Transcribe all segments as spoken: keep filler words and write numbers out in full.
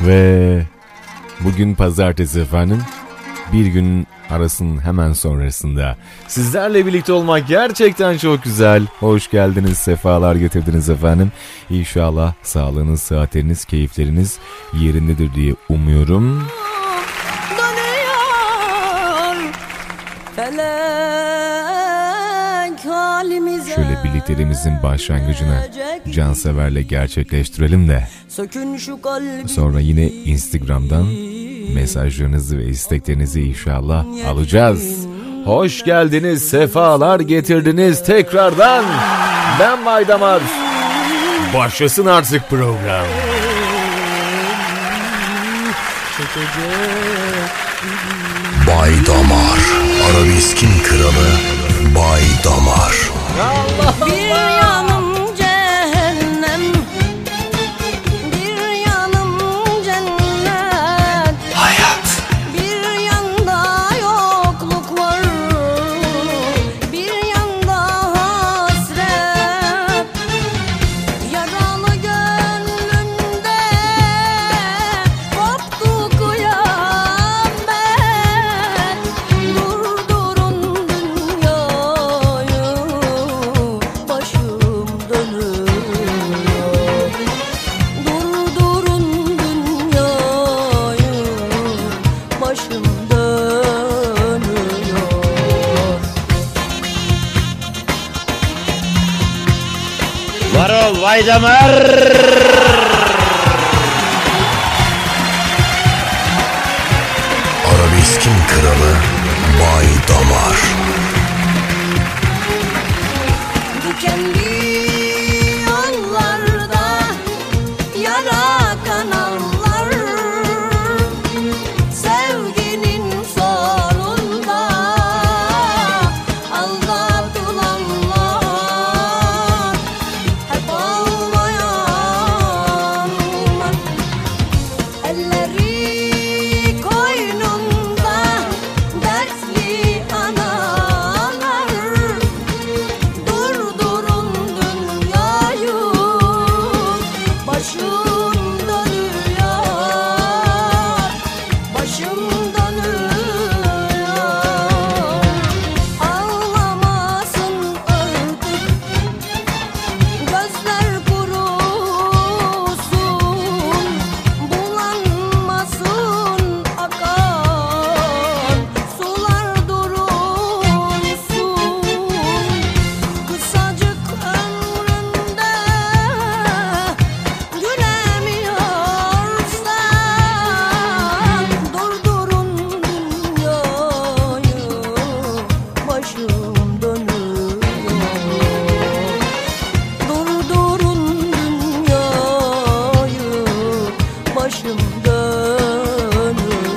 Ve bugün pazartesi efendim. Bir gün arasının hemen sonrasında sizlerle birlikte olmak gerçekten çok güzel. Hoş geldiniz, sefalar getirdiniz efendim. İnşallah sağlığınız, sıhhatleriniz, keyifleriniz yerindedir diye umuyorum. Şöyle birlikteliğimizin başlangıcını canseverle gerçekleştirelim de sonra yine Instagram'dan mesajlarınızı ve isteklerinizi inşallah alacağız. Hoş geldiniz, sefalar getirdiniz tekrardan. Ben Baydamar. Başlasın artık program. Baydamar, arabeskin kralı Baydamar. Bir yanım cehennem, bir yanım cennet. Hayat. Bir yanda yokluk var, bir yanda hasret. Yaralı gönlümde koptu kıyamet. Durdurun dünyayı, başım dönüyor. Durdurun dünyayı, başım dönüyor. Var ol Baydamar. Arabeskin kralı Baydamar. Dikenli yollarda yara kanallar, sevginin sonunda aldatılanlar hep ağlayanlar. Elleri koynunda dertli analar. Durdurun dünyayı, başım dönüyor. Başım dönüyor. Ağlamasın artık gözler kurusun, bulanmasın akan sular durulsun. Kısacık ömründe gülemiyorsan durdurun dünyayı, başım dönüyor. Durdurun dünyayı, başım dönüyor.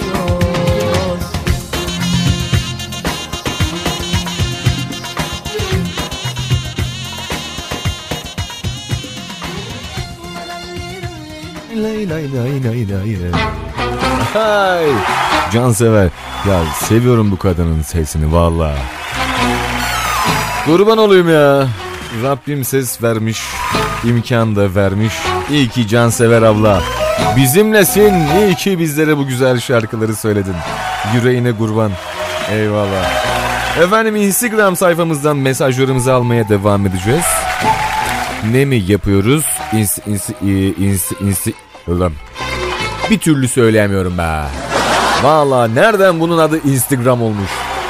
Lay lay lay lay lay. Hay, cansever. Ya seviyorum bu kadının sesini valla. Kurban olayım ya. Rabbim ses vermiş, imkan da vermiş. İyi ki cansever abla bizimlesin. İyi ki bizlere bu güzel şarkıları söyledin. Yüreğine kurban. Eyvallah. Efendim Instagram sayfamızdan mesajlarımızı almaya devam edeceğiz. Ne mi yapıyoruz? İns, ins, ins, ins, ins, bir türlü söyleyemiyorum be. Valla nereden bunun adı Instagram olmuş?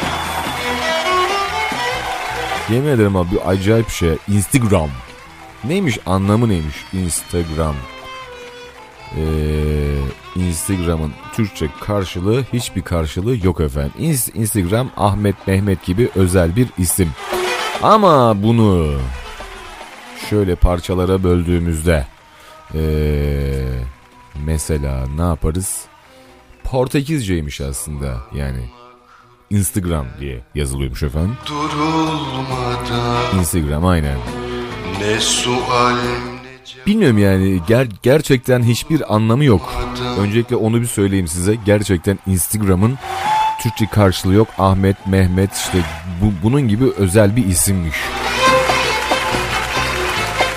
Yemin ederim abi, bir acayip şey. Instagram. Neymiş, anlamı neymiş? Instagram. Ee, Instagram'ın Türkçe karşılığı, hiçbir karşılığı yok efendim. Instagram Ahmet Mehmet gibi özel bir isim. Ama bunu şöyle parçalara böldüğümüzde ee, mesela ne yaparız? Portekizceymiş aslında, yani Instagram diye yazılıyormuş efendim. Durulmadan Instagram aynen. ne sual. Bilmiyorum yani, ger- gerçekten hiçbir anlamı yok. Öncelikle onu bir söyleyeyim size. Gerçekten Instagram'ın Türkçe karşılığı yok. Ahmet, Mehmet, işte bu, bunun gibi özel bir isimmiş.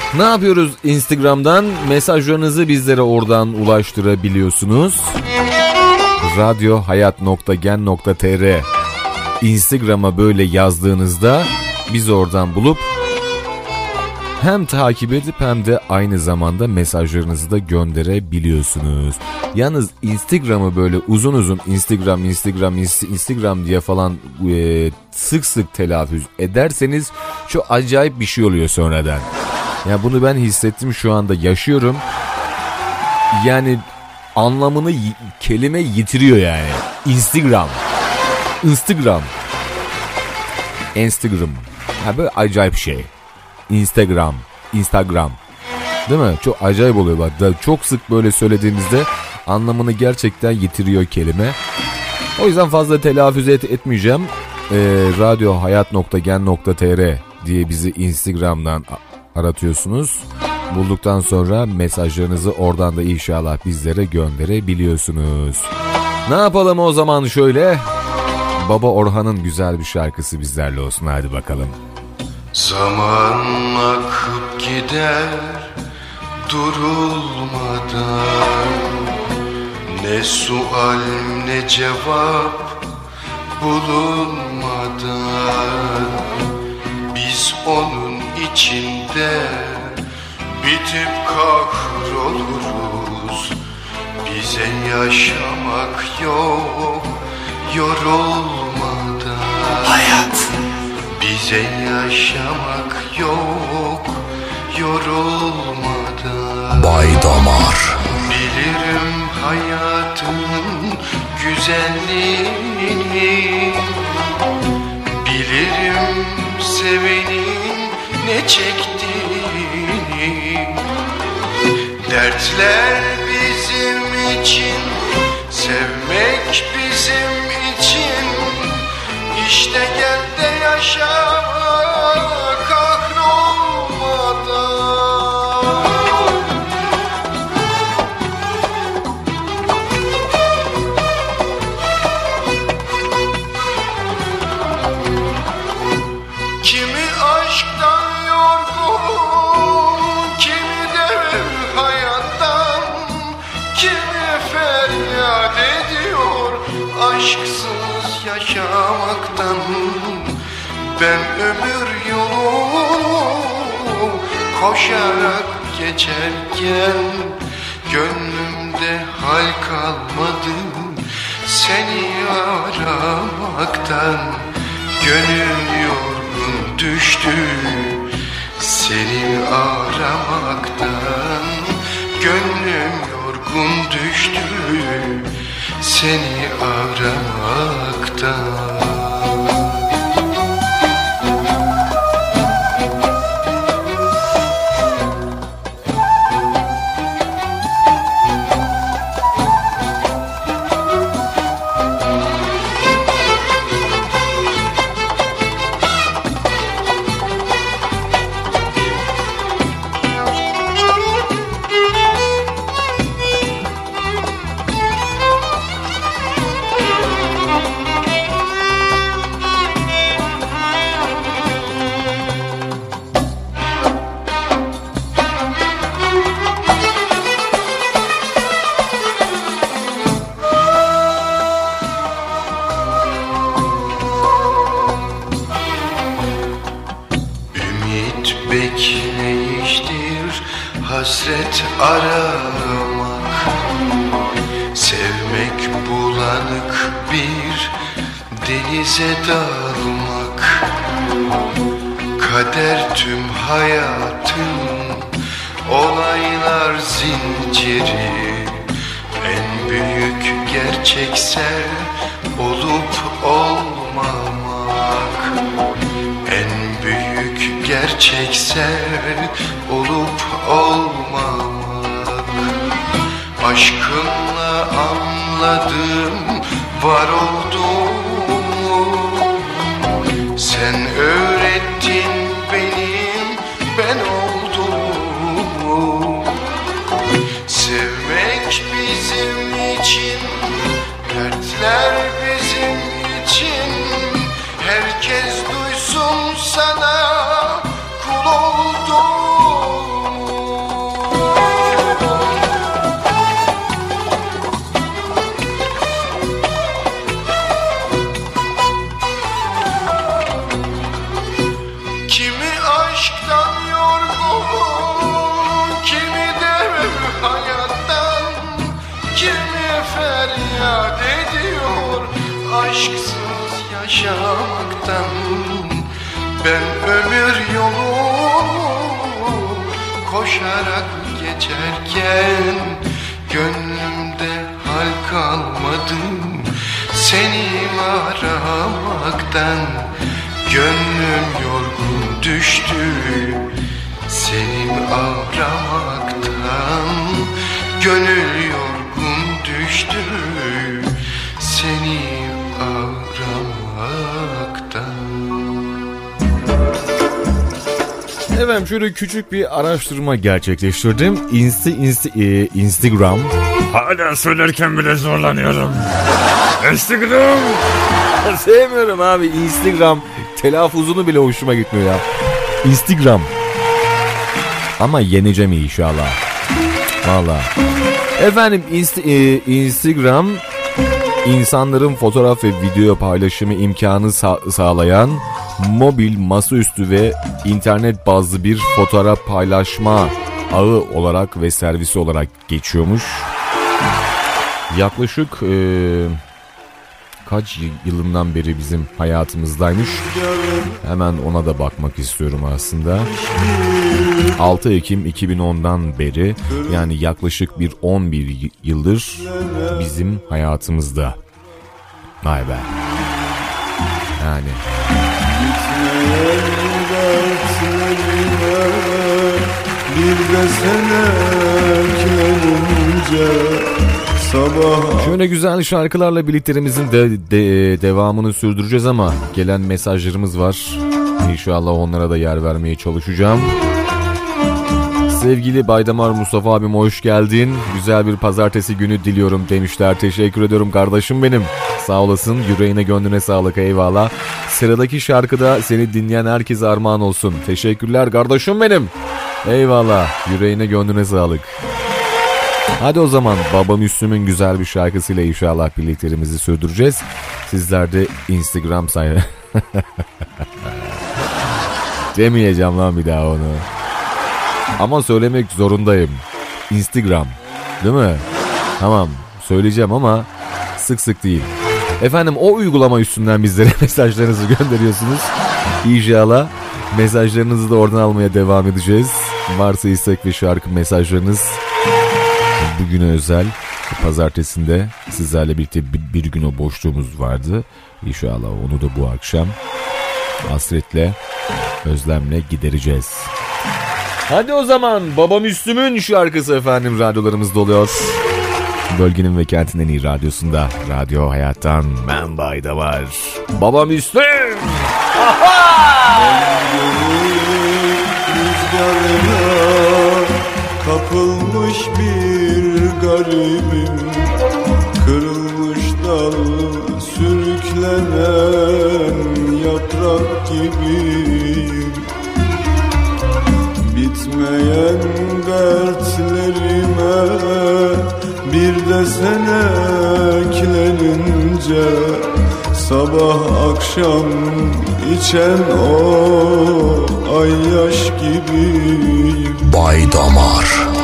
Ne yapıyoruz Instagram'dan? Mesajlarınızı bizlere oradan ulaştırabiliyorsunuz. radyohayat nokta gen nokta tr Instagram'a böyle yazdığınızda biz oradan bulup hem takip edip hem de aynı zamanda mesajlarınızı da gönderebiliyorsunuz. Yalnız Instagram'ı böyle uzun uzun Instagram, Instagram, Instagram diye falan e, sık sık telaffuz ederseniz çok acayip bir şey oluyor sonradan. Ya bunu ben hissettim, şu anda yaşıyorum. Yani anlamını kelime yitiriyor yani. Instagram. Instagram. Instagram. Ya böyle acayip şey. Instagram. Instagram. Değil mi? Çok acayip oluyor bak. Çok sık böyle söylediğinizde anlamını gerçekten yitiriyor kelime. O yüzden fazla telaffuz et, etmeyeceğim. Ee, radyohayat nokta gen nokta tr diye bizi Instagram'dan aratıyorsunuz. Bulduktan sonra mesajlarınızı oradan da inşallah bizlere gönderebiliyorsunuz. Ne yapalım o zaman şöyle? Baba Orhan'ın güzel bir şarkısı bizlerle olsun. Hadi bakalım. Zaman akıp gider durulmadan, ne sual ne cevap bulunmadan, biz onun içinde bitip kahroluruz. Bize yaşamak yok yorulmadan. Hayat. Bize yaşamak yok yorulmadan. Bay Damar. Bilirim hayatın güzelliğini, bilirim sevenin ne çektiğini. Dertler bizim için, sevmek bizim için. İşte gel de yaşa kahrolmadan. Kimi aşktan yorgun, kimi de hayattan, kimi feryat ediyor aşksız yaşamaktan. Ben ömür yolu koşarak geçerken, gönlümde hal kalmadı seni aramaktan. Gönül yorgun düştü seni aramaktan. Gönlüm yorgun düştü seni aramaktan. Hasret aramak, sevmek bulanık bir denize dalmak. Kader tüm hayatın olaylar zinciri. En büyük gerçekse olup olmamak. En büyük gerçekse olup olmamak. Aşkınla anladım var olduğumu. Sen öğrettin benim ben olduğumu. Sevmek bizim için, dertler bizim için. Herkes duysun sana kul olduğumu. aşksız yaşamaktan. Ben ömür yolu koşarak geçerken gönlümde hal kalmadı seni aramaktan. Gönlüm yorgun düştü seni aramaktan. Gönül yorgun düştü seni aramaktan. Efendim şöyle küçük bir araştırma gerçekleştirdim. Insta, Insta, e, Instagram. Hala söylerken bile zorlanıyorum. Instagram. Sevmiyorum abi Instagram. Telaffuzunu bile hoşuma gitmiyor ya. Instagram. Ama yeneceğim inşallah. Valla. Efendim Insta, e, Instagram insanların fotoğraf ve video paylaşımı imkanı sa- sağlayan mobil, masaüstü ve internet bazlı bir fotoğraf paylaşma ağı olarak ve servisi olarak geçiyormuş. Yaklaşık e, kaç yılından beri bizim hayatımızdaymış. Hemen ona da bakmak istiyorum aslında. altı Ekim iki bin ondan beri, yani yaklaşık bir on bir yıldır bizim hayatımızda. Vay be. Yani. Bir de sene eklenince sabah. Şöyle güzel şarkılarla birliklerimizin de, de, devamını sürdüreceğiz ama gelen mesajlarımız var. İnşallah onlara da yer vermeye çalışacağım. Sevgili Baydamar Mustafa abim hoş geldin. Güzel bir pazartesi günü diliyorum demişler. Teşekkür ediyorum kardeşim benim. Sağ olasın. Yüreğine gönlüne sağlık, eyvallah. Sıradaki şarkıda seni dinleyen herkese armağan olsun. Teşekkürler kardeşim benim. Eyvallah. Yüreğine gönlüne sağlık. Hadi o zaman Baba Müslüm'ün güzel bir şarkısıyla inşallah birliklerimizi sürdüreceğiz. Sizler de Instagram sayı... Demeyeceğim lan bir daha onu. Ama söylemek zorundayım. Instagram. Değil mi? Tamam. Söyleyeceğim ama sık sık değil. Efendim o uygulama üstünden bizlere mesajlarınızı gönderiyorsunuz. İnşallah mesajlarınızı da oradan almaya devam edeceğiz. Varsa istek ve şarkı mesajlarınız bugüne özel. Pazartesinde sizlerle birlikte bir, bir gün o boşluğumuz vardı. İnşallah onu da bu akşam hasretle, özlemle gidereceğiz. Hadi o zaman Baba Müslüm'ün şarkısı efendim radyolarımızda oluyor. Bölgenin ve kentin en iyi radyosunda. Radyo Hayat'tan ben Baydamar. Baba Müslüm. Rüzgarına kapılmış bir garibim. Kırılmış dal sürüklenen yaprak gibiyim. Bitmeyen dertlerime bir de sen eklenince sabah akşam içen o ay yaş gibiyim. Baydamar.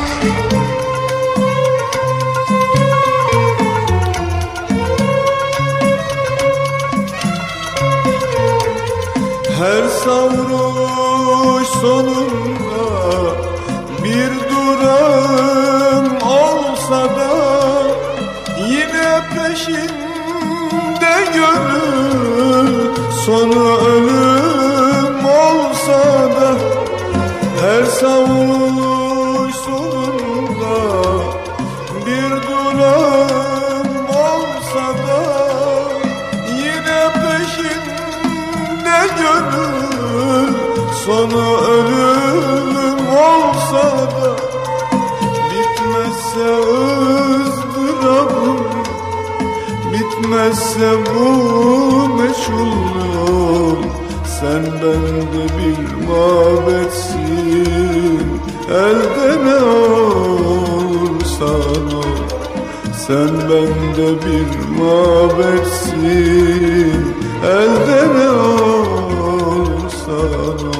Her savruluş sonunda bir durağım olsa da yine peşinde gönül sonu ölüm olsa da. Her savruluş sonunda bir durağım olsa da yine peşinde gönül sonu ölüm olsa da. Bitmezse ızdırabım, bitmezse bu meçhullüğüm, sen bende bir mabetsin, elde ne olursan ol. Sen bende bir mabetsin, elde ne olursan ol.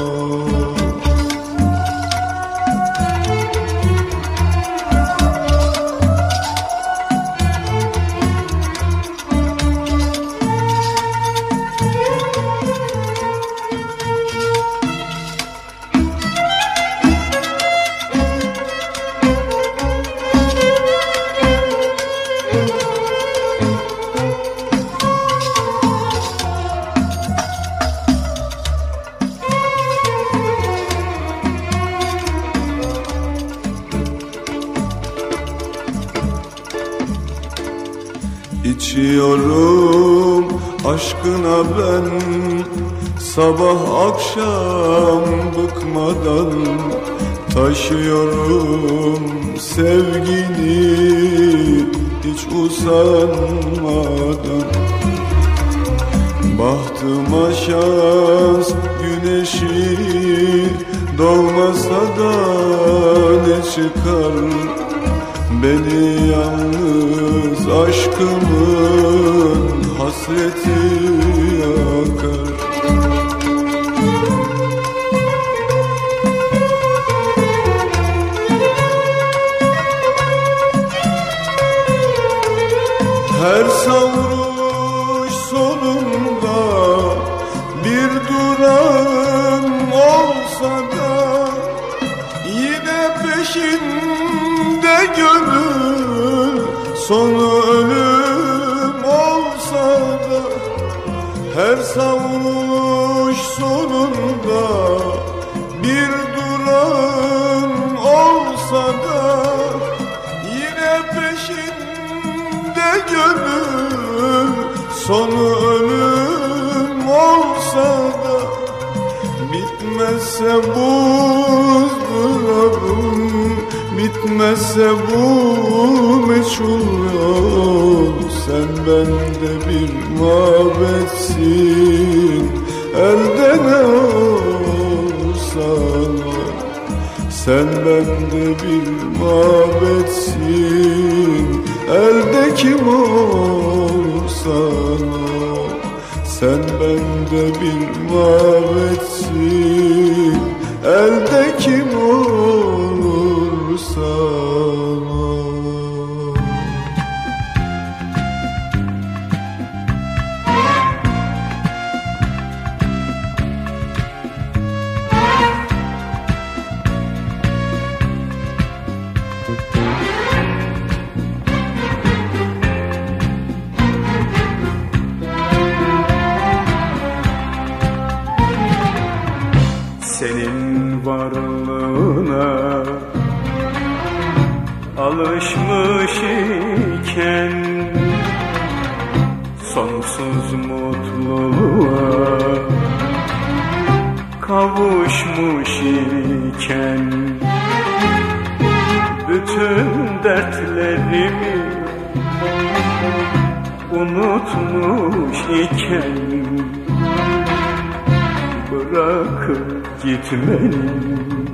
İçiyorum aşkına ben sabah akşam bıkmadan, taşıyorum sevgini hiç usanmadan. Bahtıma şans güneşi doğmasa da ne çıkar, beni yalnız aşkımın hasreti yakar. Her savruş sonunda bir durağım olsa da, yine peşinde gönül sonu ölüm olsa da. Her savruş sonunda bir durağım olsa da, yine peşinde gönül sonu ölüm olsa da. Bitmezse buzdurabım, bitmezse bu meçhul yol, sen bende bir mabetsin, elde ne olsan ol. Sen bende bir mabetsin, elde kim olsan ol. Sen bende bir mabetsin, elde kim olursan ol. Senin varlığına alışmış iken, sonsuz mutluluğa kavuşmuş iken, bütün dertlerimi unutmuş iken, bırakıp gitmenin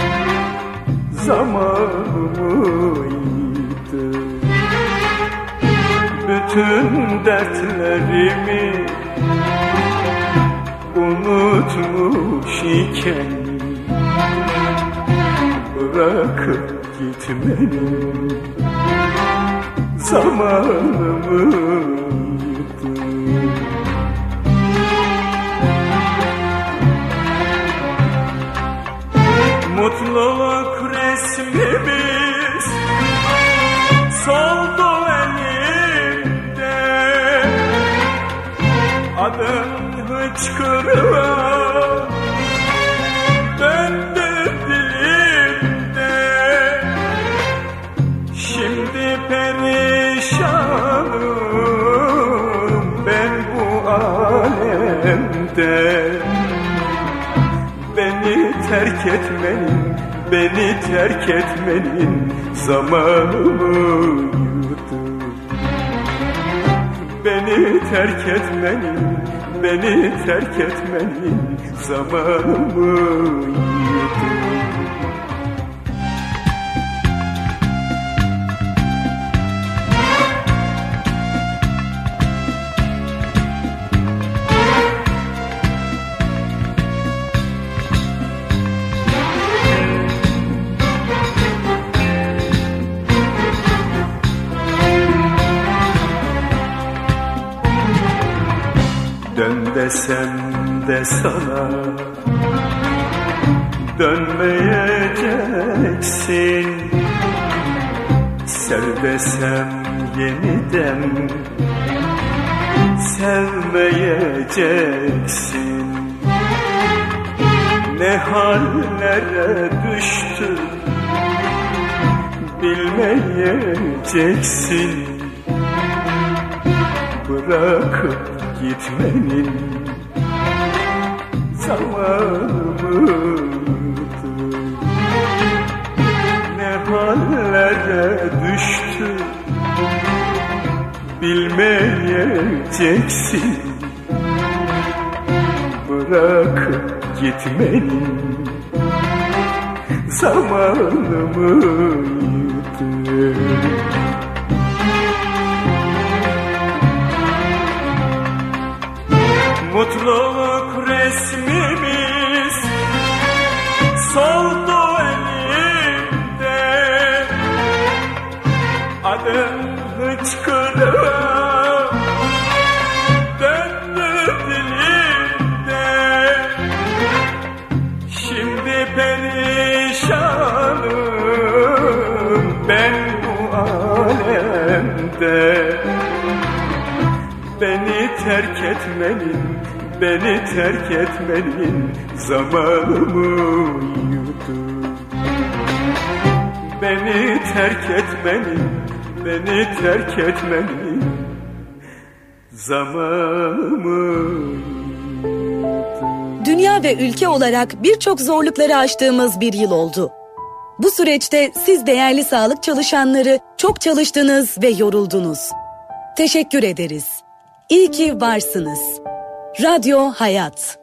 zamanı mıydı? Bütün dertlerimi unutmuş iken, bırakıp gitmenin zamanı mıydı? Mutluluk resmimiz soldu elimde, adın hıçkırığa döndü dilimde. Şimdi perişanım ben bu alemde. Beni terk etmenin, beni terk etmenin zamanı mıydı? Beni terk etmenin, beni terk etmenin zamanı mıydı? Dön desem de sana dönmeyeceksin, sev desem yeniden sevmeyeceksin. Ne hallere düştü bilmeyeceksin. bırakıp gitmenin zamanı mıydı? Ne hallere düştü bilmeyeceksin, bırakıp gitmenin zamanı mıydı? Mutluluk resmimiz soldu elimde, adın hıçkırığa döndü dilimde. Şimdi perişanım ben bu alemde. Beni terk etmenin, beni terk etmenin zamanı mıydı? Beni terk etmenin, beni terk etmenin zamanı mıydı? Dünya ve ülke olarak birçok zorlukları aştığımız bir yıl oldu. Bu süreçte siz değerli sağlık çalışanları çok çalıştınız ve yoruldunuz. Teşekkür ederiz. İyi ki varsınız. Radyo Hayat.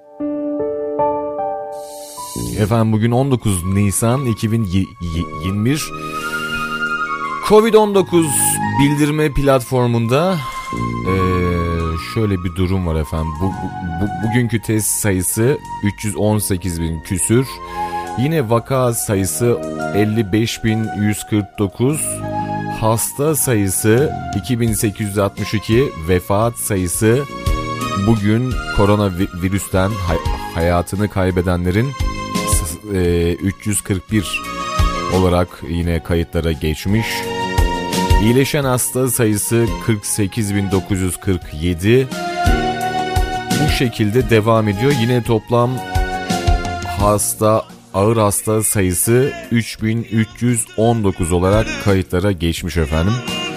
Efendim bugün on dokuz Nisan iki bin yirmi bir. covid on dokuz bildirme platformunda ee, şöyle bir durum var efendim. Bu, bu, bu, bugünkü test sayısı üç yüz on sekiz bin küsür. Yine vaka sayısı elli beş bin yüz kırk dokuz. Hasta sayısı iki bin sekiz yüz altmış iki, vefat sayısı bugün koronavirüsten hayatını kaybedenlerin üç yüz kırk bir olarak yine kayıtlara geçmiş. İyileşen hasta sayısı kırk sekiz bin dokuz yüz kırk yedi. Bu şekilde devam ediyor. Yine toplam hasta ağır hasta sayısı üç bin üç yüz on dokuz olarak kayıtlara geçmiş efendim.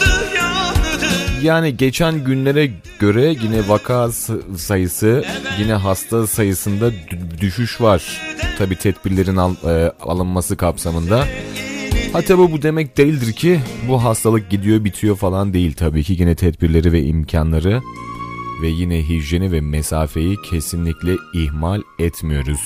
Yani geçen günlere göre yine vaka sayısı, yine hasta sayısında düşüş var. Tabii tedbirlerin al, e, alınması kapsamında. Ha tabii bu demek değildir ki bu hastalık gidiyor bitiyor falan değil. Tabii ki yine tedbirleri ve imkanları ve yine hijyeni ve mesafeyi kesinlikle ihmal etmiyoruz.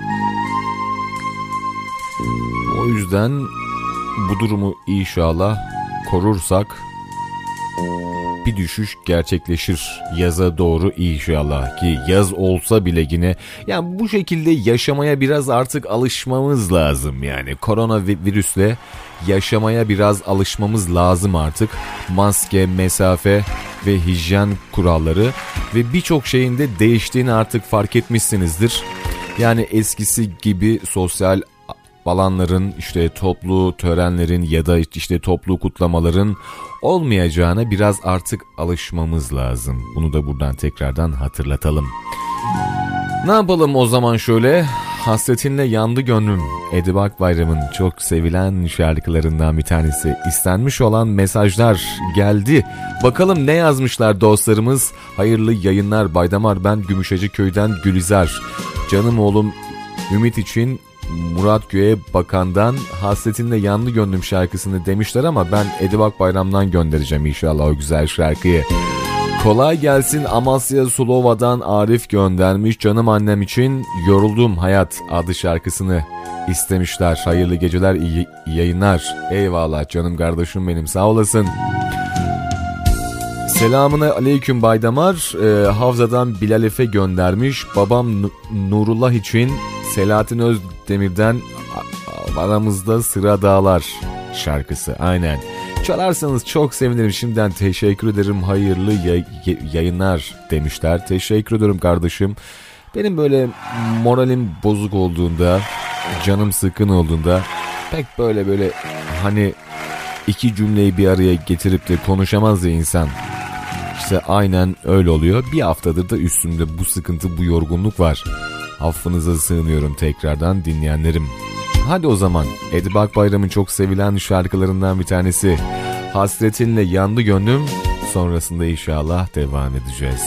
O yüzden bu durumu inşallah korursak bir düşüş gerçekleşir yaza doğru inşallah, ki yaz olsa bile yine yani bu şekilde yaşamaya biraz artık alışmamız lazım. Yani koronavirüsle yaşamaya biraz alışmamız lazım artık. Maske, mesafe ve hijyen kuralları ve birçok şeyin de değiştiğini artık fark etmişsinizdir. Yani eskisi gibi sosyal alanların, işte toplu törenlerin ya da işte toplu kutlamaların olmayacağına biraz artık alışmamız lazım. Bunu da buradan tekrardan hatırlatalım. Ne yapalım o zaman şöyle? Hasretinle yandı gönlüm. Edip Akbayram'ın çok sevilen şarkılarından bir tanesi. İstenmiş olan mesajlar geldi. Bakalım ne yazmışlar dostlarımız. Hayırlı yayınlar Baydamar, ben Gümüşhacıköy'den Gülizar. Canım oğlum Ümit için Murat Göğe Bakan'dan Hasretinle Yandı Gönlüm şarkısını demişler ama ben Edip Akbayram'dan göndereceğim inşallah o güzel şarkıyı. Kolay gelsin Amasya Sulova'dan Arif göndermiş. Canım annem için Yoruldum Hayat adlı şarkısını istemişler. Hayırlı geceler, iyi yayınlar. Eyvallah canım kardeşim benim, sağ olasın. Selamını aleyküm Baydamar. Ee, Havza'dan Bilal Efe göndermiş. Babam N- Nurullah için Selahattin Özdemir'den Aramızda Sıra Dağlar şarkısı. Aynen. Çalarsanız çok sevinirim. Şimdiden teşekkür ederim. Hayırlı yay- yayınlar demişler. Teşekkür ederim kardeşim. Benim böyle moralim bozuk olduğunda, canım sıkın olduğunda pek böyle böyle hani iki cümleyi bir araya getirip de konuşamaz ya insan. İşte aynen öyle oluyor. Bir haftadır da üstümde bu sıkıntı, bu yorgunluk var. Affınıza sığınıyorum tekrardan dinleyenlerim. Hadi o zaman Edip Akbayram'ın çok sevilen şarkılarından bir tanesi Hasretinle Yandı Gönlüm Sonrasında inşallah devam edeceğiz.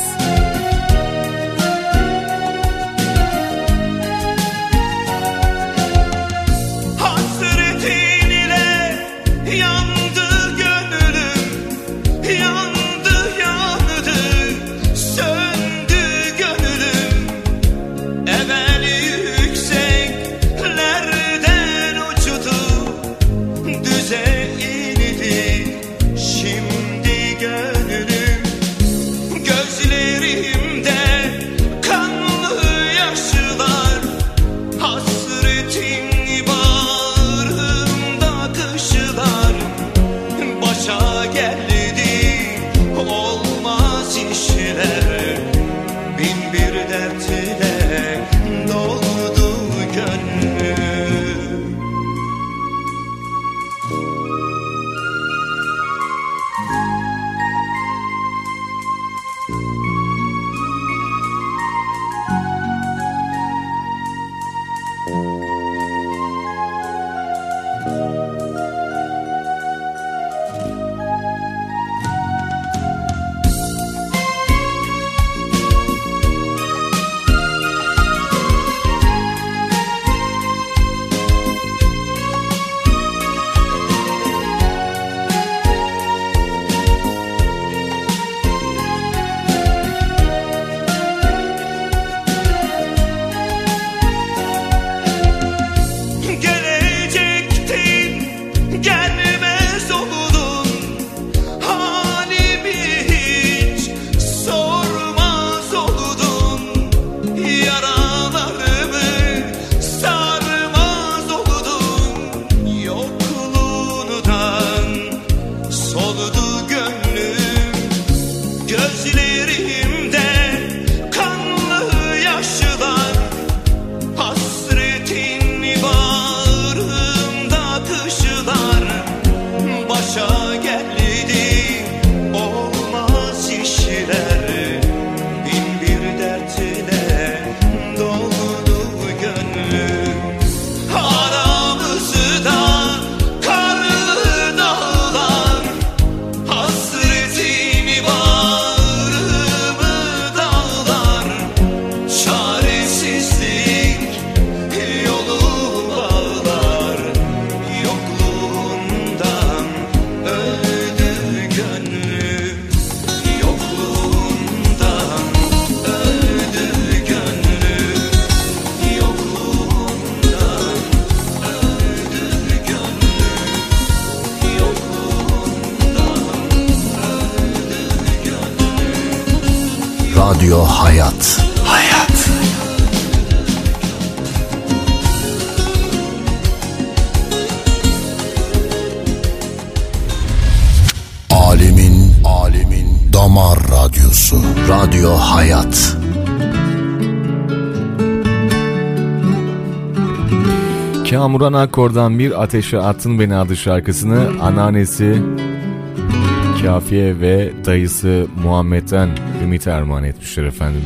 Radyo Hayat. Hayat. Alemin, alemin damar radyosu. Radyo Hayat. Kamuran Akkor'dan Bir Ateşe Attın Beni adlı şarkısını anneannesi Kafiye ve dayısı Muhammed'den Ümit'e armağan etmişler efendim.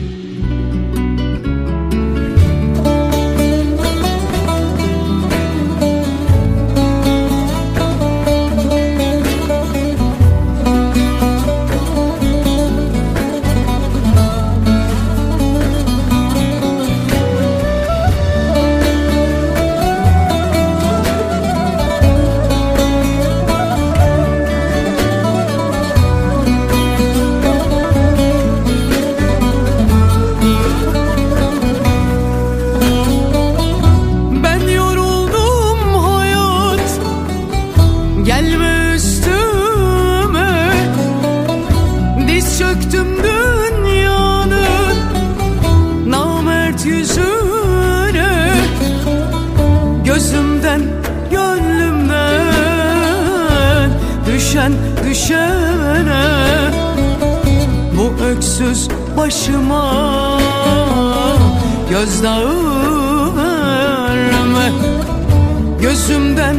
Başıma gözdağı verme, gözümden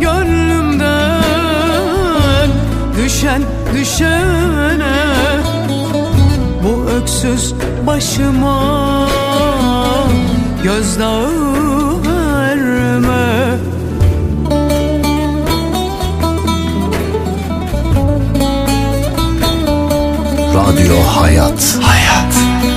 gönlümden düşen düşene, bu öksüz başıma gözdağı verme. Radyo Hayat. Hayat.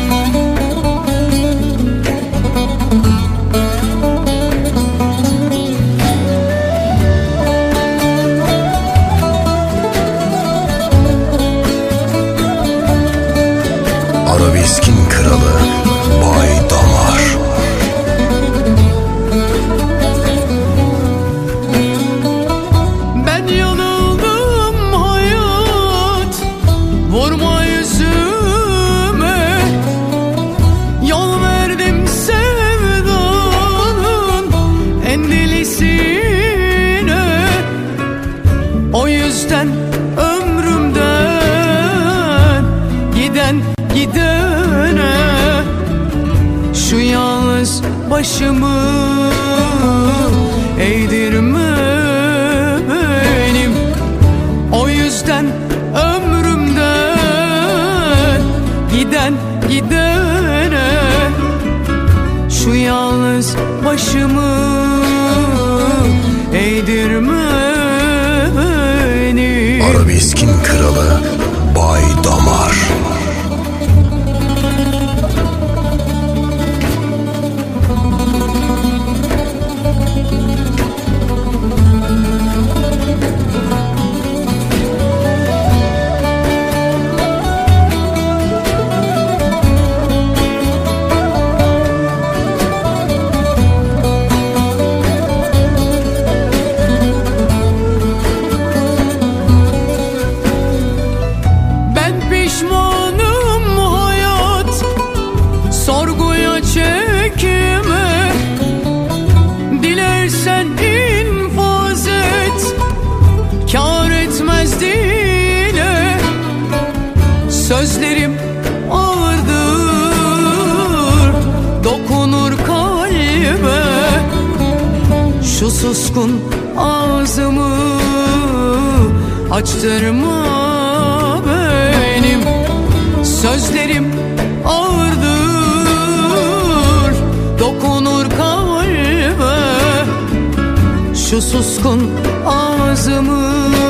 Arabeskin kralı Bay Damar. Ben yanıldım hayat, vurma yüzüme. Yol verdim sevdanın en delisine. O yüzden ömrümden giden gidene şu yalnız başımı eğdirme benim. O yüzden ömrümden giden gidene şu yalnız başımı eğdirme benim. Arabeskin kralı Bay Damar. Ben pişmanım hayat, sorguya çekme. Dilersen infaz et, kâr etmez dile. Sözlerim ağırdır, dokunur kalbe. Şu suskun ağzımı açtırma benim. Sözlerim ağırdır, dokunur kalbe. Şu suskun ağzımı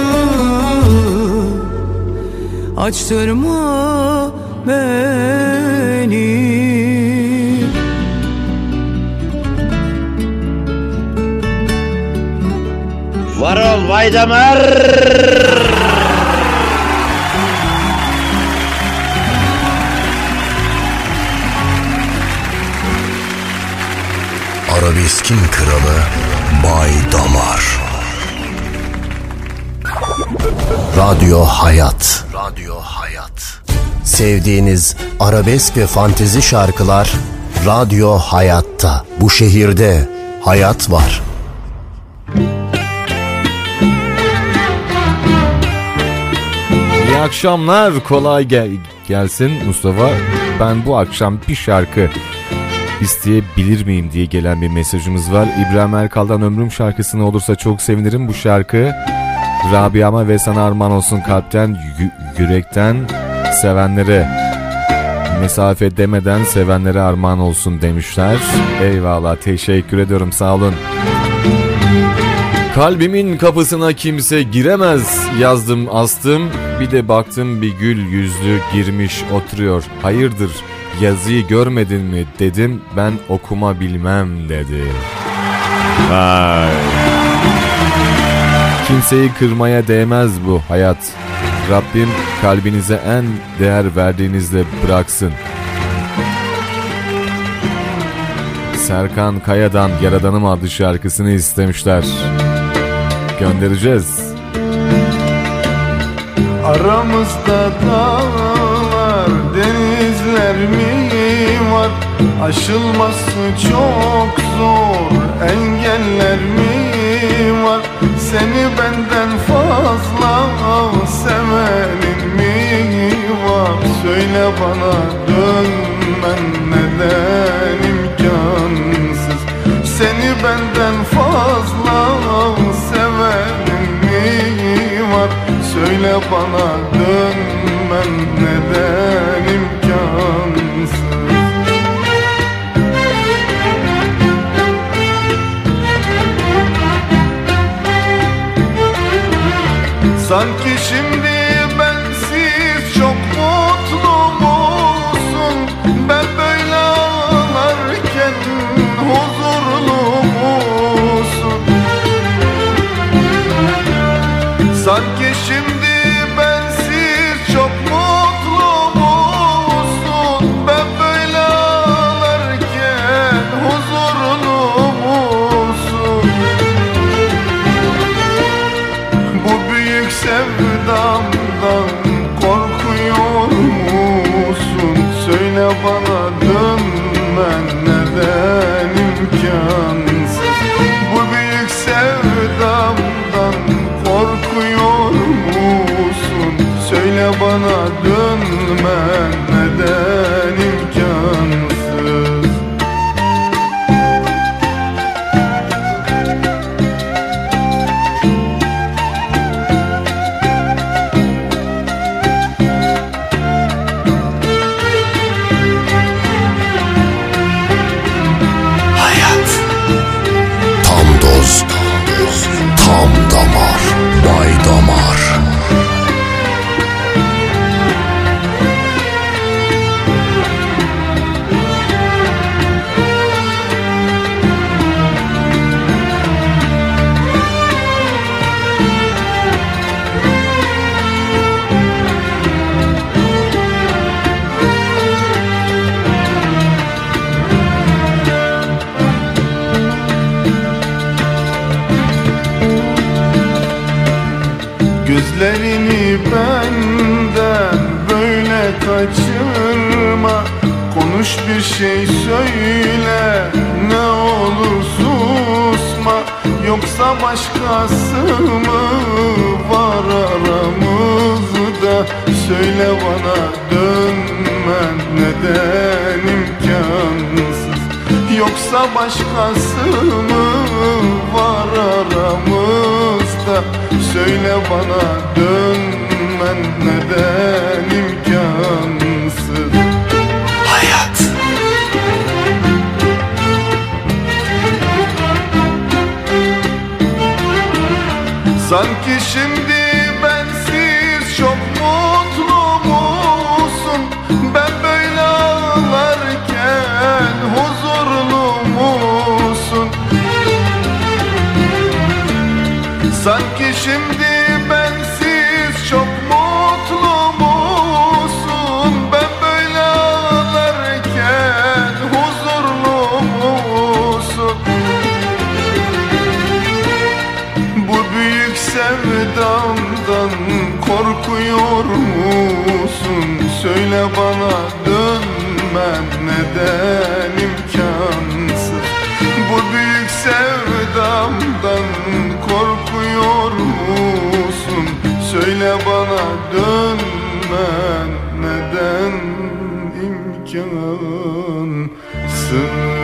açtırma beni. Var ol Bay Damar. Arabeskin kralı Bay Damar. Radyo Hayat. Radyo Hayat. Sevdiğiniz arabesk ve fantezi şarkılar Radyo Hayat'ta. Bu şehirde hayat var. İyi akşamlar, kolay gel gelsin Mustafa. Ben bu akşam bir şarkı isteyebilir miyim diye gelen bir mesajımız var. İbrahim Erkal'dan Ömrüm şarkısını olursa çok sevinirim. Bu şarkı Rabia'ma ve sana armağan olsun kalpten, y- yürekten sevenlere, mesafe demeden sevenlere armağan olsun demişler. Eyvallah, teşekkür ediyorum, sağ olun. Kalbimin kapısına kimse giremez yazdım astım. Bir de baktım bir gül yüzlü girmiş oturuyor. Hayırdır yazıyı görmedin mi dedim, ben okuma bilmem dedi. Vay. Kimseyi kırmaya değmez bu hayat. Rabbim kalbinize en değer verdiğinizle bıraksın. Serkan Kaya'dan Yaradanım adlı şarkısını istemişler. Göndereceğiz. Aramızda dağlar, denizler mi var? Aşılması çok zor engeller mi var? Seni benden fazla sevenin mi var? Söyle bana, dönmen neden imkansız? Seni benden fazla sevenin mi var? Söyle bana, dönmen neden imkansız? Sanki şimdi bensiz çok mutlu Sanki şimdi bensiz çok mutlu musun? Ben böyle ağlarken huzurlu musun? Bu büyük sevdamdan korkuyor musun? Söyle bana dönmen neden imkansız? Bu büyük sevdamdan korkuyor musun? Söyle bana dönmen neden imkansız? Tam doz, tam damar, bay damar. Gözlerini benden böyle kaçırma. Konuş bir şey söyle, ne olur susma. Yoksa başkası mı var aramızda? Söyle bana dönmen neden imkansız? Yoksa başkası mı var aramızda? Söyle bana dönmen neden imkansız? Hayat. Sanki şimdi bensiz çok mutlu musun? Ben böyle ağlarken huzurlu musun? Sanki şimdi bensiz çok mutlu musun? Ben böyle ağlarken huzurlu musun? Bu büyük sevdamdan korkuyor musun? Söyle bana dönmem neden imkansız? Bu büyük sevdamdan korkuyor musun? Söyle bana dönmen neden imkansız?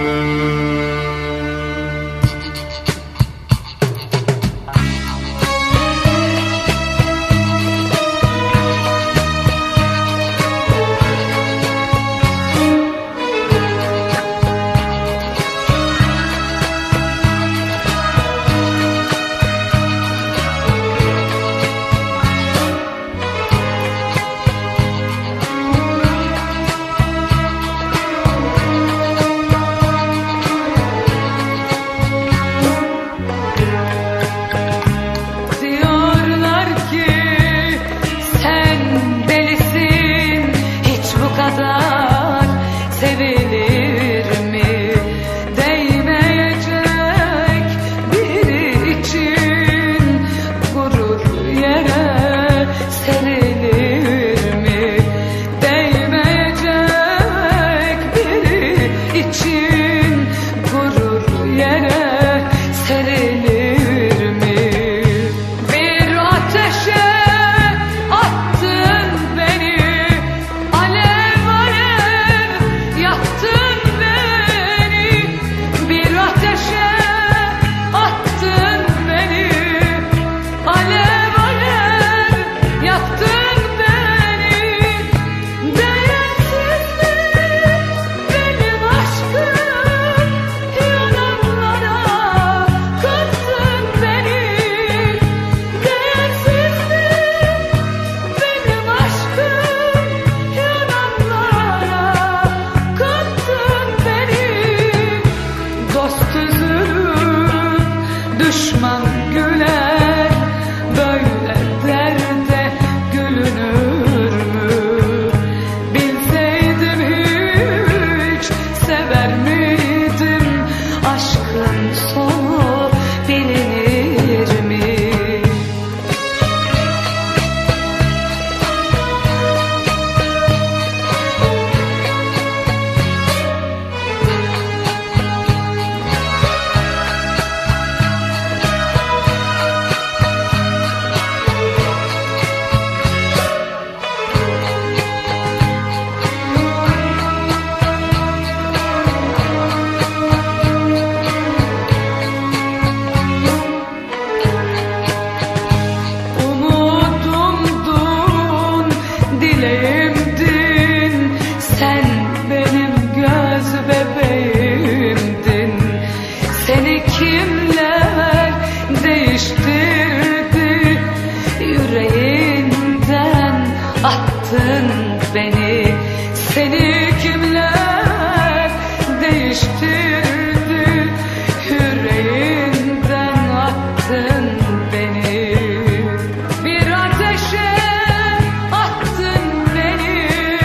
attın beni. Seni kimler değiştirdi, yüreğinden attın beni. Bir ateşe attın beni,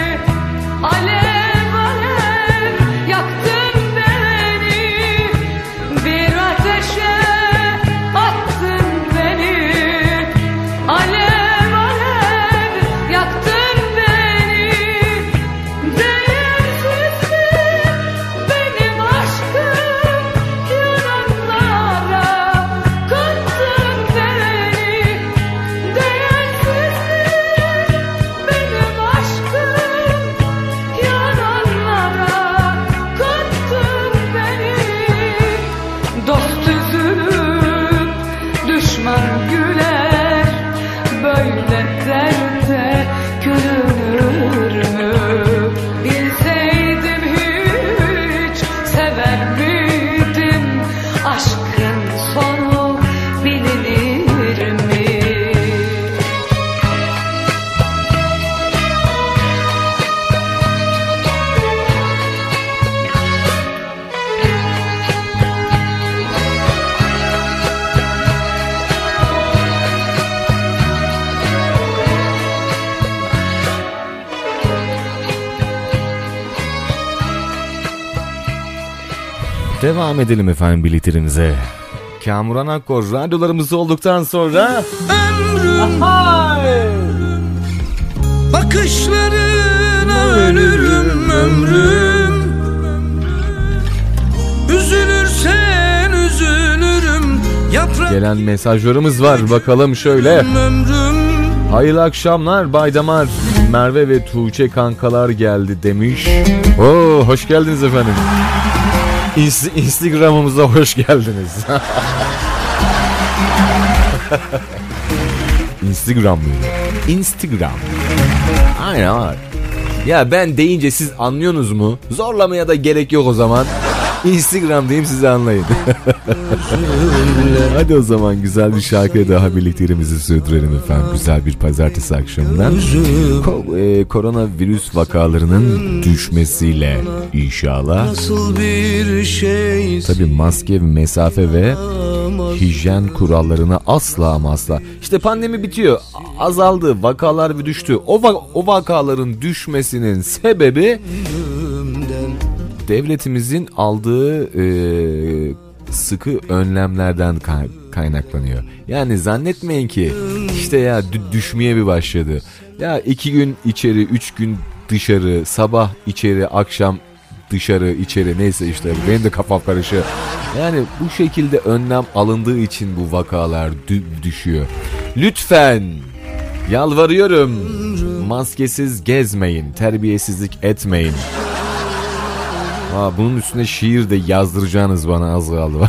alev alev yaktın beni. Bir ateşe attın beni, alev alev yaktın beni. Değersiz mi benim aşkım, yananlara kattın beni. Değersiz mi benim aşkım, yananlara kattın beni. Dost üzülüp düşman güler, böyle derde gülünür mü? Bilseydim hiç sever miydim, aşkın sonu bilinir mi? Devam edelim efendim biletlerimize. Kamuran Akkor radyolarımız olduktan sonra Bakışlarına ölürüm ömrüm, üzülürsen üzülürüm yaprak gelen mesajlarımız var. Bakalım şöyle. ömrüm. Hayırlı akşamlar Baydamar. Merve ve Tuğçe kankalar geldi demiş. Oo, hoş geldiniz efendim. İnst- Instagram'ımıza hoş geldiniz. Instagram mıydı? Instagram. Aynen var. Ya ben deyince siz anlıyorsunuz mu? Zorlamaya da gerek yok o zaman. Instagram diyeyim, siz anlayın. Hadi o zaman güzel bir şarkı daha birliklerimizi sürdürelim efendim. Güzel bir pazartesi akşamından. Ko- e, koronavirüs vakalarının düşmesiyle inşallah. Nasıl bir şey Tabii maske, mesafe ve hijyen kurallarına asla ama asla. İşte pandemi bitiyor, azaldı, vakalar bir düştü. O, va- o vakaların düşmesinin sebebi devletimizin aldığı e, sıkı önlemlerden kay- kaynaklanıyor. Yani zannetmeyin ki işte ya d- düşmeye bir başladı. Ya iki gün içeri, üç gün dışarı, sabah içeri, akşam dışarı, içeri, neyse işte benim de kafam karışıyor. Yani bu şekilde önlem alındığı için bu vakalar dü- düşüyor. Lütfen yalvarıyorum, maskesiz gezmeyin, terbiyesizlik etmeyin. Aa, bunun üstüne şiir de yazdıracağınız bana az kaldı.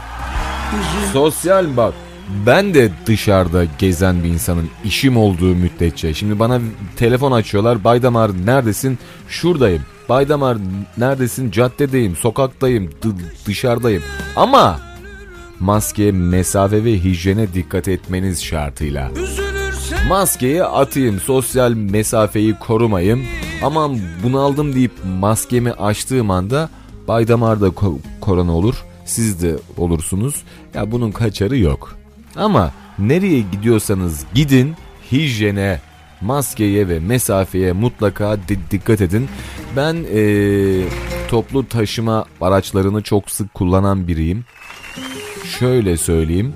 Sosyal bak. Ben de dışarıda gezen bir insanın, işim olduğu müddetçe. Şimdi bana telefon açıyorlar. Baydamar neredesin? Şuradayım. Baydamar neredesin? Caddedeyim, sokaktayım, d- dışarıdayım. Ama maske, mesafe ve hijyene dikkat etmeniz şartıyla. Maskeyi atayım, sosyal mesafeyi korumayım. Aman bunaldım deyip maskemi açtığım anda Baydamar'da ko- korona olur, siz de olursunuz. Ya bunun kaçarı yok. Ama nereye gidiyorsanız gidin, hijyene, maskeye ve mesafeye mutlaka di- dikkat edin. Ben ee, toplu taşıma araçlarını çok sık kullanan biriyim. Şöyle söyleyeyim.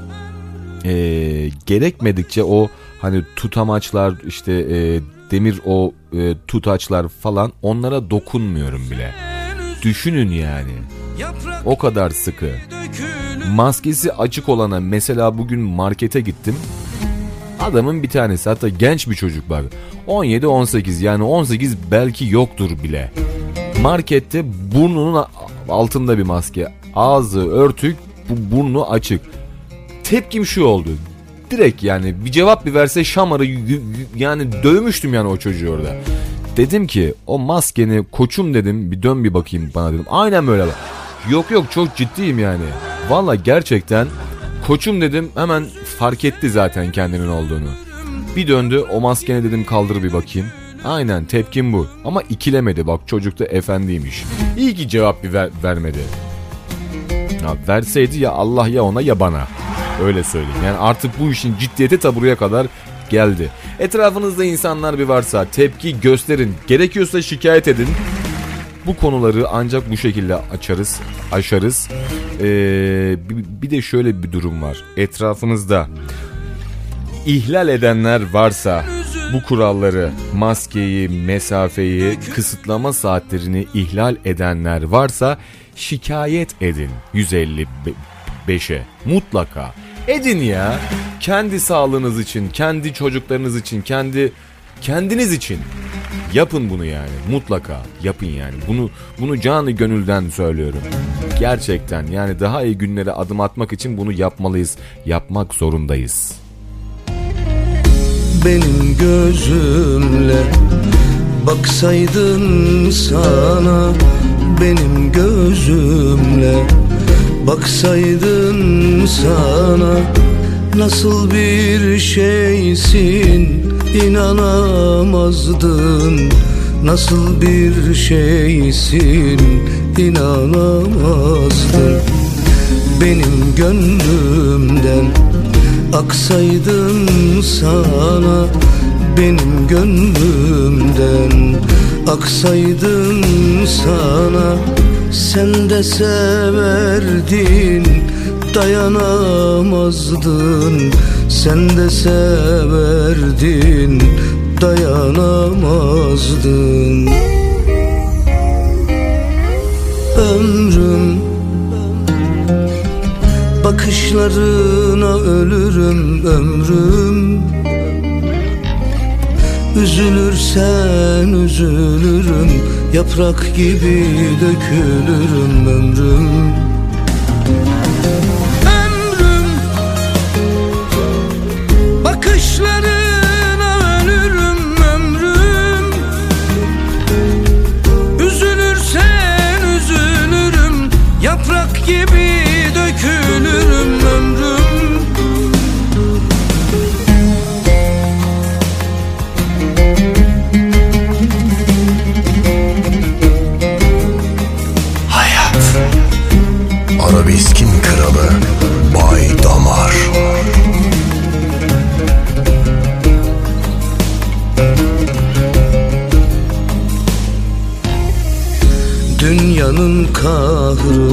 Ee, gerekmedikçe o hani tutamaçlar, işte e, demir o e, tutaçlar falan, onlara dokunmuyorum bile. Düşünün yani. O kadar sıkı. Maskesi açık olana, mesela bugün markete gittim. Adamın bir tanesi, hatta genç bir çocuk bak. on yedi on sekiz, yani on sekiz belki yoktur bile. Markette burnunun altında bir maske. Ağzı örtük, bu burnu açık. Tepkim şu oldu. Direkt yani bir cevap bir verse şamarı y- y- yani dövmüştüm yani o çocuğu orada. Dedim ki o maskeni koçum dedim, bir dön bir bakayım bana dedim. Aynen böyle bak. Yok yok çok ciddiyim yani. Valla gerçekten koçum dedim, hemen fark etti zaten kendinin olduğunu. Bir döndü, o maskeni dedim kaldır bir bakayım. Aynen, tepkim bu. Ama ikilemedi, bak çocuk da efendiymiş. İyi ki cevap bir ver, vermedi. Ya verseydi ya Allah ya ona ya bana. Öyle söyleyeyim. Yani artık bu işin ciddiyeti ta buraya kadar geldi. Etrafınızda insanlar bir varsa tepki gösterin. Gerekiyorsa şikayet edin. Bu konuları ancak bu şekilde açarız, aşarız. Ee, bir, bir de şöyle bir durum var. Etrafınızda ihlal edenler varsa bu kuralları, maskeyi, mesafeyi, kısıtlama saatlerini ihlal edenler varsa şikayet edin yüz elli beşe. Mutlaka edin ya. Kendi sağlığınız için, kendi çocuklarınız için, kendi kendiniz için. Yapın bunu yani. Mutlaka yapın yani. Bunu bunu canı gönülden söylüyorum. Gerçekten yani daha iyi günlere adım atmak için bunu yapmalıyız. Yapmak zorundayız. Benim gözümle baksaydın sana, benim gözümle baksaydın sana, nasıl bir şeysin inanamazdın, nasıl bir şeysin inanamazdın. Benim gönlümden aksaydın sana, benim gönlümden aksaydın sana, sen de severdin, dayanamazdın, sen de severdin, dayanamazdın. Ömrüm, bakışlarına ölürüm ömrüm, üzülürsen üzülürüm, yaprak gibi dökülürüm ömrüm. Ömrüm, bakışlarına ölürüm ömrüm, üzülürsen üzülürüm, yaprak gibi dökülürüm ömrüm. Arabeskin kralı Bay Damar. Dünyanın kahrı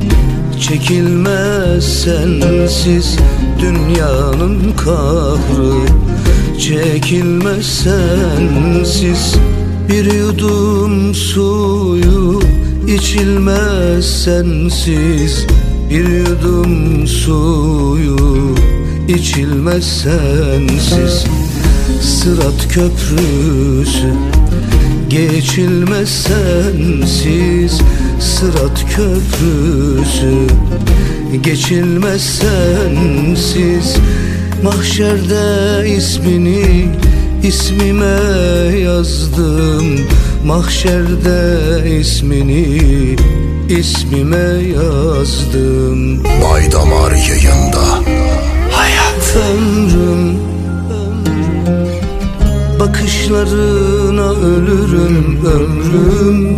çekilmez sensiz, dünyanın kahrı çekilmez sensiz. Bir yudum suyu içilmez sensiz, bir yudum suyu içilmez sensiz. Sırat köprüsü geçilmez sensiz, sırat köprüsü geçilmez sensiz. Mahşerde ismini ismime yazdım, mahşerde ismini ismime yazdım. Bay Damar yayında. Hayat. Ömrüm, bakışlarına ölürüm ömrüm,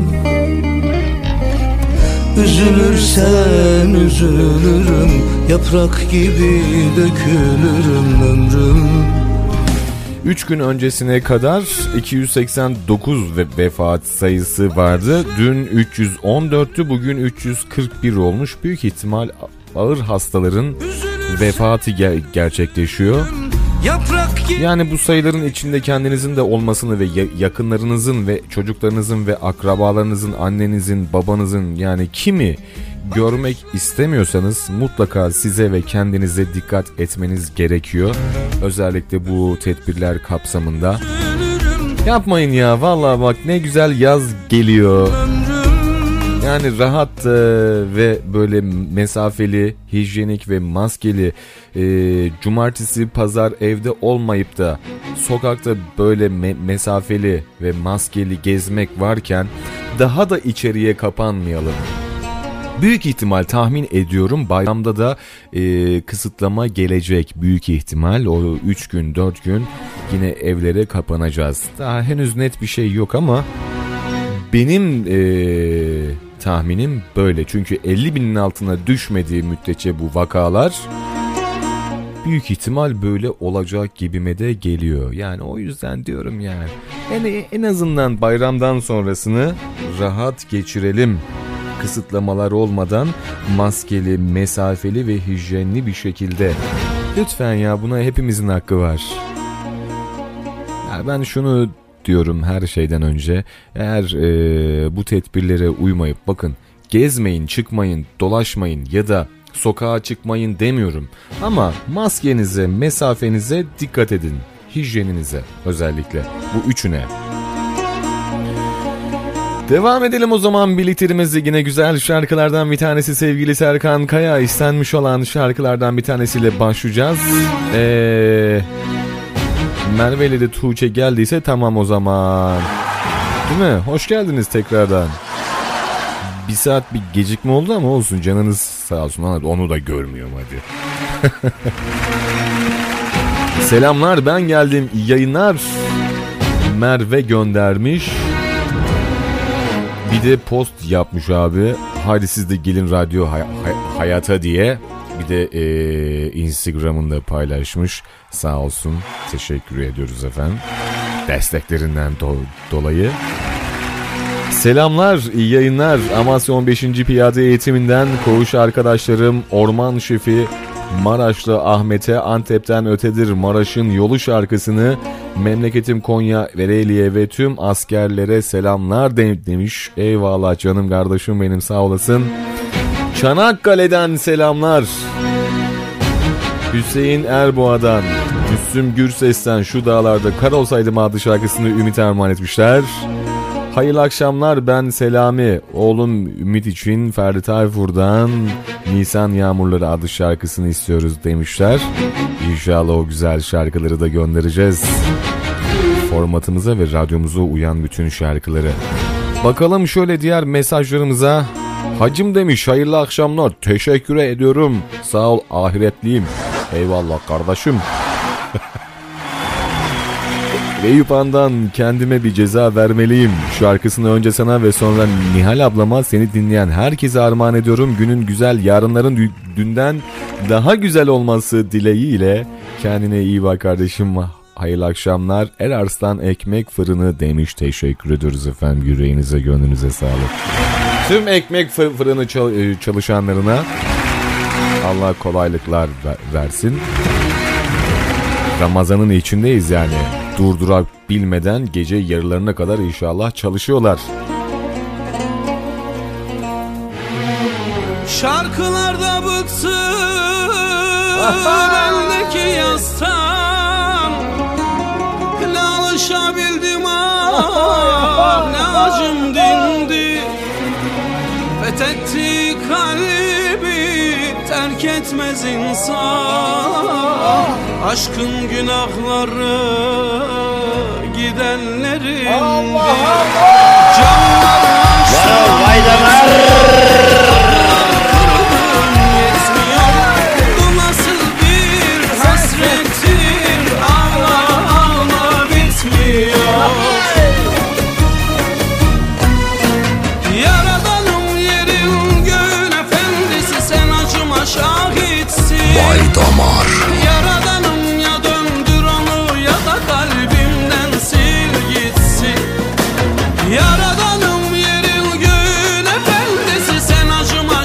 üzülürsen üzülürüm, yaprak gibi dökülürüm ömrüm. üç gün öncesine kadar iki yüz seksen dokuz ve vefat sayısı vardı. Dün üç yüz on dörttü, bugün üç yüz kırk bir olmuş. Büyük ihtimal ağır hastaların vefatı ger- gerçekleşiyor. Yani bu sayıların içinde kendinizin de olmasını ve yakınlarınızın ve çocuklarınızın ve akrabalarınızın, annenizin, babanızın, yani kimi görmek istemiyorsanız mutlaka size ve kendinize dikkat etmeniz gerekiyor. Özellikle bu tedbirler kapsamında. Yapmayın ya, vallahi bak ne güzel yaz geliyor. Yani rahat e, ve böyle mesafeli, hijyenik ve maskeli e, cumartesi, pazar evde olmayıp da sokakta böyle me- mesafeli ve maskeli gezmek varken daha da içeriye kapanmayalım. Büyük ihtimal tahmin ediyorum bayramda da e, kısıtlama gelecek, büyük ihtimal. O üç gün dört gün yine evlere kapanacağız. Daha henüz net bir şey yok ama benim e, tahminim böyle. Çünkü elli binin altına düşmediği müddetçe bu vakalar büyük ihtimal böyle olacak gibime de geliyor. Yani o yüzden diyorum yani en, en azından bayramdan sonrasını rahat geçirelim. Kısıtlamalar olmadan maskeli, mesafeli ve hijyenli bir şekilde. Lütfen ya, buna hepimizin hakkı var. Ya ben şunu diyorum her şeyden önce. Eğer e, bu tedbirlere uymayıp bakın gezmeyin, çıkmayın, dolaşmayın ya da sokağa çıkmayın demiyorum. Ama maskenize, mesafenize dikkat edin. Hijyeninize özellikle. Bu üçüne. Devam edelim o zaman birliklerimizi. Yine güzel şarkılardan bir tanesi sevgili Serkan Kaya istenmiş olan şarkılardan bir tanesiyle başlayacağız. Eee... Merve ile de Tuğçe geldiyse tamam o zaman. Değil mi? Hoş geldiniz tekrardan. Bir saat bir gecikme oldu ama olsun, canınız sağ olsun. Onu da görmüyorum hadi. Selamlar, ben geldim. İyi yayınlar. Merve göndermiş. Bir de post yapmış abi. Hadi siz de gelin radyo hay- hay- hayata diye. Bir de e, Instagram'ında paylaşmış. Sağ olsun. Teşekkür ediyoruz efendim. Desteklerinden do- dolayı. Selamlar, iyi yayınlar. Amasya on beşinci Piyade Eğitiminden koğuş arkadaşlarım Orman Şefi Maraşlı Ahmet'e Antep'ten ötedir Maraş'ın yolu şarkısını memleketim Konya Vereli'ye ve tüm askerlere selamlar de- demiş. Eyvallah canım kardeşim benim, sağ olasın. Çanakkale'den selamlar. Hüseyin Erboğa'dan, Müslüm Gürses'ten Şu Dağlarda Kar Olsaydım adlı şarkısını Ümit armağan etmişler. Hayırlı akşamlar, ben Selami. Oğlum Ümit için Ferdi Tayfur'dan Nisan Yağmurları adlı şarkısını istiyoruz demişler. İnşallah o güzel şarkıları da göndereceğiz. Formatımıza ve radyomuza uyan bütün şarkıları. Bakalım şöyle diğer mesajlarımıza. Hacım demiş, hayırlı akşamlar. Teşekkür ediyorum. Sağ ol ahiretliyim. Eyvallah kardeşim. Eyüphan'dan kendime bir ceza vermeliyim şarkısını önce sana ve sonra Nihal ablama, seni dinleyen herkese armağan ediyorum. Günün güzel, yarınların dünden daha güzel olması dileğiyle. Kendine iyi bak kardeşim. Hayırlı akşamlar. Er Arslan Ekmek Fırını demiş. Teşekkür ediyoruz efendim. Yüreğinize, gönlünüze sağlık. Tüm ekmek fırını çalışanlarına Allah kolaylıklar versin. Ramazanın içindeyiz yani. Durdurabilmeden gece yarılarına kadar inşallah çalışıyorlar. Şarkılarda bıktım bendeki yastan, ne alışabildim ah ne acım dindi. Fethetti kalbi terk etmez insan, aşkın günahları gidenlerin. Allah Allah. Canlar aşkın yetmiyor. Bu nasıl bir hasrettir, ağla ağla bitmiyor. Yaradanım yerin göğün efendisi, sen acıma şahitsin. Vay damar. Yaradanım ya döndür onu ya da kalbimden sil gitsin. Yaradanım yerin göğün efendisi, sen acıma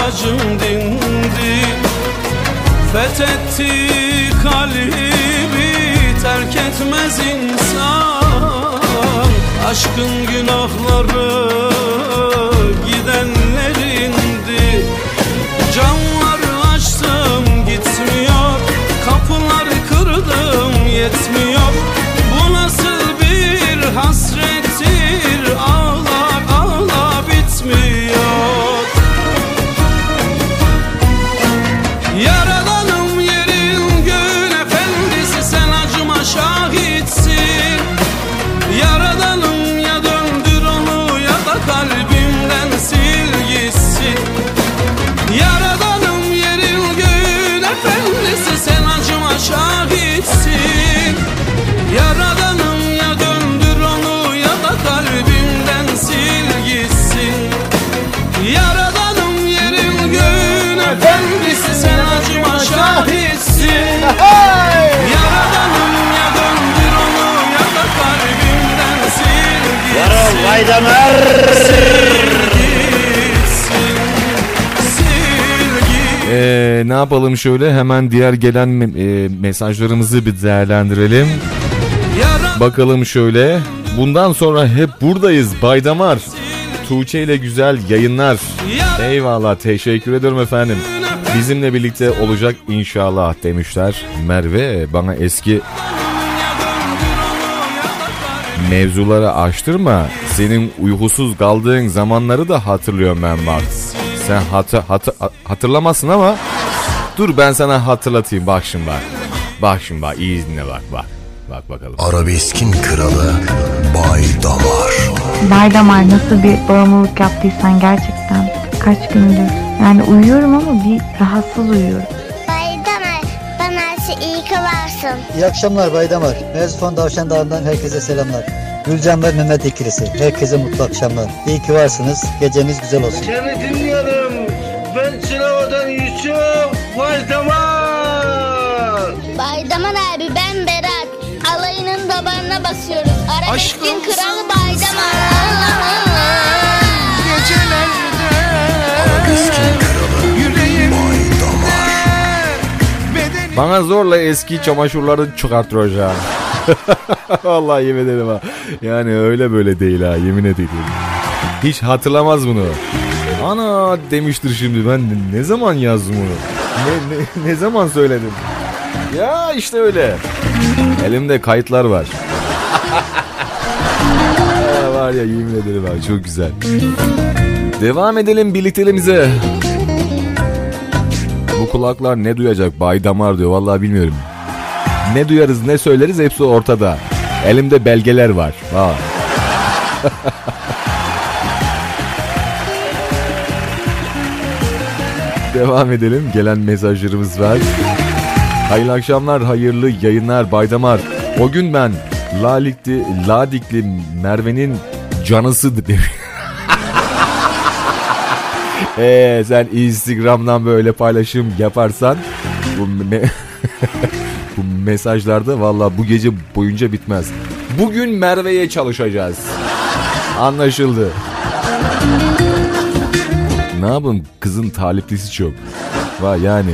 acım dindi. Fethetti kalbi terk etmez insan. Aşkın günahları gidenlerindi. Camları açtım gitmiyor, kapıları kırdım yetmiyor. Bu nasıl bir hasrettir, ağla ağla bitmiyor. Yaradanım yerin göğün efendisi, sen acıma şahitsin. Yaradanım ya döndür onu ya da kalbimden sil gitsin. Yaradanım yerin göğün efendisi, sen acıma şahitsin. Yaradanım ya döndür onu ya da kalbimden sil gitsin. Yaradanım yerin göğün efendisi, sen acıma şahitsin. Yaradanım ya döndür onu ya da kalbimden sil gitsin. Varol Vaydamer. Ee, ne yapalım şöyle hemen diğer gelen me- e, mesajlarımızı bir değerlendirelim. Bakalım şöyle. Bundan sonra hep buradayız Baydamar. Tuğçe ile güzel yayınlar. Eyvallah, teşekkür ederim efendim. Bizimle birlikte olacak inşallah demişler. Merve bana eski mevzuları açtırma. Senin uykusuz kaldığın zamanları da hatırlıyorum ben bak. Sen hatı, hatı, hatırlamazsın ama dur ben sana hatırlatayım. Bak şimdi bak. Bak şimdi bak, iyi dinle bak bak. Bak bakalım. Arabeskin kralı Baydamar. Baydamar, nasıl bir bağımlılık yaptıysan gerçekten kaç gündür. Yani uyuyorum ama bir rahatsız uyuyorum. Baydamar, bana iyi ki varsın. İyi akşamlar Baydamar. Merzifon Davşan Dağı'ndan herkese selamlar. Gülcan ve Mehmet ikilisi. Herkese mutlu akşamlar. İyi ki varsınız. Geceniz güzel olsun. Seni dinliyorum. Ben Çınava'dan Yusuf Baydamar. Baydamar abi, ben Berat. Alayının damarına basıyoruz. Arabeskin kralı Baydamar. Gecelerde Arabeskin kralı Baydamar. Bana zorla eski çamaşırları çıkarttıracağım. Vallahi yemin ederim ha. Yani öyle böyle değil ha, yemin ederim. Hiç hatırlamaz bunu. Ana demiştir şimdi, ben ne zaman yazdım onu? Ne, ne, ne zaman söyledim? Ya işte öyle. Elimde kayıtlar var. Ya var ya, yemin ederim abi, çok güzel. Devam edelim birlikteliğimize. Bu kulaklar ne duyacak Baydamar diyor, vallahi bilmiyorum. Ne duyarız ne söyleriz hepsi ortada. Elimde belgeler var. Ha. Devam edelim. Gelen mesajlarımız var. Hayırlı akşamlar, hayırlı yayınlar Baydamar. O gün ben Lalikli, Ladikli Merve'nin canısı dedim. Eee sen Instagram'dan böyle paylaşım yaparsan bu me- bu mesajlarda vallahi bu gece boyunca bitmez. Bugün Merve'ye çalışacağız. Anlaşıldı. Ne yapayım, kızın taliplisi çok. Vay yani.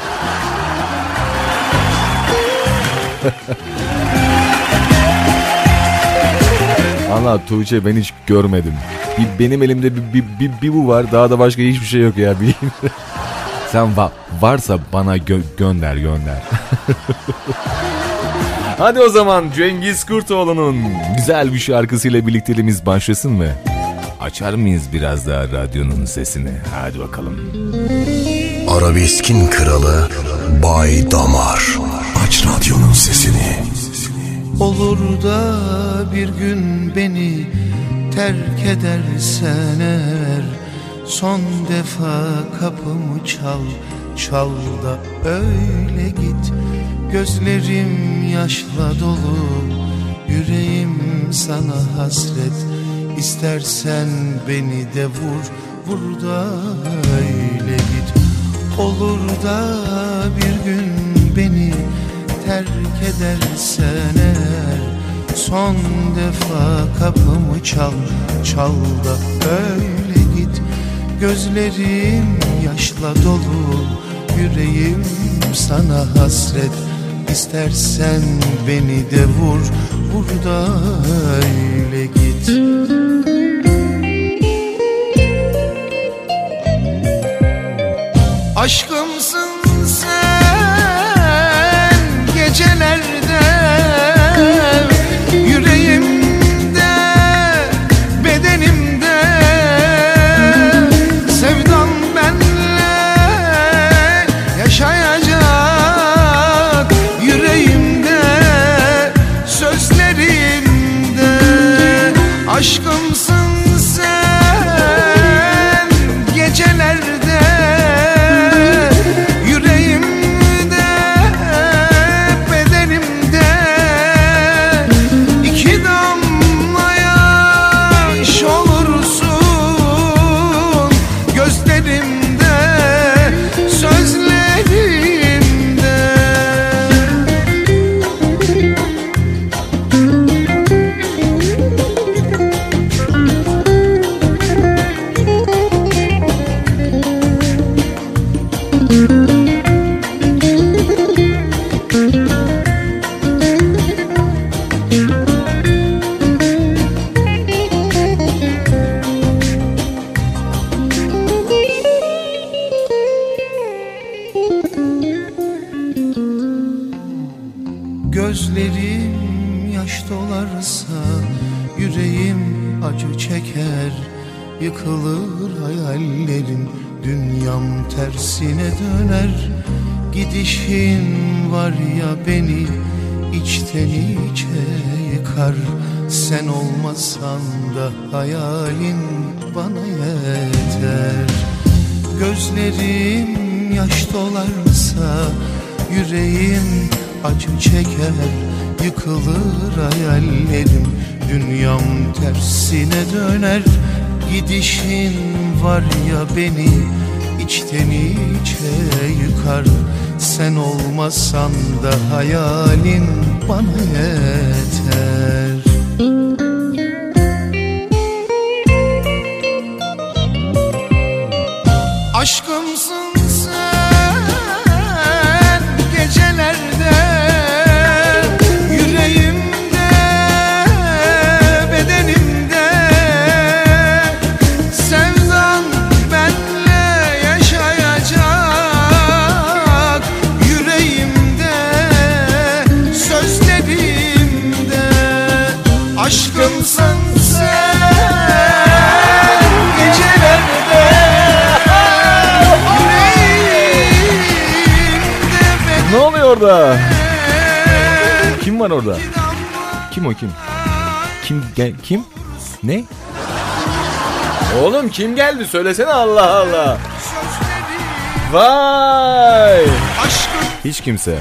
Allah Tuğçe, ben hiç görmedim. Bir, benim elimde bir, bir, bir, bir bu var, daha da başka hiçbir şey yok ya. Sen va- varsa bana gö- gönder gönder. Hadi o zaman Cengiz Kurtoğlu'nun güzel bir şarkısıyla birlikteliğimiz başlasın mı? Açar mıyız biraz daha radyonun sesini? Hadi bakalım. Arabeskin kralı Baydamar. Aç radyonun sesini. Olur da bir gün beni terk edersen eğer, son defa kapımı çal, çal da öyle git. Gözlerim yaşla dolu, yüreğim sana hasret. İstersen beni de vur, vur da öyle git. Olur da bir gün beni terk edersen eğer, son defa kapımı çal, çal da öyle git. Gözlerim yaşla dolu yüreğim sana hasret. İstersen beni de vur, vur da öyle git. Aşkımsın sen gecelerde, yüreğimde, bedenimde. Sevdam benle yaşayacak, yüreğimde, sözlerimde. Aşkımsın sen gecelerde, yüreğimde, bedenimde. İki damla yaş olursun gözlerimde, sözlerimde. Gözlerim yaş dolarsa yüreğim acı çeker. Yıkılır hayallerim, dünyam tersine döner. Gidişin var ya beni içten içe yıkar. Sen olmasan da hayalin bana yeter. Gözlerim yaş dolarsa yüreğim acı çeker. Yıkılır hayallerim, dünyam tersine döner. Gidişin var ya beni içten içe yıkar. Sen olmasan da hayalin bana yeter. Aşkımsın sen gecelerde, yüreğimde, bedenimde. Sevdan benle yaşayacak, yüreğimde, sözlerimde. Aşkımsın sen gecelerde, Ne oluyor orada? Kim var orada? Kim o kim? Kim gel kim? Ne? Oğlum kim geldi? Söylesene, Allah Allah. Vay! Hiç kimse.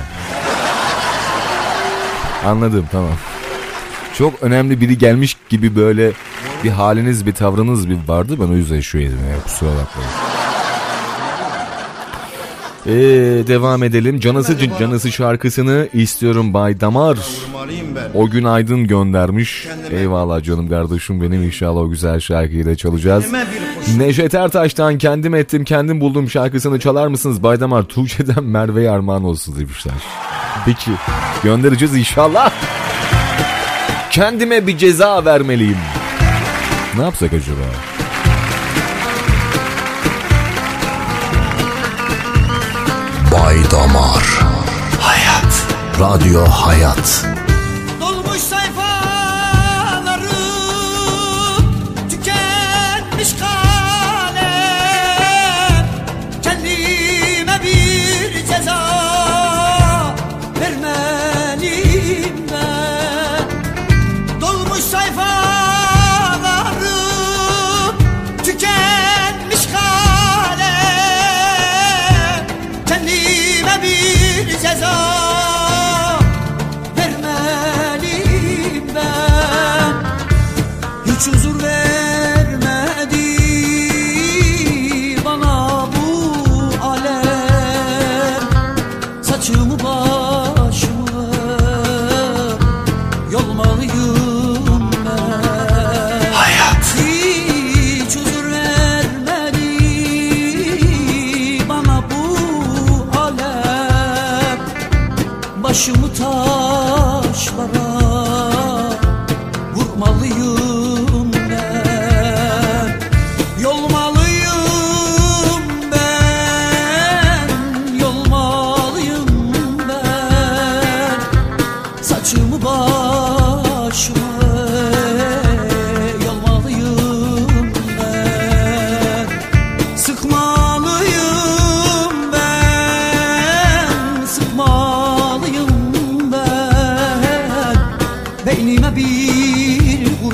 Anladım, tamam. Çok önemli biri gelmiş gibi böyle bir haliniz, bir tavrınız bir vardı. Ben o yüzden şu yedim ya, kusura bakmayın. Ee, devam edelim. Canısı Canısı şarkısını istiyorum Bay Damar. O gün Aydın göndermiş. Eyvallah canım kardeşim benim, inşallah o güzel şarkıyı da çalacağız. Neşet Ertaş'tan kendim ettim kendim buldum şarkısını çalar mısınız Bay Damar? Tuğçe'den Merve'ye armağan olsun demişler. Peki göndereceğiz inşallah. Kendime bir ceza vermeliyim. Ne yapsak acaba? Bay Damar. Hayat. Radyo Hayat. Dolmuş sayfaları, tükenmiş kalem. Kendime bir ceza vermeliyim ben. Dolmuş sayfaları, tükenmiş kalem. Kendime bir ceza vermeliyim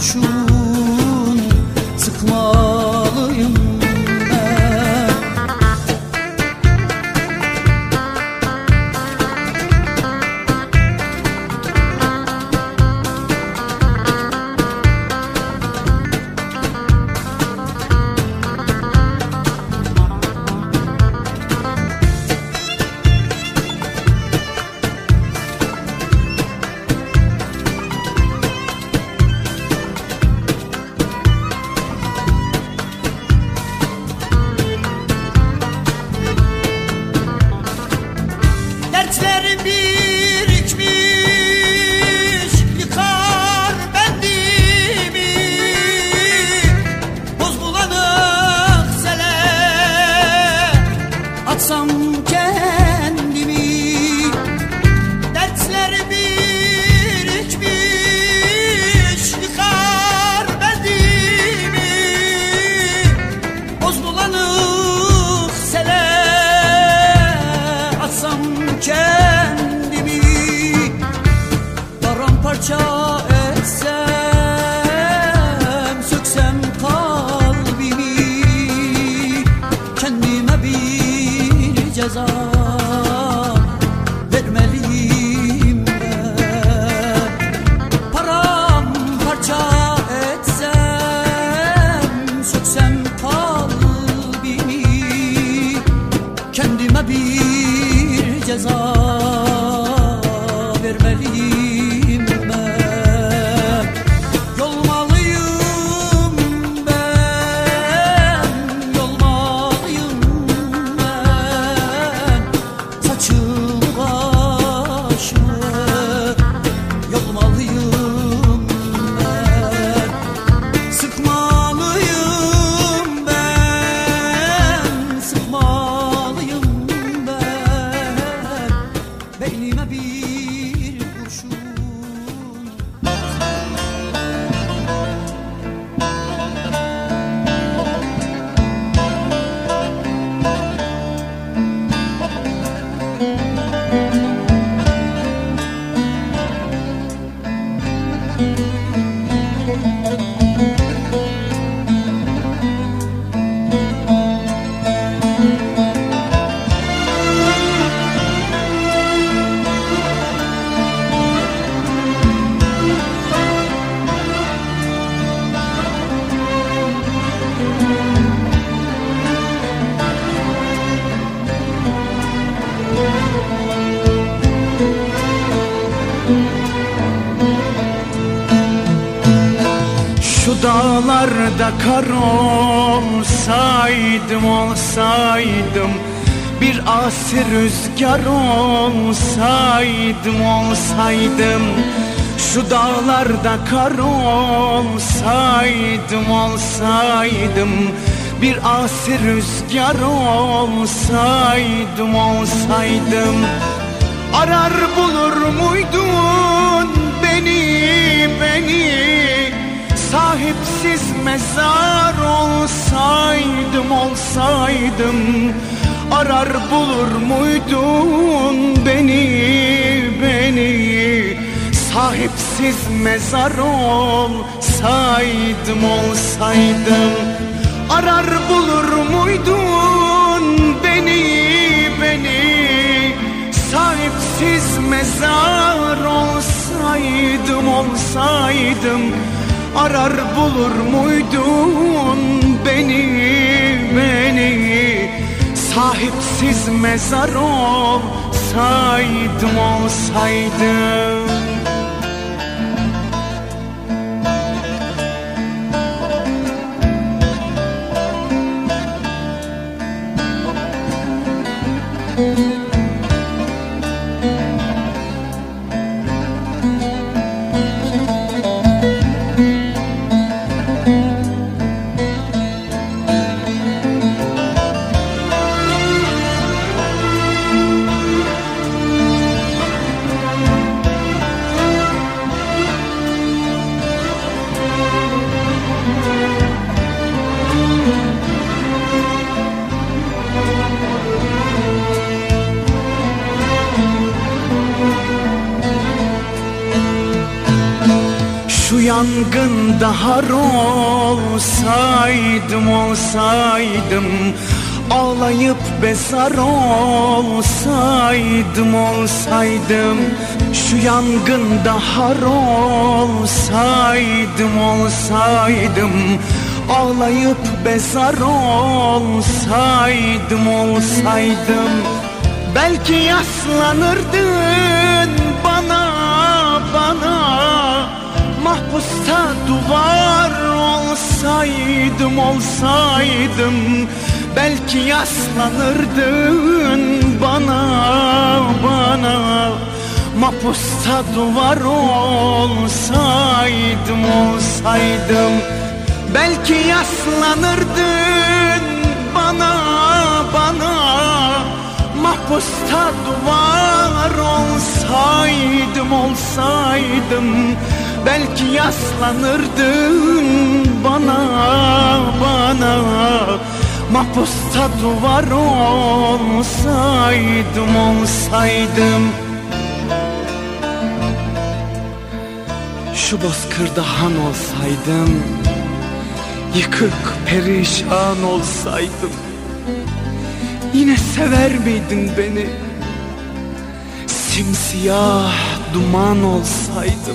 kurşun sıkmalıyım ben. Dertlerim birikmiş yıkar bendimi, boz bulanık sele atsam kendimi. Dertlerim birikmiş yıkar bendimi, boz bulanık sele atsam kendimi. Paramparça etsem, söksem kalbimi, kendime bir ceza vermeliyim ben. Paramparça etsem, söksem kalbimi, kendime bir ceza vermeliyim ben. Yolmalıyım ben, yolmalıyım ben. Saçımı başımı yolmalıyım ben. Sıkmalıyım ben, sıkmalıyım ben. Beynime bir kurşun. Şu dağlarda kar olsaydım, olsaydım, bir asi rüzgar olsaydım, olsaydım. Şu dağlarda kar olsaydım, olsaydım, bir asi rüzgar olsaydım, olsaydım. Arar bulur muydun beni, beni? Sahipsiz mezar olsaydım, olsaydım. Arar bulur muydun beni, beni? Sahipsiz mezar olsaydım, olsaydım. Arar bulur muydun beni, beni? Sahipsiz mezar olsaydım, olsaydım. Arar bulur muydun beni, beni? Sahipsiz mezar olsaydım, olsaydım. yangında har olsaydım olsaydım, ağlayıp bezar olsaydım olsaydım, şu yangında har olsaydım olsaydım, ağlayıp bezar olsaydım olsaydım, belki yaslanırdın bana bana, mahpusta duvar olsaydım olsaydım, belki yaslanırdın bana bana, mahpusta duvar olsaydım olsaydım, belki yaslanırdın bana bana, mahpusta duvar olsaydım olsaydım, belki yaslanırdın bana bana, mahpusta duvar olsaydım olsaydım. Şu bozkırda han olsaydım, yıkık perişan olsaydım, yine sever miydin beni? Simsiyah duman olsaydım,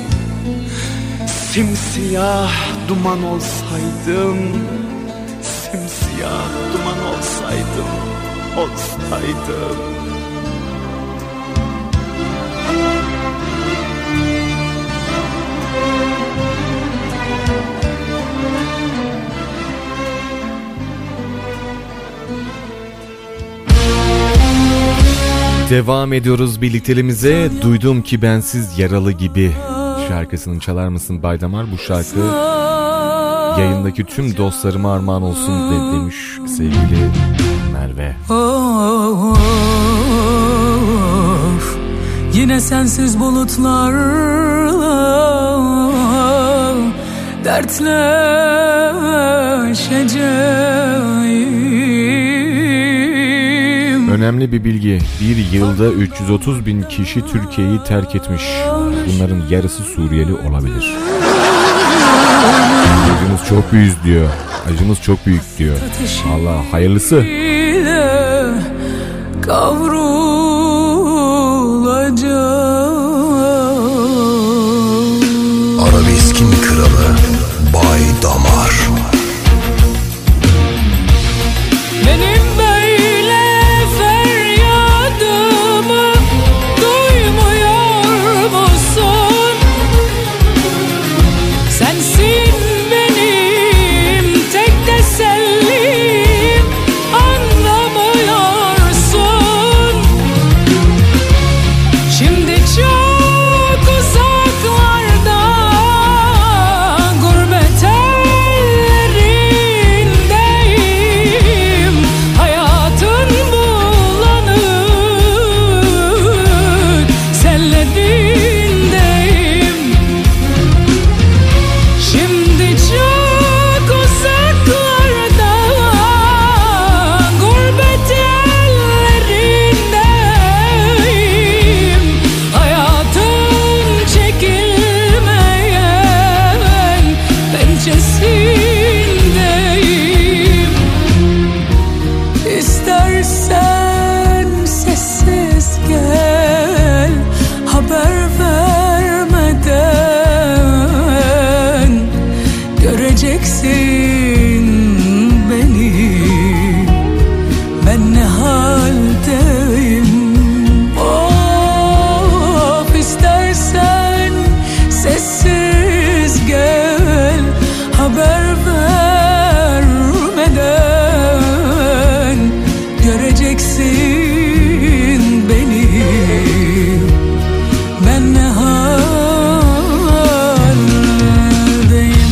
simsiyah duman olsaydım, simsiyah duman olsaydım, olsaydım. Devam ediyoruz birlikteliğimize. Duydum ki bensiz yaralı gibi şarkısını çalar mısın Baydamar? Bu şarkı yayındaki tüm dostlarıma armağan olsun de, demiş sevgili Merve. Of, yine sensiz bulutlarla dertleşeceğim. Önemli bir bilgi. Bir yılda üç yüz otuz bin kişi Türkiye'yi terk etmiş. Bunların yarısı Suriyeli olabilir. Acımız çok büyük diyor. Acımız çok büyük diyor. Allah hayırlısı. Arabeskin kralı Baydamar. Benim böyle feryadımı duymuyor musun? Sensin benim tek tesellim, anlamıyorsun. Şimdi çok uzaklarda, gurbet ellerindeyim. Hayatın bulanık sellerindeyim. Şimdi çok uzaklarda, gurbet ellerindeyim. Hayatın çekilmeyen pençesindeyim. İstersen sessiz gel, haber vermeden göreceksin beni, ben ne haldeyim. Of, istersen sessiz gel, haber vermeden göreceksin beni, ben ne haldeyim.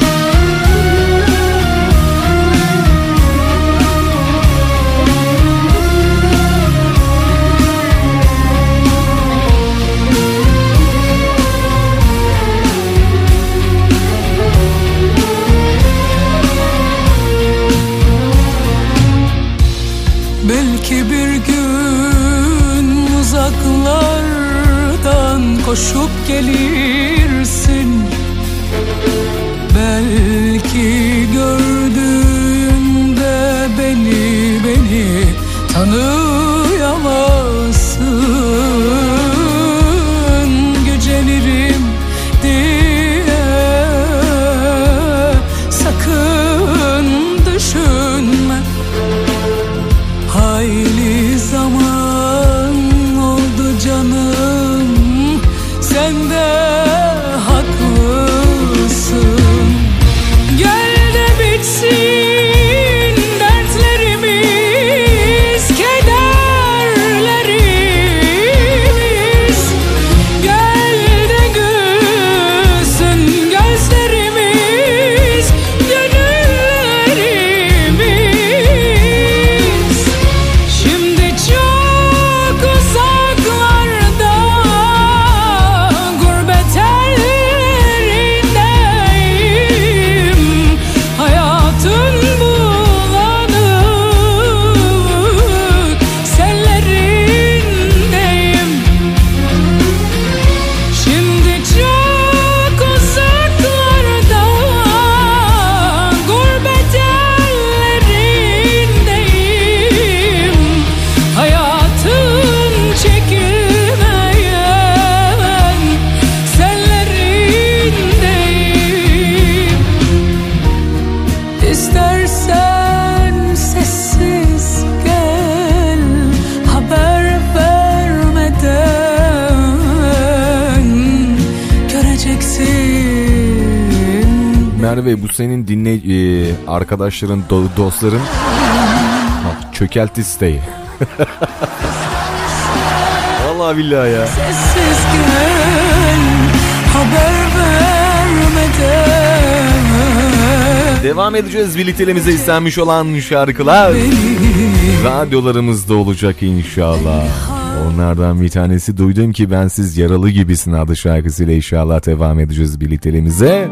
Belki bir gün uzaklardan koşup gelirsin. Belki gördüğünde beni beni tanıyamazsın. Gücenirim diye sakın düşünme. Hayli zaman oldu canım, sen de haklısın. Gel de bitsin dertlerimiz, kederlerimiz. Gel de gülsün gözlerimiz, gönüllerimiz. Şimdi çok uzaklarda, gurbet ellerindeyim. Hayatın bulanık sellerindeyim. Şimdi çok uzaklarda, gurbet ellerindeyim. Hayatın çekilmeyen sellerindeyim. İstersen sessiz gel, haber vermeden göreceksin. Merve, bu senin dinle e, arkadaşların, do- dostların ha, çökelt isteği. Vallahi billahi ya. Sessiz gel, haber vermeden. Devam edeceğiz birlikteliğimize istenmiş olan şarkılar. Radyolarımızda olacak inşallah. Onlardan bir tanesi Duydum Ki Bensiz Yaralı Gibisin adlı şarkısıyla inşallah devam edeceğiz birlikteliğimize.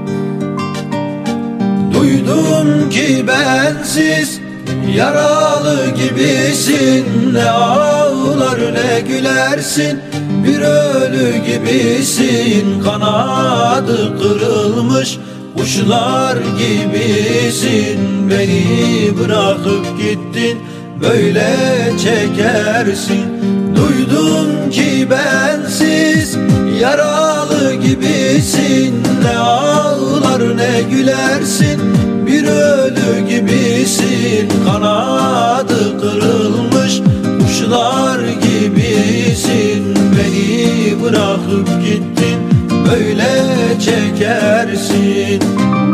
Duydum ki bensiz yaralı gibisin, ne ağlar ne gülersin, bir ölü gibisin, kanadı kırılmış kuşlar gibisin. Beni bırakıp gittin, böyle çekersin. Duydum ki bensiz yaralı gibisin, ne ağlar ne gülersin, bir ölü gibisin, kanadı kırılmış kuşlar gibisin. Beni bırakıp gittin, böyle çekersin.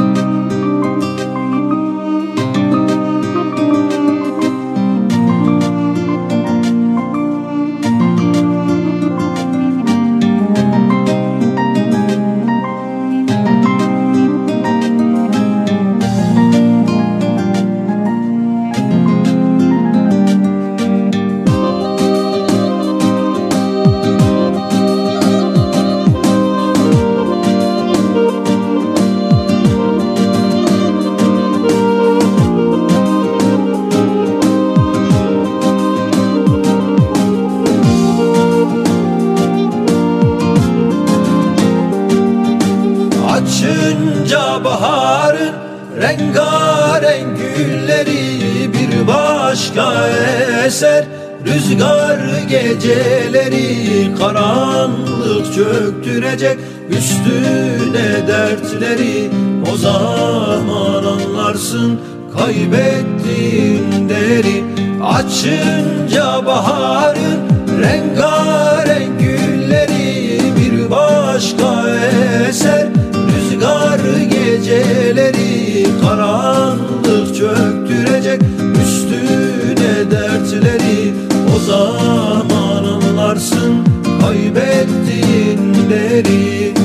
Açınca baharın rengarenk gülleri bir başka eser. Rüzgar geceleri karanlık çöktürecek üstüne dertleri. O zaman anlarsın kaybettiğin değeri. Açınca baharın rengarenk gülleri bir başka eser. Rüzgar geceleri karanlık çöktürecek üstüne dertleri. O zaman anlarsın kaybettiğin değeri.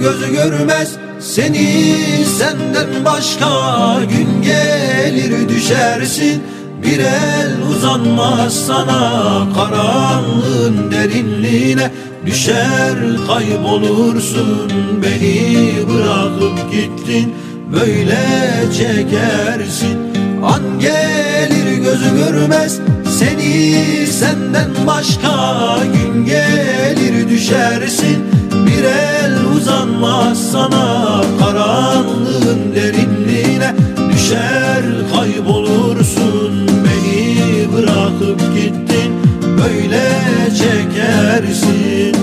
gözü görmez seni senden başka. Gün gelir düşersin bir el uzanmaz sana. Karanlığın derinliğine düşer kaybolursun. Beni bırakıp gittin böyle çekersin. An gelir gözü görmez seni senden başka. Gün gelir düşersin bir el uzanmaz sana. Karanlığın derinliğine düşer kaybolursun. Beni bırakıp gittin böyle çekersin.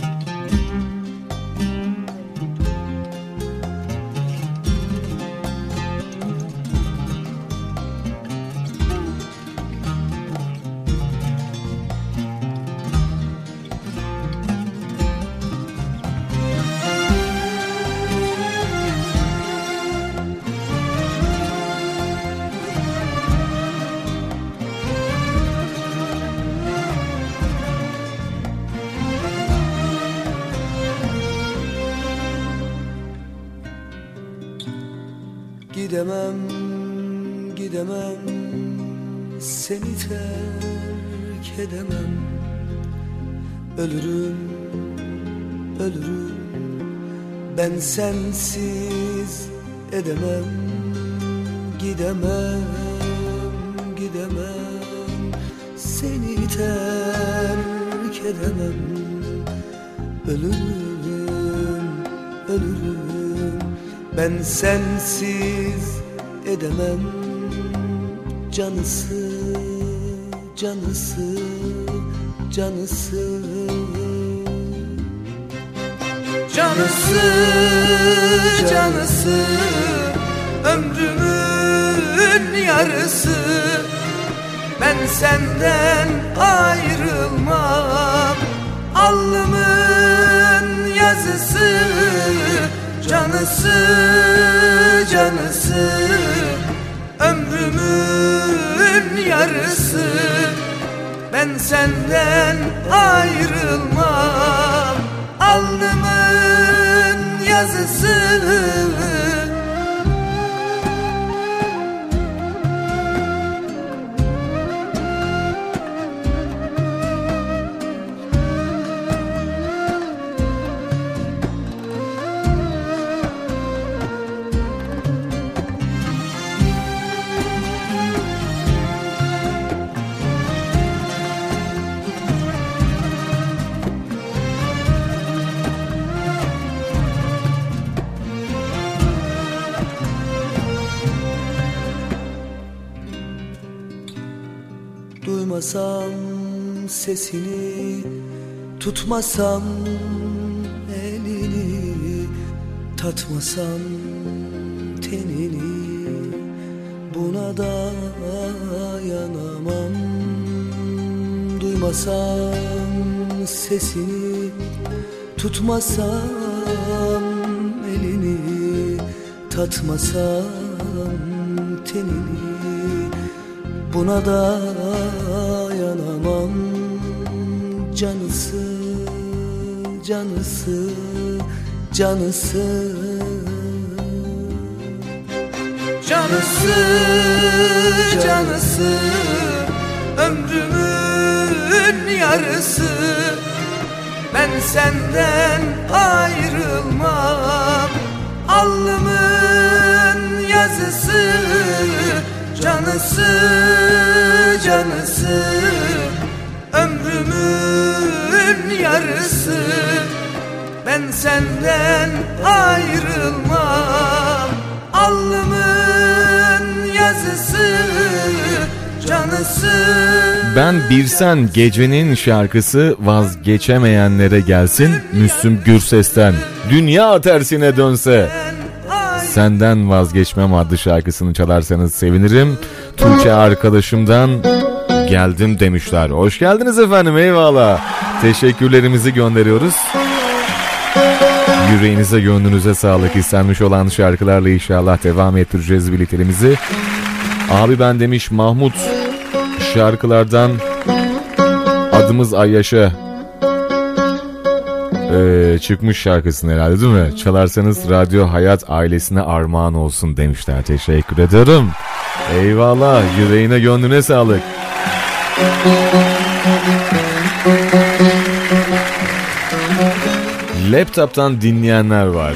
Gidemem, gidemem, seni terk edemem. Ölürüm, ölürüm, ben sensiz edemem. Gidemem, gidemem, seni terk edemem. Ölürüm, ölürüm, ben sensiz edemem. Canısı, canısı, canısı, Canısı, canısı, ömrümün yarısı. Ben senden ayrılmam, alnımın yazısı. Canısı, canısı, ömrümün yarısı. Ben senden ayrılmam, alnımın yazısı. Duymasam sesini, tutmasam elini, tatmasam tenini, buna dayanamam. Duymasam sesini, tutmasam elini, tatmasam tenini, buna dayanamam. Canısı, canısı, canısı, Canısı, canısı, ömrümün yarısı. Ben senden ayrılmam, alnımın yazısı. Canısı, canısı, ömrümün yarısı. Ben senden ayrılmam, alnımın yazısı. Canısı. Ben Birsen Gece'nin şarkısı vazgeçemeyenlere gelsin Müslüm Gürses'ten. Dünya tersine dönse senden vazgeçmem adlı şarkısını çalarsanız sevinirim. Tuğçe arkadaşımdan geldim demişler. Hoş geldiniz efendim, eyvallah. Teşekkürlerimizi gönderiyoruz. Yüreğinize gönlünüze sağlık. İstenmiş olan şarkılarla inşallah devam ettireceğiz birlikteliğimizi. Abi ben demiş Mahmut, şarkılardan adımız Ayyaş'a. Ee, çıkmış şarkısın herhalde değil mi? Çalarsanız Radyo Hayat ailesine armağan olsun demişler. Teşekkür ederim. Eyvallah. Yüreğine gönlüne sağlık. Laptop'tan dinleyenler var.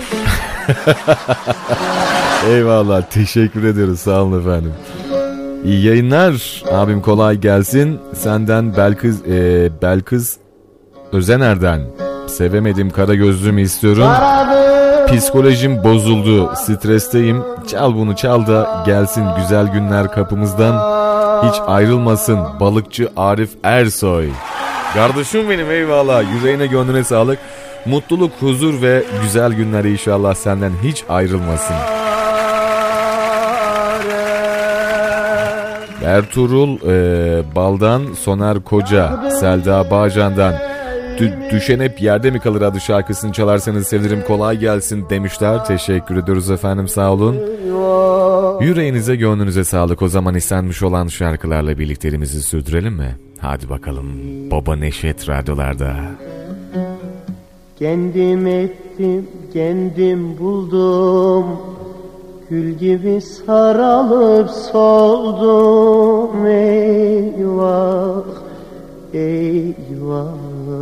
Eyvallah. Teşekkür ediyoruz. Sağ olun efendim. İyi yayınlar. Abim kolay gelsin. Senden Belkız, e, Belkız Özener'den sevemedim kara gözlüğümü istiyorum. Psikolojim bozuldu. Stresteyim. Çal bunu çal da gelsin güzel günler kapımızdan. Hiç ayrılmasın balıkçı Arif Ersoy. Kardeşim benim eyvallah. Yüreğine gönlüne sağlık. Mutluluk, huzur ve güzel günler inşallah senden hiç ayrılmasın. Ertuğrul e, Bal'dan, Soner Koca, Selda Bağcan'dan D- Düşen hep yerde mi kalır adı şarkısını çalarsanız sevinirim, kolay gelsin demişler. Teşekkür ediyoruz efendim, sağ olun. Yüreğinize gönlünüze sağlık. O zaman istenmiş olan şarkılarla birlikteliğimizi sürdürelim mi? Hadi bakalım. Baba Neşet radyolarda. Kendim ettim, kendim buldum, gül gibi saralıp soldum. Eyvah, eyvah,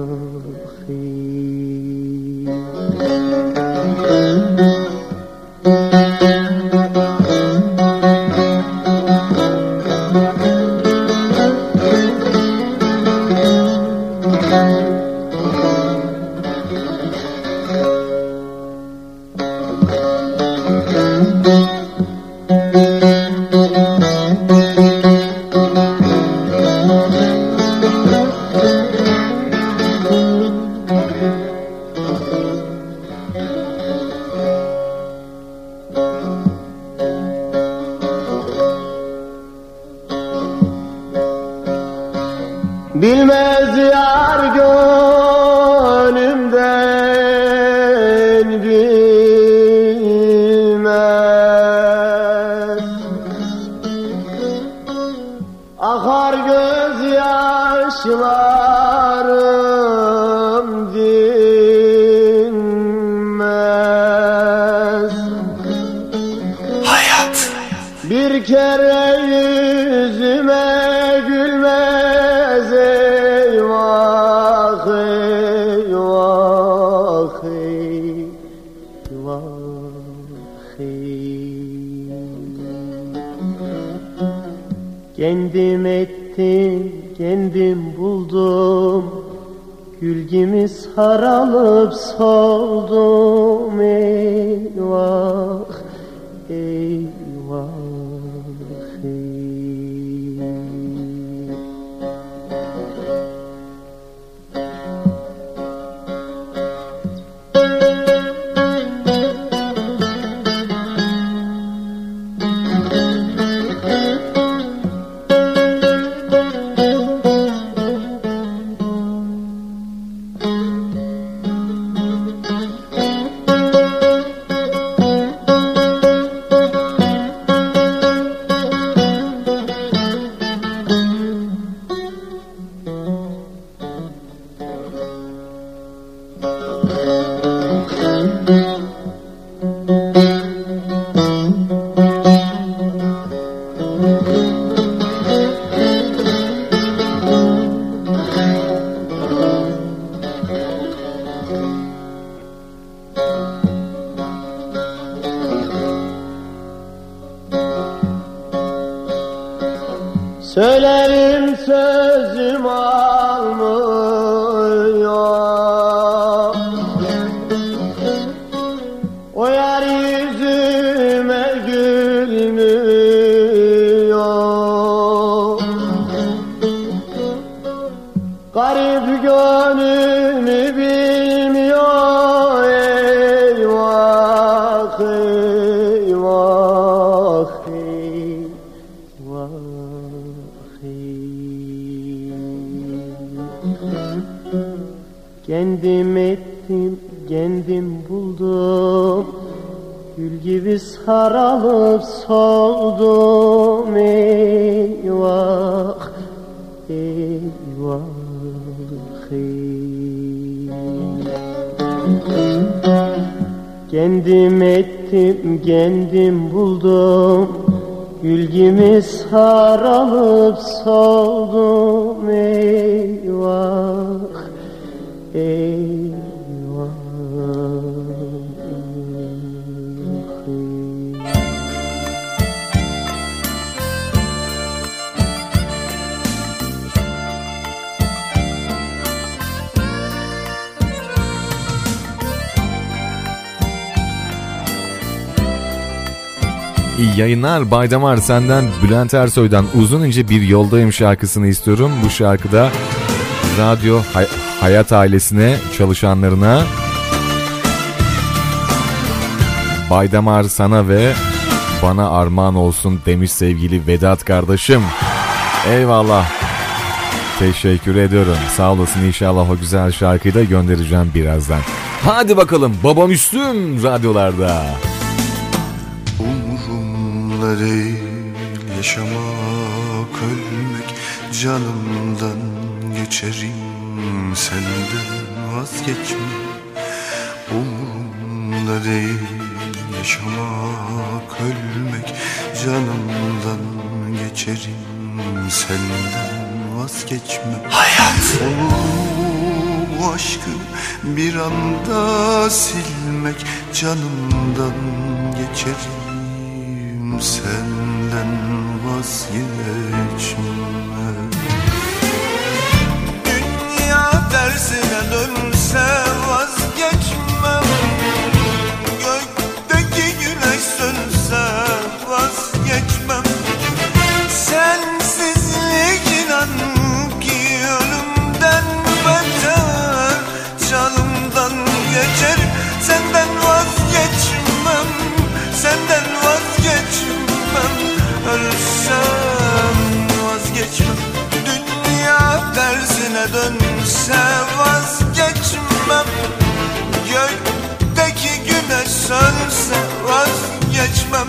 bilmez yar gönlümden bilmez, akar gözyaşlarım dinmez. Hayat bir kere yüzüme gülmez. Eyvah, eyvah, eyvah, kendim ettim, kendim buldum, gül gibi saralıp soldum. Eyvah, eyvah, söylerim sözüm almıyor, o yar yüzüme gülmüyor. Garip gönlümü bilmiyor. Eyvah, eyvah, eyvah. Kendim ettim, kendim buldum, gül gibi saralıp soldum. Eyvah, eyvah, eyvah. Kendim ettim, kendim buldum. Gül gibi sarılıp soldum. Eyvah, eyvah. İyi yayınlar Baydamar, senden Bülent Ersoy'dan Uzun İnce Bir Yoldayım şarkısını istiyorum. Bu şarkıda radyo hay- hayat ailesine, çalışanlarına, Baydamar sana ve bana armağan olsun demiş sevgili Vedat kardeşim. Eyvallah. Teşekkür ediyorum. Sağ olasın, inşallah o güzel şarkıyı da göndereceğim birazdan. Hadi bakalım, Baba Müslüm radyolarda. Umurumda değil yaşamak, ölmek, canımdan geçerim, senden vazgeçmem. Umurumda değil yaşamak, ölmek, canımdan geçerim, senden vazgeçmem. Hayat olur bu aşkı bir anda silmek, canımdan geçerim, senden vazgeçmem. Dünya tersine dönse vazgeçmem, gökteki güneş sönse vazgeçmem. Sensizlik inan ki ölümden beter, canımdan geçerim, senden vazgeçmem, senden vazgeçmem, ölsem vazgeçmem. Dünya tersine dönse vazgeçmem, gökteki güneş sönse vazgeçmem.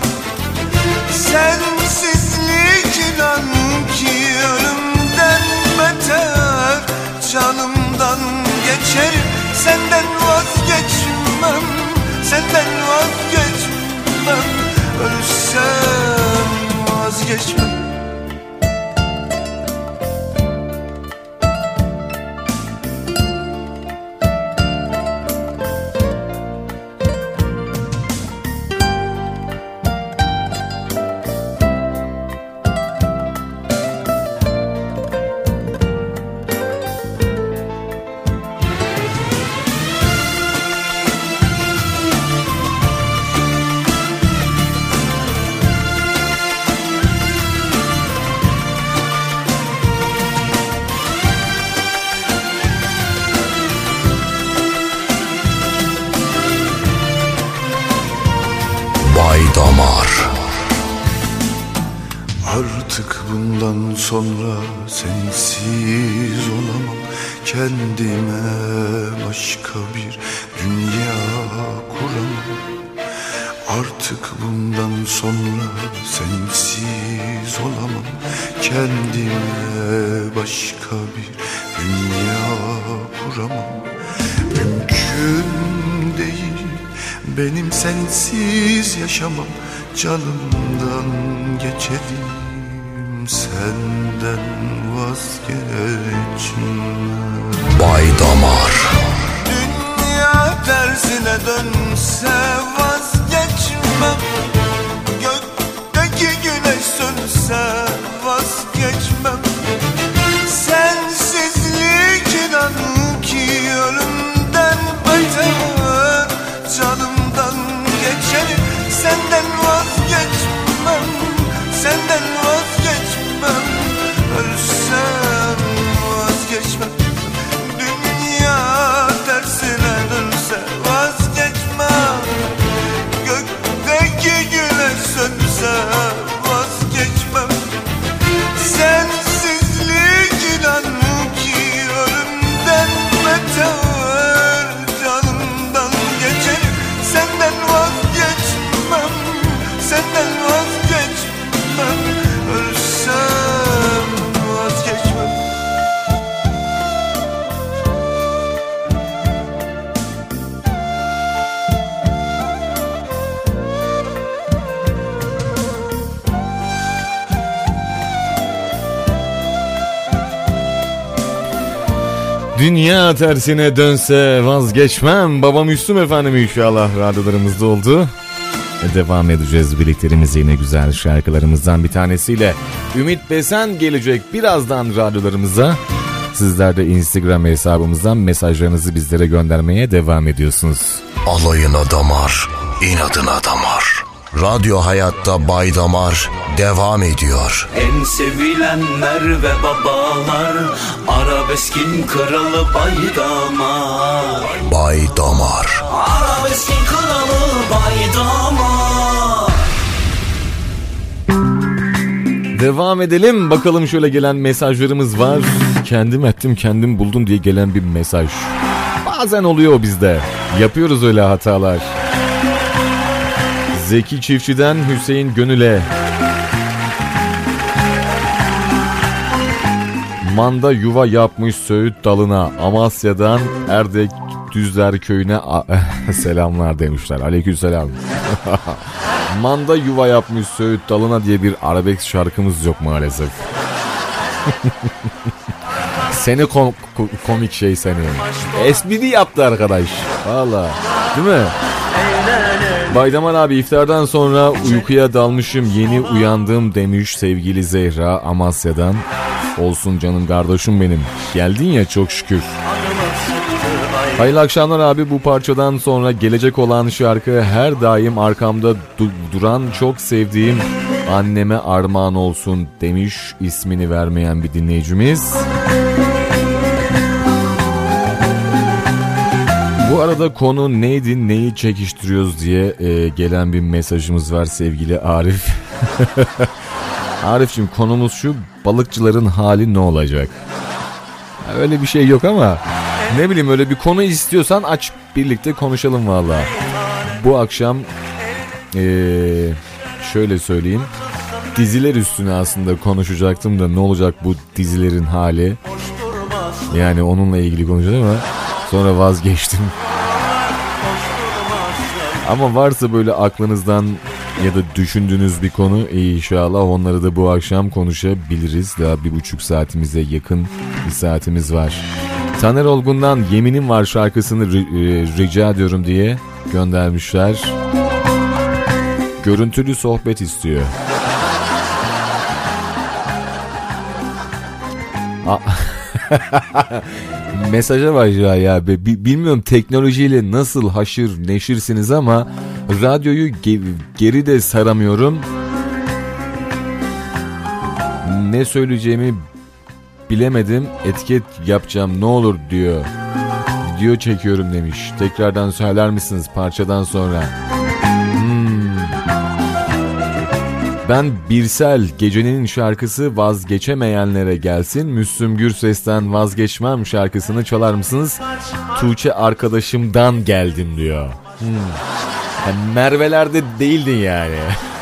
Sensizlik inan ki ölümden beter, canımdan geçerim, senden vazgeçmem, senden vazgeçmem, ölsem vazgeçmem. Baydamar. Artık bundan sonra sensiz olamam, kendime başka bir dünya kuramam. Artık bundan sonra sensiz olamam, kendime başka bir dünya kuramam. Mümkün değil benim sensiz yaşamam, canımdan geçerim, senden vazgeçmem. Baydamar. Dünya tersine dönse vazgeçmem, gökteki güneş sönse vazgeçmem. Sensizlik inan ki ölümden beter, canımdan geçerim, senden vazgeçmem, senden vazgeçmem, ölsem vazgeçmem. Dünya tersine dönse vazgeçmem, Dünya tersine dönse vazgeçmem. Baba Müslüm efendim inşallah radyolarımızda oldu. Devam edeceğiz birliklerimize yine güzel şarkılarımızdan bir tanesiyle. Ümit Besen gelecek birazdan radyolarımıza. Sizler de Instagram hesabımızdan mesajlarınızı bizlere göndermeye devam ediyorsunuz. Alayına damar, inadına damar. Radyo Hayat'ta Bay Damar devam ediyor. En sevilenler ve babalar, arabeskin kralı Bay Damar. Bay Damar. Arabeskin kralı Bay Damar. Devam edelim bakalım, şöyle gelen mesajlarımız var. Kendim ettim kendim buldum diye gelen bir mesaj. Bazen oluyor bizde. Yapıyoruz öyle hatalar. Zeki Çiftçi'den Hüseyin Gönül'e. Manda yuva yapmış Söğüt dalına. Amasya'dan Erdek Düzler köyüne selamlar demişler. Aleykümselam. Manda yuva yapmış Söğüt dalına diye bir arabesk şarkımız yok maalesef. Seni kom- komik şey seni. Espri yaptı arkadaş. Valla. Değil mi? Baydaman abi, iftardan sonra uykuya dalmışım, yeni uyandım demiş sevgili Zehra Amasya'dan. Olsun canım kardeşim benim. Geldin ya, çok şükür. Hayırlı akşamlar abi, bu parçadan sonra gelecek olan şarkı her daim arkamda du- duran çok sevdiğim anneme armağan olsun demiş ismini vermeyen bir dinleyicimiz. Bu arada konu neydi, neyi çekiştiriyoruz diye e, gelen bir mesajımız var sevgili Arif. Arif'cim, konumuz şu: balıkçıların hali ne olacak? Öyle bir şey yok ama ne bileyim, öyle bir konu istiyorsan aç, birlikte konuşalım valla. Bu akşam e, şöyle söyleyeyim, diziler üstüne aslında konuşacaktım da ne olacak bu dizilerin hali? Yani onunla ilgili konuşacağım ama sonra vazgeçtim. Ama varsa böyle aklınızdan ya da düşündüğünüz bir konu, inşallah onları da bu akşam konuşabiliriz. Daha bir buçuk saatimize yakın bir saatimiz var. Taner Olgun'dan Yeminim Var şarkısını ri- rica ediyorum diye göndermişler. Görüntülü sohbet istiyor. Mesaja var ya ya. Bilmiyorum teknolojiyle nasıl haşır neşirsiniz ama radyoyu ge- geri de saramıyorum. Ne söyleyeceğimi bilemedim. Etiket yapacağım ne olur diyor. Video çekiyorum demiş. Tekrardan söyler misiniz parçadan sonra? Hmm. Ben Birsel, Gecenin şarkısı Vazgeçemeyenlere gelsin. Müslüm Gürses'ten Vazgeçmem şarkısını çalar mısınız? Tuğçe arkadaşımdan geldim diyor. Hmm. Yani Merve'lerde değildin yani.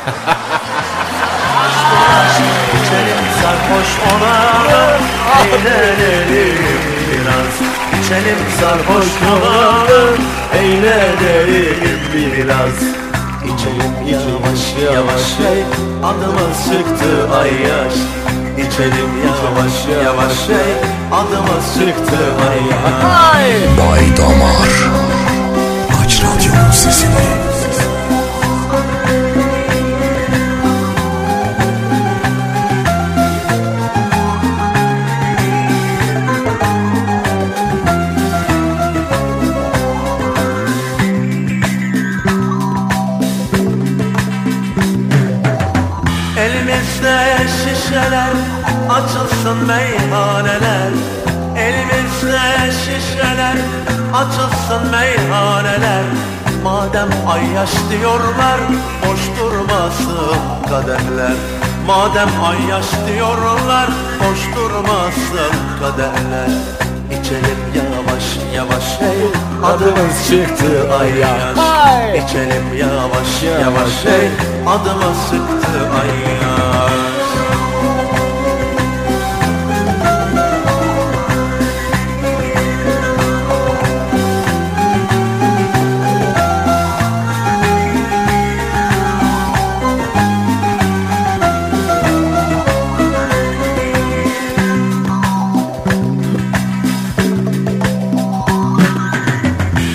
İçelim sarhoş olalım, eğlenelim biraz. İçelim sarhoş olalım, eğlenelim biraz. İçelim yavaş yavaş, adımız çıktı ay yaş. İçelim yavaş yavaş, adımız çıktı ay yaş. Bay Damar, aç radyonun sesini. Elimizde şişeler, açılsın meyhaneler. Elimizde şişeler, açılsın meyhaneler. Madem ayyaş diyorlar, boş durmasın kaderler. Madem ayyaş diyorlar, boş durmasın kaderler. İçelim yavaş yavaş, hey, adımız çıktı ay yaş. İçelim yavaş yavaş, hey, adımız çıktı ay yaş.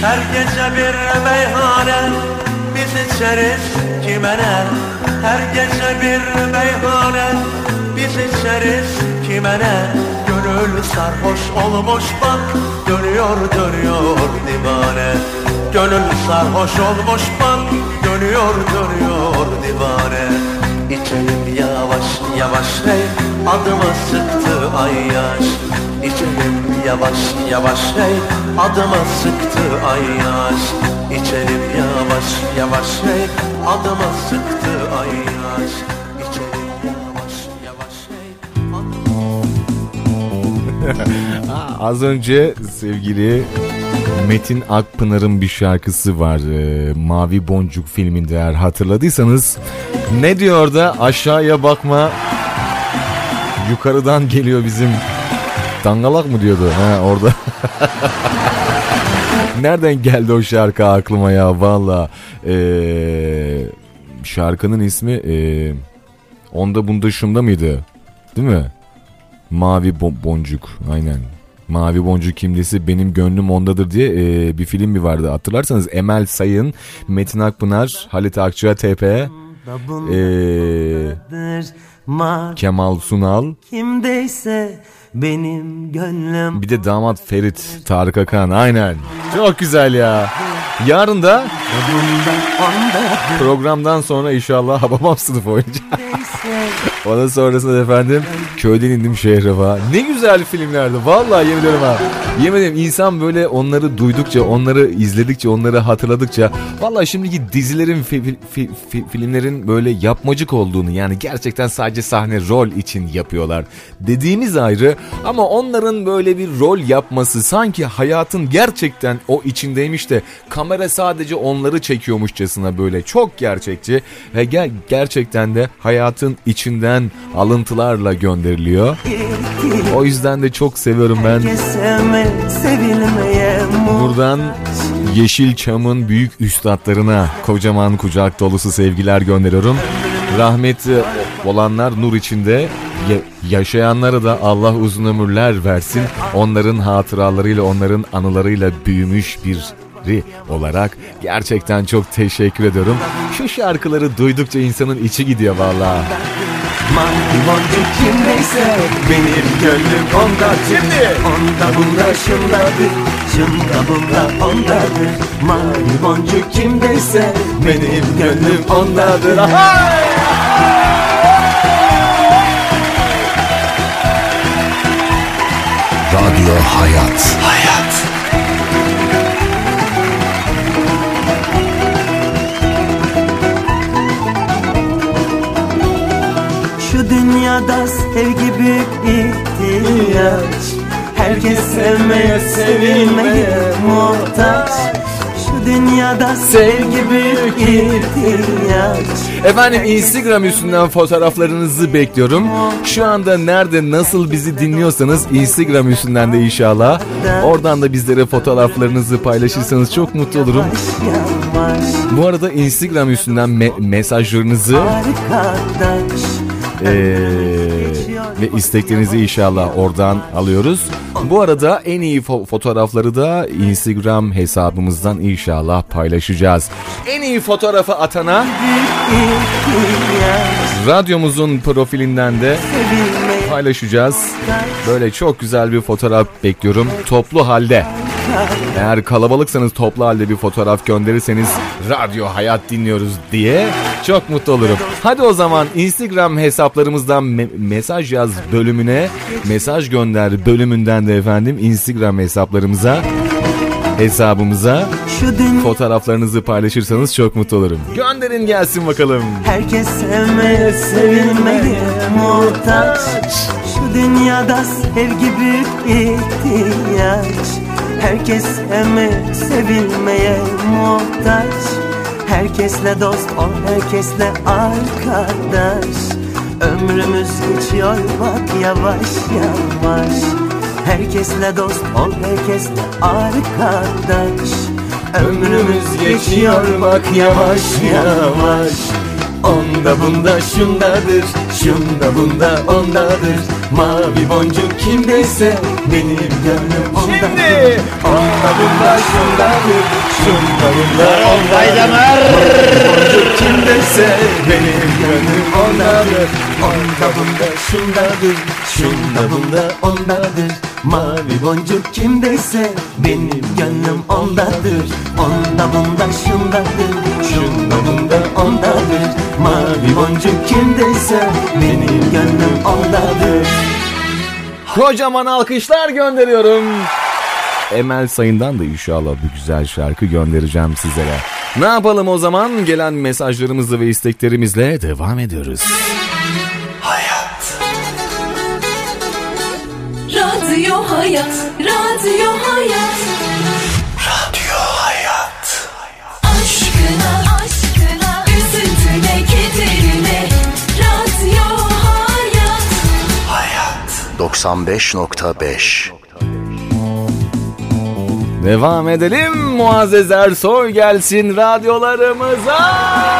Her gece bir meyhane biz içeriz kime ne? Her gece bir meyhane biz içeriz kime ne? Gönül sarhoş olmuş bak dönüyor dönüyor divane. Gönül sarhoş olmuş bak dönüyor dönüyor divane. İçelim yavaş yavaş hey adımı sıktı ay yaş. İçelim yavaş yavaş hey adımı sıktı ay yaş. İçelim yavaş yavaş hey adımı sıktı ay yaş. İçelim yavaş yavaş hey. Az önce sevgili Metin Akpınar'ın bir şarkısı var. Ee, Mavi Boncuk filminde eğer hatırladıysanız. Ne diyor da aşağıya bakma yukarıdan geliyor bizim dangalak mı diyordu ha orada. Nereden geldi o şarkı aklıma ya valla. Ee, şarkının ismi e, onda bunda şunda mıydı değil mi? Mavi bo- boncuk aynen. Mavi Boncuk kimdesi benim gönlüm ondadır diye e, bir film mi vardı hatırlarsanız Emel Sayın, Metin Akpınar, Halit Akça Tepe, e, Kemal Sunal, kimdeyse benim gönlüm. Bir de damat Ferit, Tarık Akan aynen. Çok güzel ya. Yarın da programdan sonra inşallah Hababam sınıf oynayacak. Ondan sonrasında efendim Köyden indim şehre falan. Ne güzel filmlerdi. Vallahi yemin ederim ha. Yemin ederim insan böyle onları duydukça, onları izledikçe, onları hatırladıkça vallahi şimdiki dizilerin, fi, fi, fi, filmlerin böyle yapmacık olduğunu yani gerçekten sadece sahne rol için yapıyorlar. Dediğimiz ayrı ama onların böyle bir rol yapması sanki hayatın gerçekten o içindeymiş de kamera sadece onları çekiyormuşçasına böyle çok gerçekçi ve ger- gerçekten de hayatın içinden alıntılarla gönderiliyor. O yüzden de çok seviyorum ben. Buradan Yeşilçam'ın büyük üstadlarına kocaman kucak dolusu sevgiler gönderiyorum. Rahmetli olanlar nur içinde, yaşayanlara da Allah uzun ömürler versin. Onların hatıralarıyla, onların anılarıyla büyümüş bir olarak gerçekten çok teşekkür ediyorum. Şu şarkıları duydukça insanın içi gidiyor vallahi. Mavi boncuk kimdeyse benim gönlüm onda. Şimdi onda bunda şundadır, şunda bunda ondadır. Mavi boncuk kimdeyse benim gönlüm ondadır. Radyo Hayat. Hayat. Şu dünyada sevgi büyük ihtiyaç. Herkes sevmeye, sevilmeye muhtaç. Şu dünyada sevgi büyük ihtiyaç. Efendim Instagram üstünden fotoğraflarınızı bekliyorum. Şu anda nerede nasıl bizi dinliyorsanız Instagram üstünden de inşallah. Oradan da bizlere fotoğraflarınızı paylaşırsanız çok mutlu olurum. Bu arada Instagram üstünden me- mesajlarınızı Ee, ve isteklerinizi inşallah oradan alıyoruz. Bu arada en iyi fo- fotoğrafları da Instagram hesabımızdan inşallah paylaşacağız. En iyi fotoğrafı atana radyomuzun profilinden de paylaşacağız. Böyle çok güzel bir fotoğraf bekliyorum. Toplu halde. Eğer kalabalıksanız toplu halde bir fotoğraf gönderirseniz Radyo Hayat dinliyoruz diye çok mutlu olurum. Hadi o zaman Instagram hesaplarımızdan me- mesaj yaz bölümüne, mesaj gönder bölümünden de efendim Instagram hesaplarımıza, hesabımıza fotoğraflarınızı paylaşırsanız çok mutlu olurum. Gönderin gelsin bakalım. Herkes sevmeye, sevilmeye muhtaç. Şu dünyada sevgi büyük ihtiyaç. Herkes sevmeye, sevilmeye muhtaç. Herkesle dost ol, herkesle arkadaş. Ömrümüz geçiyor bak yavaş yavaş. Herkesle dost ol, herkesle arkadaş. Ömrümüz geçiyor bak yavaş yavaş. Onda bunda şundadır, şunda bunda ondadır. Mavi boncuk kimdeyse benim gönlüm ondadır. Onda bunda şundadır, şunda bunda ondadır. Mavi boncuk kimdeyse benim gönlüm ondadır. Onda bunda şundadır, şunda bunda ondadır. Mavi boncuk kimdeyse benim gönlüm ondadır. Onda bunda şundadır, şunda bunda ondadır. Mavi boncuk kimdeyse benim gönlüm ondadır. Kocaman alkışlar gönderiyorum. Emel Sayın'dan da inşallah bir güzel şarkı göndereceğim sizlere. Ne yapalım o zaman? Gelen mesajlarımızla ve isteklerimizle devam ediyoruz. Radyo Hayat, Radyo Hayat, Radyo Hayat. aşkına, aşkına, üzüntüne, kederine, Radyo Hayat. Hayat doksan beş nokta beş. Devam edelim. Muazzez Ersoy gelsin radyolarımıza.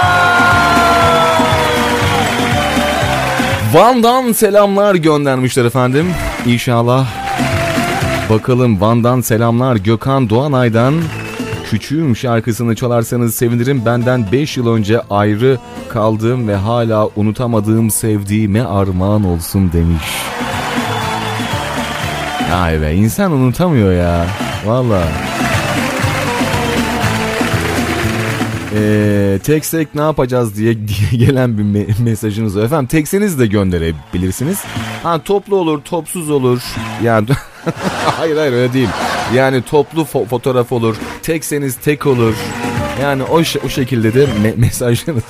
Van'dan selamlar göndermişler efendim. İnşallah. Bakalım Van'dan selamlar. Gökhan Doğanay'dan Küçüğüm şarkısını çalarsanız sevinirim. Benden beş yıl önce ayrı kaldığım ve hala unutamadığım sevdiğime armağan olsun demiş. Ay be, insan unutamıyor ya. Valla. Ee, tek tek ne yapacağız diye, diye gelen bir me- mesajınız var. Efendim tekseniz de gönderebilirsiniz. Ha, toplu olur, topsuz olur. Yani hayır hayır öyle değil. Yani toplu fo- fotoğraf olur. Tekseniz tek olur. Yani o, ş- o şekilde de me- mesajınız.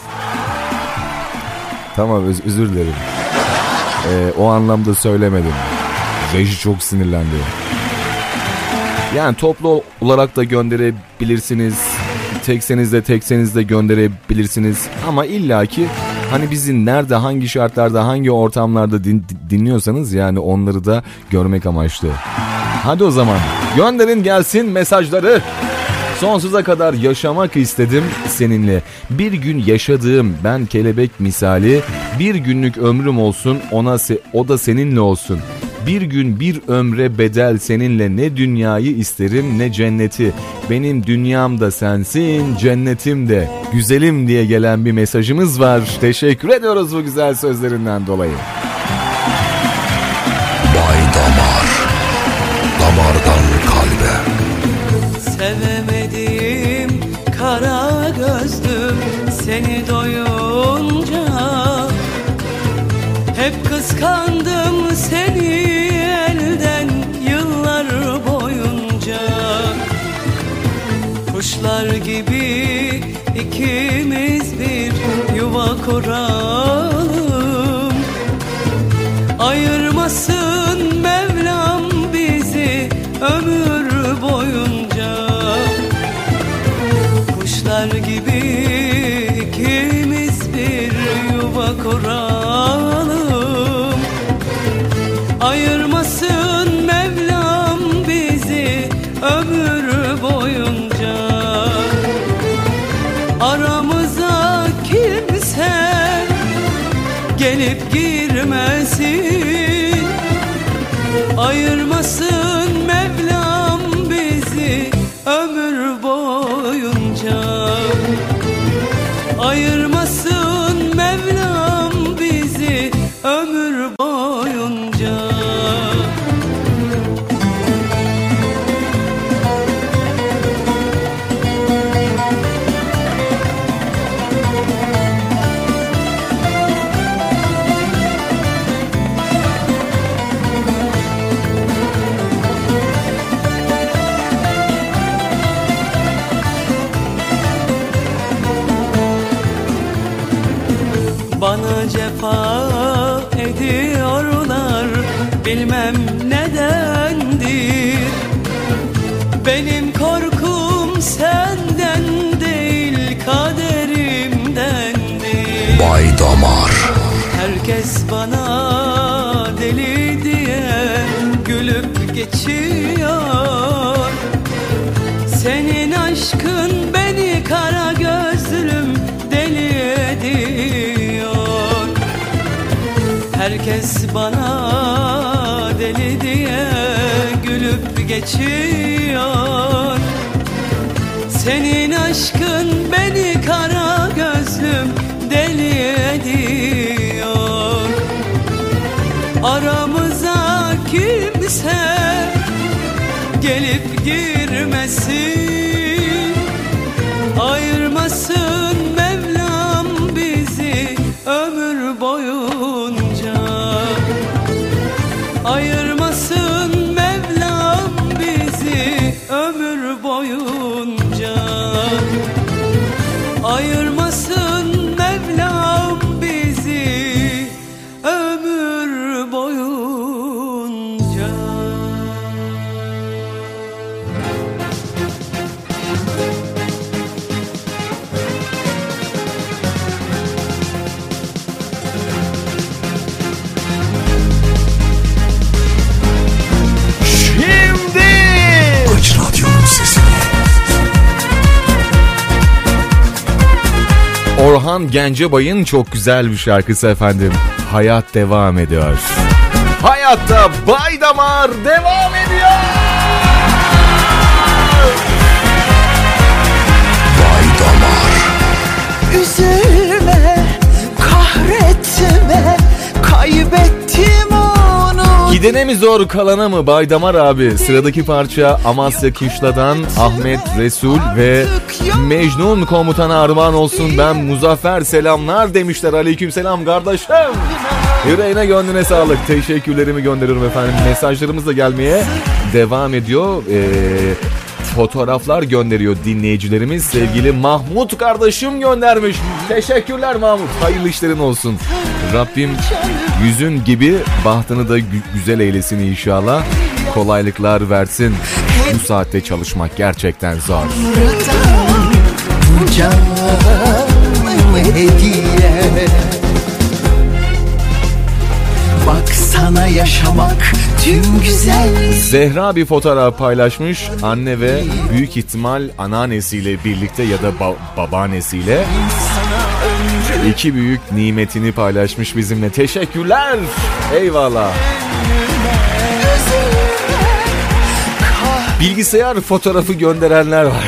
Tamam, öz- özür dilerim. Ee, o anlamda söylemedim. Reji çok sinirlendi. Yani toplu olarak da gönderebilirsiniz. Tekseniz de tekseniz de gönderebilirsiniz. Ama illaki hani bizi nerede, hangi şartlarda, hangi ortamlarda din- dinliyorsanız yani onları da görmek amaçlı. Hadi o zaman gönderin gelsin mesajları. Sonsuza kadar yaşamak istedim seninle. Bir gün yaşadığım ben kelebek misali. Bir günlük ömrüm olsun, ona se- o da seninle olsun. Bir gün bir ömre bedel seninle, ne dünyayı isterim ne cenneti. Benim dünyam da sensin, cennetim de güzelim diye gelen bir mesajımız var. Teşekkür ediyoruz bu güzel sözlerinden dolayı. Bay Damar, damardan kalbe. Sevemedim kara gözlüm seni doyunca. Hep kıskandım seni elden yıllar boyunca. Kuşlar gibi ikimiz bir yuva kuralım. Ayırmasın Mevlam bizi ömür boyunca. Kuşlar gibi ikimiz bir yuva kuralım. Ayırmasın Mevlam bizi ömür boyunca. Aramıza kimse gelip girmesin. Ayırmasın Mevlam bizi ömür boyunca. Ayırmasın Mevlam bizi ömür boyunca. Bana cefa ediyorlar, bilmem nedendir. Benim korkum senden değil, kaderimdendir. Bay Damar. Herkes bana deli diye gülüp geçiyor. Senin aşkın beni kara gözlüm deli ediyor. sürüp geçiyor. Senin aşkın beni kara gözlüm deli ediyor. Aramıza kimse gelip girmesin, ayırmasın Mevlam bizi ömür boyunca. Ayırmasın Mevlam bizi ömür boyunca. Ayırmasın Mevlam bizi ömür boyunca. Aç radyonun sesini. Orhan Gencebay'ın çok güzel bir şarkısı efendim. Hayat devam ediyor. Hayatta Bay Damar devam ediyor. Bay Damar. Üzülme, kahretme, kaybettim onu. Gidene mi zor kalana mı Bay Damar abi? Sıradaki parça Amasya Kışla'dan Ahmet Resul ve Mecnun Komutan'a armağan olsun. Ben Muzaffer selamlar demişler. Aleyküm selam kardeşim. Yüreğine gönlüne sağlık. Teşekkürlerimi gönderiyorum efendim. Mesajlarımız da gelmeye devam ediyor. Ee, fotoğraflar gönderiyor dinleyicilerimiz. Sevgili Mahmut kardeşim göndermiş. Teşekkürler Mahmut. Hayırlı işlerin olsun. Rabbim yüzün gibi bahtını da gü- güzel eylesin inşallah. Kolaylıklar versin. Bu saatte çalışmak gerçekten zor. Bu can hediye. Bak sana yaşamak tüm güzel. Zehra bir fotoğraf paylaşmış. Anne ve büyük ihtimal anneannesiyle birlikte ya da ba- babaannesiyle iki büyük nimetini paylaşmış bizimle. Teşekkürler. Eyvallah. Bilgisayar fotoğrafı gönderenler var.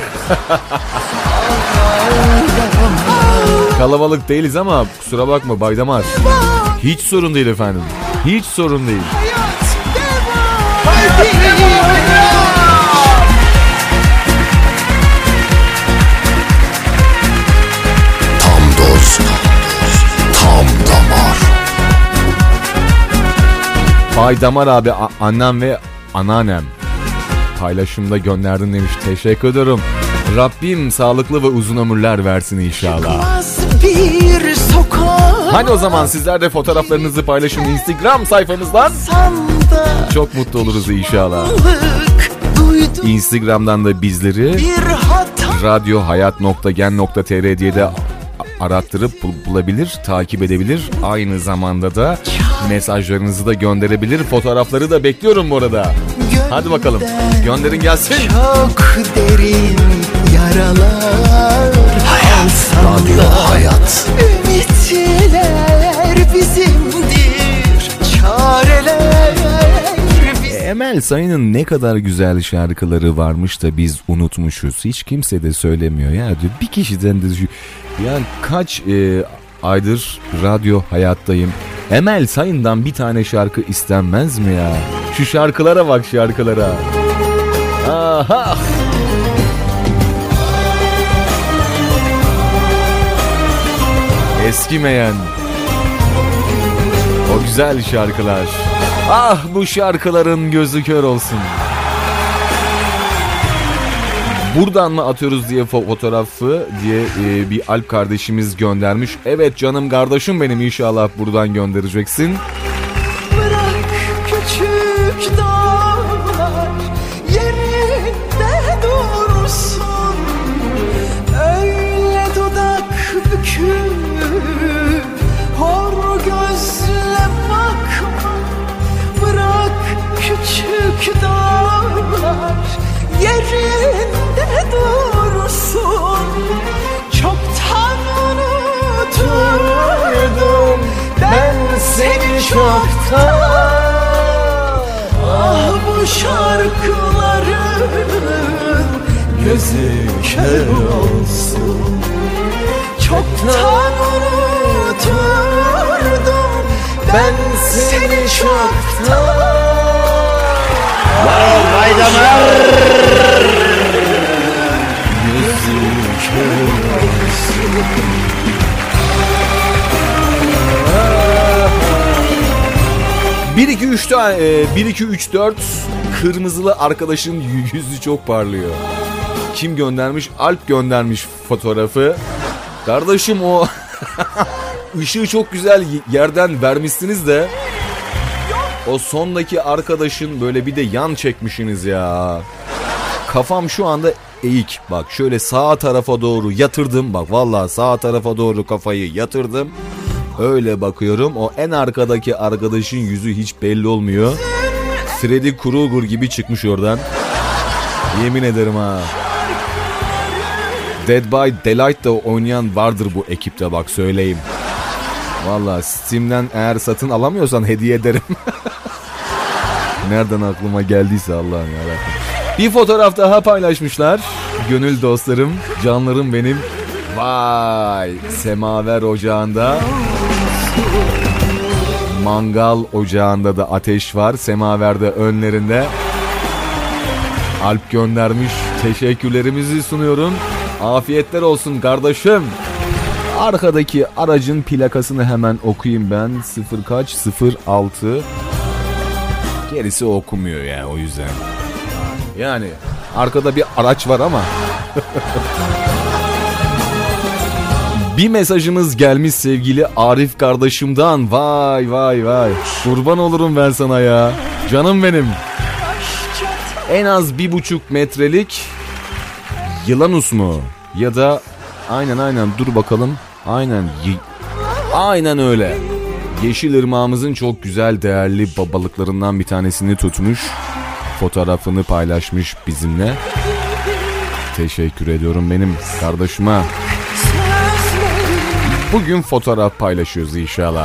Kalabalık değiliz ama kusura bakma Bay Damar. Hiç sorun değil efendim. Hiç sorun değil. Tam doz, tam damar. Bay Damar abi a- annem ve anneannem paylaşımda gönderdin demiş. Teşekkür ederim. Rabbim sağlıklı ve uzun ömürler versin inşallah. Bir sokak. Hadi o zaman sizler de fotoğraflarınızı paylaşın Instagram sayfamızdan. Çok mutlu oluruz inşallah. Instagram'dan da bizleri radyohayat nokta gen nokta tr diye de arattırıp bul- bulabilir, takip edebilir. Aynı zamanda da mesajlarınızı da gönderebilir. Fotoğrafları da bekliyorum bu arada. Hadi bakalım. Gönderin gelsin. Çok derin yaralar. Hayat, radyo hayat. Ümitler bizimdir. Çareler bizimdir. Emel Sayın'ın ne kadar güzel şarkıları varmış da biz unutmuşuz. Hiç kimse de söylemiyor ya. Diyor. Bir kişiden de şu, yani kaç e, aydır radyo hayattayım. Emel Sayın'dan bir tane şarkı istenmez mi ya? Şu şarkılara bak, şarkılara. Aha. Eskimeyen o güzel şarkılar. Ah, bu şarkıların gözü kör olsun. Buradan mı atıyoruz diye fotoğrafı diye e, bir Alp kardeşimiz göndermiş. Evet canım kardeşim benim, inşallah buradan göndereceksin. Bırak küçük dağlar yerinde dursun. Öyle dudak büküp hor gözle bakma. Bırak küçük dağlar yerinde dursun. Çoktan unuturdum ben seni çoktan. Ah, bu şarkı Aşıkların gözü kör olsun. Çoktan unuturdum ben seni çoktan. Wow, Haydamar! Gözü kör olsun. bir iki üç bir iki üç dört kırmızılı arkadaşın yüzü çok parlıyor. Kim göndermiş? Alp göndermiş fotoğrafı. Kardeşim o ışığı çok güzel yerden vermişsiniz de o sondaki arkadaşın böyle bir de yan çekmişsiniz ya. Kafam şu anda eğik. Bak şöyle sağ tarafa doğru yatırdım. Bak vallahi sağ tarafa doğru kafayı yatırdım. Öyle bakıyorum. O en arkadaki arkadaşın yüzü hiç belli olmuyor. Freddy Krueger gibi çıkmış oradan. Yemin ederim ha. Dead by Daylight'ta oynayan vardır bu ekipte, bak söyleyeyim. Vallahi Steam'den eğer satın alamıyorsan hediye ederim. Nereden aklıma geldiyse Allah'ım yarabbim. Bir fotoğraf daha paylaşmışlar. Gönül dostlarım, canlarım benim. Vay, semaver ocağında, mangal ocağında da ateş var. Semaverde önlerinde. Alp göndermiş. Teşekkürlerimizi sunuyorum. Afiyetler olsun kardeşim. Arkadaki aracın plakasını hemen okuyayım ben. Sıfır kaç? Sıfır altı. Gerisi okumuyor ya, o yüzden. Yani arkada bir araç var ama. Bir mesajımız gelmiş sevgili Arif kardeşimden. Vay vay vay. Kurban olurum ben sana ya. Canım benim. En az bir buçuk metrelik Yılanus mu? Ya da aynen aynen dur bakalım. Aynen. Y- aynen öyle. Yeşilırmağımızın çok güzel değerli babalıklarından bir tanesini tutmuş. Fotoğrafını paylaşmış bizimle. Teşekkür ediyorum benim kardeşime. Bugün fotoğraf paylaşıyoruz inşallah.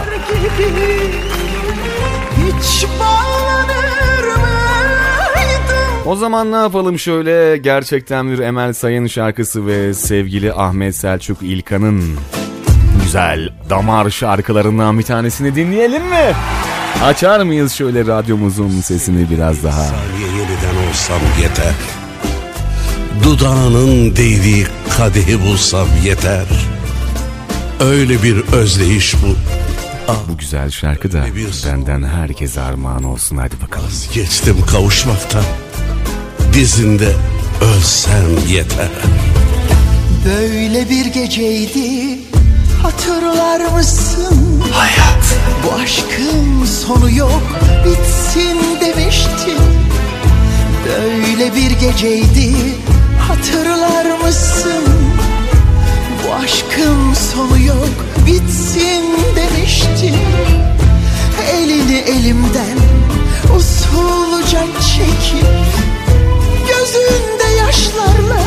Hiç bağlanır mıydım? O zaman ne yapalım şöyle, gerçekten bir Emel Sayın şarkısı ve sevgili Ahmet Selçuk İlkan'ın güzel damar şarkılarından bir tanesini dinleyelim mi? Açar mıyız şöyle radyomuzun sesini biraz daha? Saniye yeniden olsam yeter. Dudağının değdiği kadehi bulsam yeter. Öyle bir özleyiş bu. Bu güzel şarkı da benden herkese armağan olsun, hadi bakalım. Geçtim kavuşmaktan. Dizinde ölsem yeter. Böyle bir geceydi, hatırlar mısın? Hayat. Bu aşkın sonu yok, bitsin demiştin. Böyle bir geceydi, hatırlar mısın? Bu aşkın sonu yok, bitsin demiştin. Elini elimden usulca çekip gözünde yaşlarla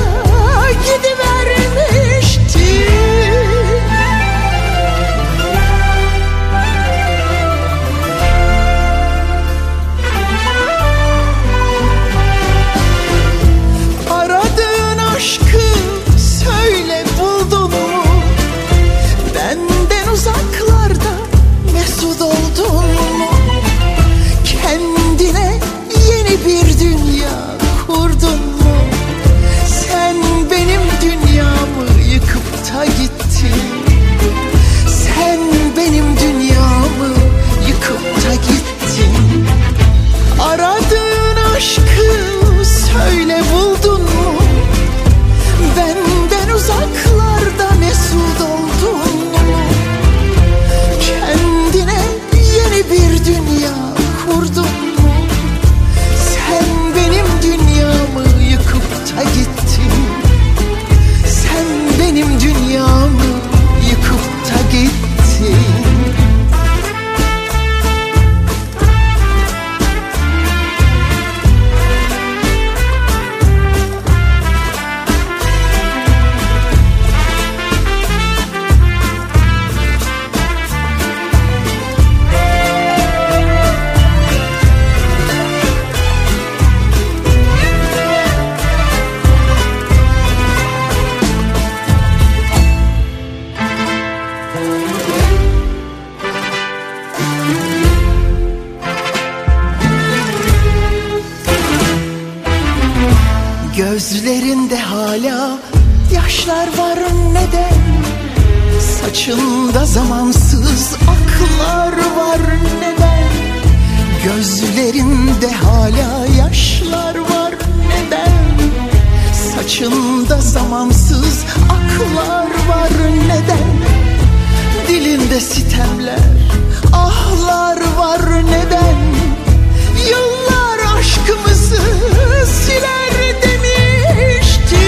gidivermiştin. Aradığın aşkı söyle, buldun mu? Benden uzaklarda mesut oldun mu? Kendine yeni bir Gözlerinde hala yaşlar var neden? Saçında zamansız aklar var neden? Gözlerinde hala yaşlar var neden? Saçında zamansız aklar var neden? Dilinde sitemler, ahlar var neden? Yıllar aşkımızı siler demişti.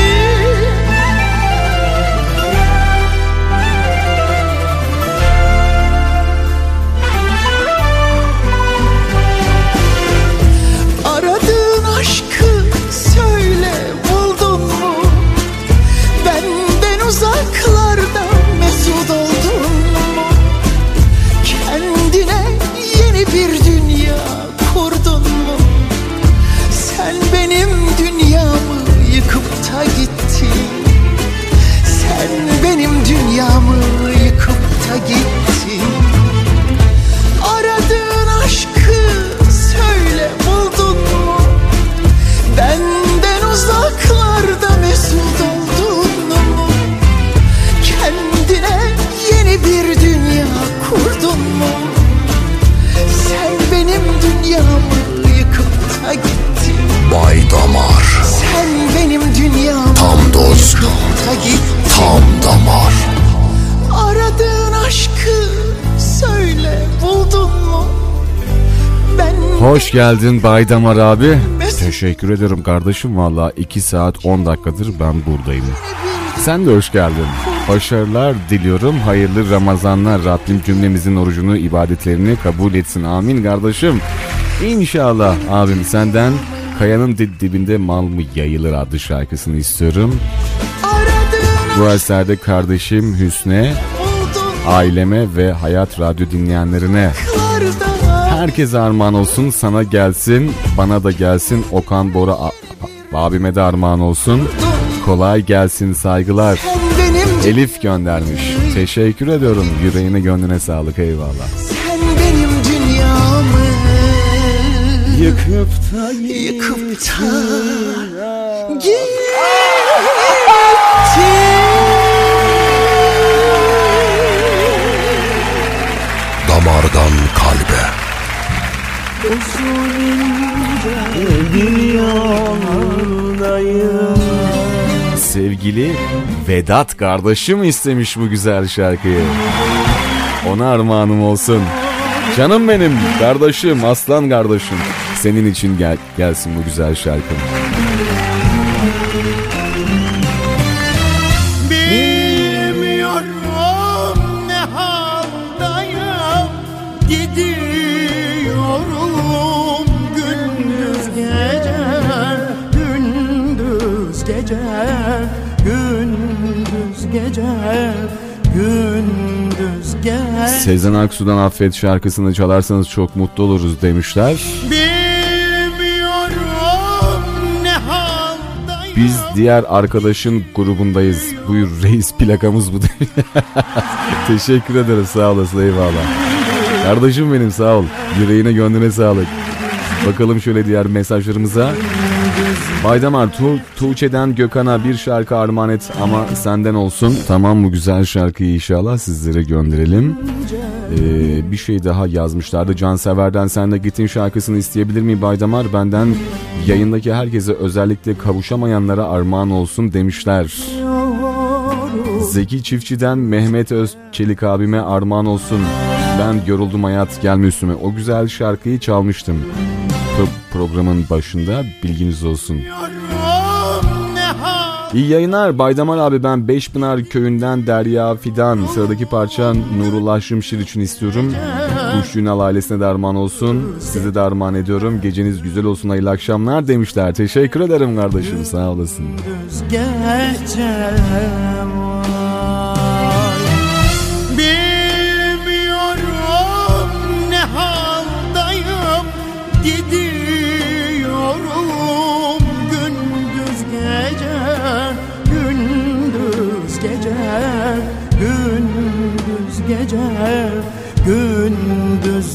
Aradığın aşkı söyle buldun mu? Benden uzaklarda mesut oldun mu? Kendine yeni bir dünya kurdun mu? Sen benim dünyamı yıkıp da gittin. Sen benim dünyamı yıkıp da gittin. Aradığın aşkı söyle buldun mu? Benden uzaklarda mesut oldun mu? Kendine yeni bir dünya kurdun mu? Sen benim dünyamı yıkıp da gittin. Bay Damar. Sen benim dünyamı tam doz, yıkıp da gittin. Tam damar. Aradığın aşkı söyle buldun mu? Ben Hoş geldin Bay Damar abi. Teşekkür ederim kardeşim, valla iki saat on dakikadır ben buradayım. Sen de hoş geldin. Başarılar diliyorum. Hayırlı Ramazanlar. Rabbim cümlemizin orucunu, ibadetlerini kabul etsin. Amin kardeşim. İnşallah abim senden Kayanın Dibinde Mal mı Yayılır adlı şarkısını istiyorum. Bu eserde kardeşim Hüsne, aileme ve Hayat Radyo dinleyenlerine, herkese armağan olsun. Sana gelsin, bana da gelsin. Okan Bora a- a- abime de armağan olsun. Kolay gelsin, saygılar. Elif göndermiş. Teşekkür ediyorum. Yüreğine gönlüne sağlık, eyvallah. Sen benim dünyamı yıkıp da yıkıp da gittin. Damardan kalbe. Sevgili Vedat kardeşim istemiş bu güzel şarkıyı. Ona armağanım olsun. Canım benim, kardeşim, aslan kardeşim. Senin için gel gelsin bu güzel şarkı. Bilmiyorum ne haldayım, gidiyorum gündüz gece, gündüz gece, gündüz gece, gündüz gece. Sezen Aksu'dan Affet şarkısını çalarsanız çok mutlu oluruz demişler. Biz diğer arkadaşın grubundayız. Buyur reis, plakamız bu. Teşekkür ederiz, sağ olasın, eyvallah. Kardeşim benim, sağ ol. Yüreğine gönlüne sağlık. Bakalım şöyle diğer mesajlarımıza. Baydamar, tu Tuğçe'den Gökhan'a bir şarkı armağan et ama senden olsun. Tamam, bu güzel şarkıyı inşallah sizlere gönderelim. Ee, bir şey daha yazmışlardı. Cansever'den Sen de Gittin şarkısını isteyebilir miyim Baydamar? Benden yayındaki herkese, özellikle kavuşamayanlara armağan olsun demişler. Zeki Çiftçi'den Mehmet Özçelik abime armağan olsun. Ben yoruldum hayat, gelme üstüme. O güzel şarkıyı çalmıştım Pro- programın başında, bilginiz olsun. İyi yayınlar Baydamar abi, ben Beşpınar köyünden Derya Fidan. Sıradaki parça Nurullah Şimşir için istiyorum. Kuş Ünal ailesine de armağan olsun. Size de armağan ediyorum. Geceniz güzel olsun, hayırlı akşamlar demişler. Teşekkür ederim kardeşim, sağ olasın. Bilmiyorum ne haldayım, gidiyorum gündüz gece, gündüz gece, gündüz gece, gündüz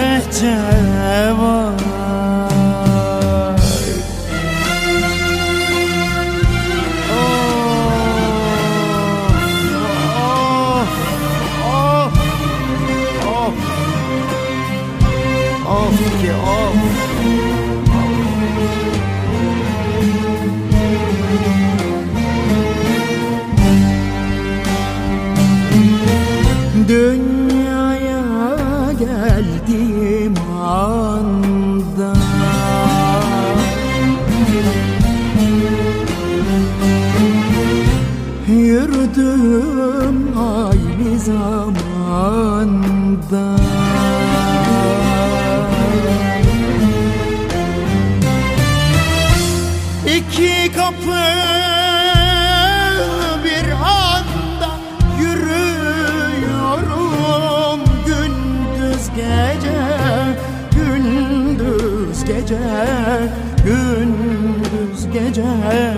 gece vay. zamanda. İki kapı bir anda yürüyorum, gündüz gece, gündüz gece, gündüz gece,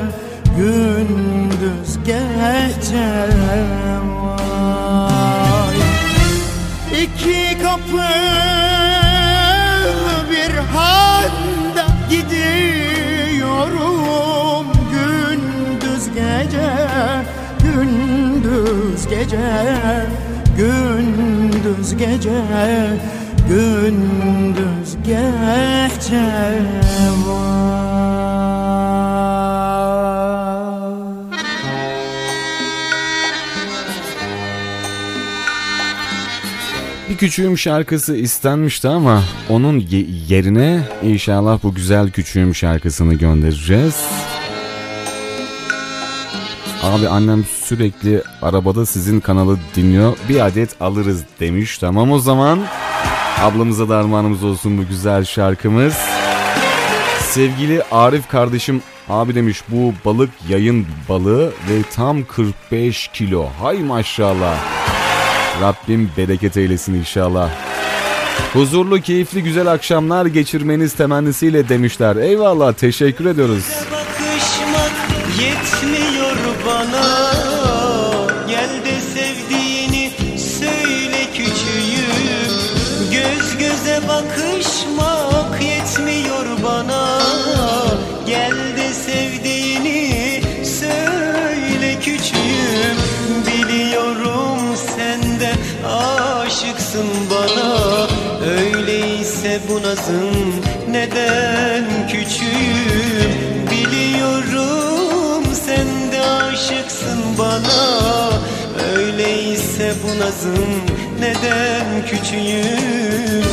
gündüz gece. Vay. İki kapı bir anda gidiyorum, gündüz gece, gündüz gece, gündüz gece, gündüz gece. Bir küçüğüm şarkısı istenmişti ama onun ye- yerine inşallah bu güzel küçüğüm şarkısını göndereceğiz. Abi annem sürekli arabada sizin kanalı dinliyor, bir adet alırız demiş. Tamam o zaman ablamıza da armağanımız olsun bu güzel şarkımız. Sevgili Arif kardeşim abi demiş, bu balık yayın balığı ve tam kırk beş kilo. Hay maşallah. Rabbim bereket eylesin inşallah. Huzurlu, keyifli, güzel akşamlar geçirmeniz temennisiyle demişler. Eyvallah, teşekkür ediyoruz. Bakışmak yetmiyor bana, gel de sevdiğini söyle küçüğüm. Göz göze bakışmak yetmiyor bana, gel de sevdiğini söyle küçüğüm. Biliyorum sen de aşıksın bana, öyleyse bu nazın neden küçüğüm? Biliyorum sen de aşıksın bana, öyleyse bu nazın neden küçüğüm?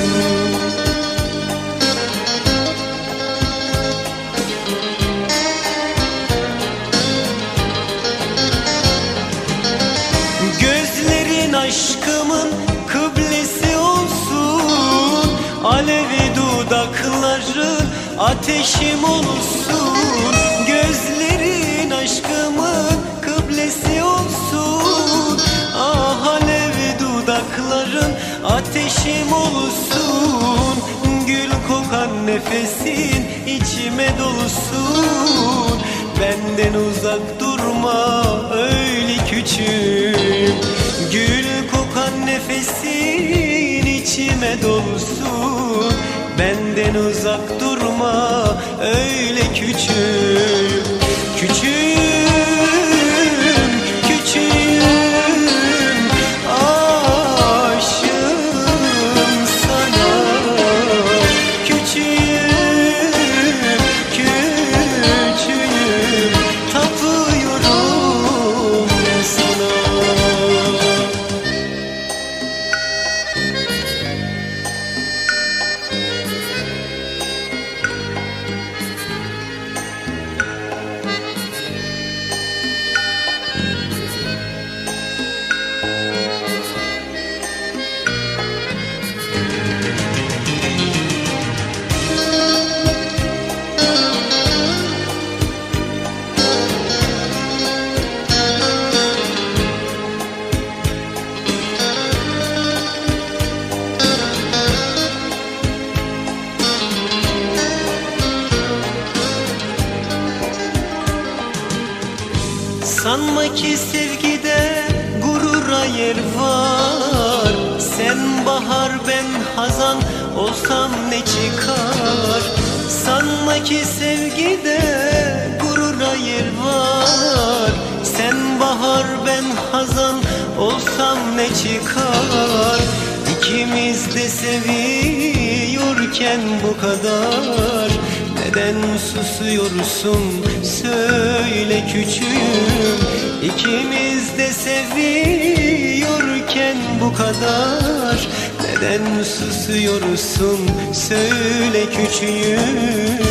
Gözlerin aşkımın kıblesi olsun, alevi dudakların ateşim olsun. Gözlerin aşkımın kıblesi olsun, ah alevi dudakların ateşim olsun. Gül kokan nefesin içime dolusun, benden uzak durma öyle küçüğüm. Gül kokan nefesin içime dolusun, benden uzak durma öyle küçüğüm. Küçüğüm, küçüğüm, aşığım sana. Küçüğüm, küçüğüm, tapıyorum sana. Sanma ki sevgide gurura yer var. Sen bahar ben hazan olsam ne çıkar? Sanma ki sevgide gurura yer var. Sen bahar ben hazan olsam ne çıkar? İkimiz de seviyorken bu kadar neden susuyorsun söyle küçüğüm. İkimiz de seviyorken bu kadar neden susuyorsun söyle küçüğüm.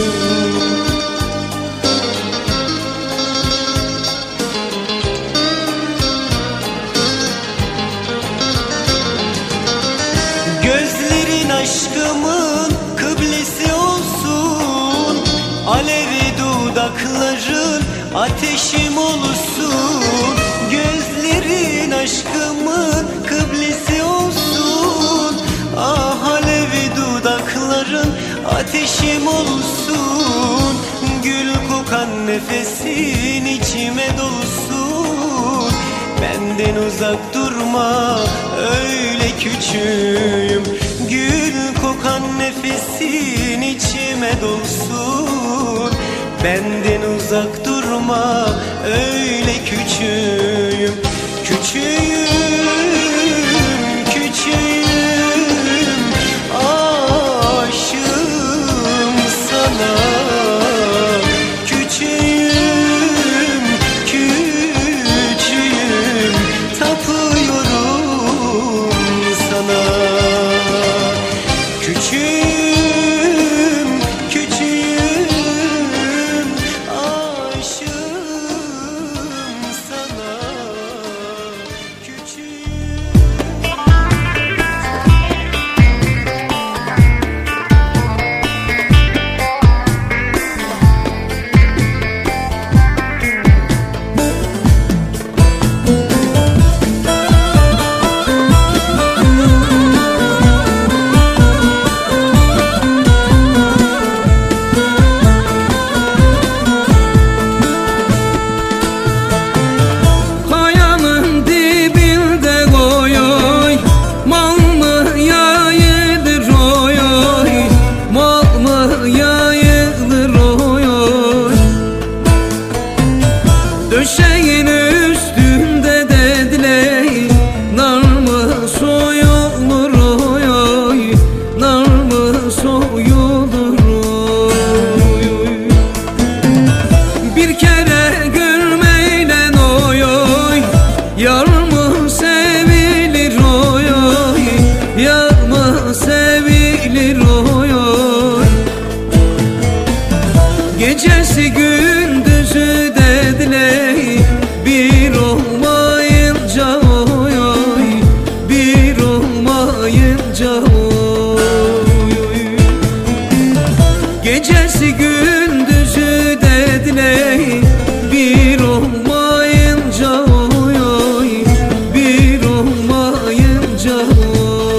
dudakların ateşim olsun, gözlerin aşkımın kıblesi olsun. Ah alevi dudakların ateşim olsun, gül kokan nefesin içime dolsun. Benden uzak durma öyle küçüğüm, gül kokan nefesin içime dolsun. Benden uzak durma öyle küçüğüm, küçüğüm, küçüğüm, aşığım sana. Küçüğüm, küçüğüm, tapıyorum sana. Küçüğüm, küçüğüm, aşığım sana. Kayanın dibinde koy oy, mal mı yayılır oy oy, mal mı yayılır oy oy. Döşeğin üstünde dediler, nar mı soyulur oy oy, nar mı soyulur oy oy. Bir kere gülmeyle oy oy, yar mı sevilir oy oy, yar mı sevilir oy oy. Gecesi gündüzü dediler, bir olmayınca oy oy, bir olmayınca oy oy. Gecesi gündüzü dediler, bir olmayınca oy oy, bir olmayınca oy oy.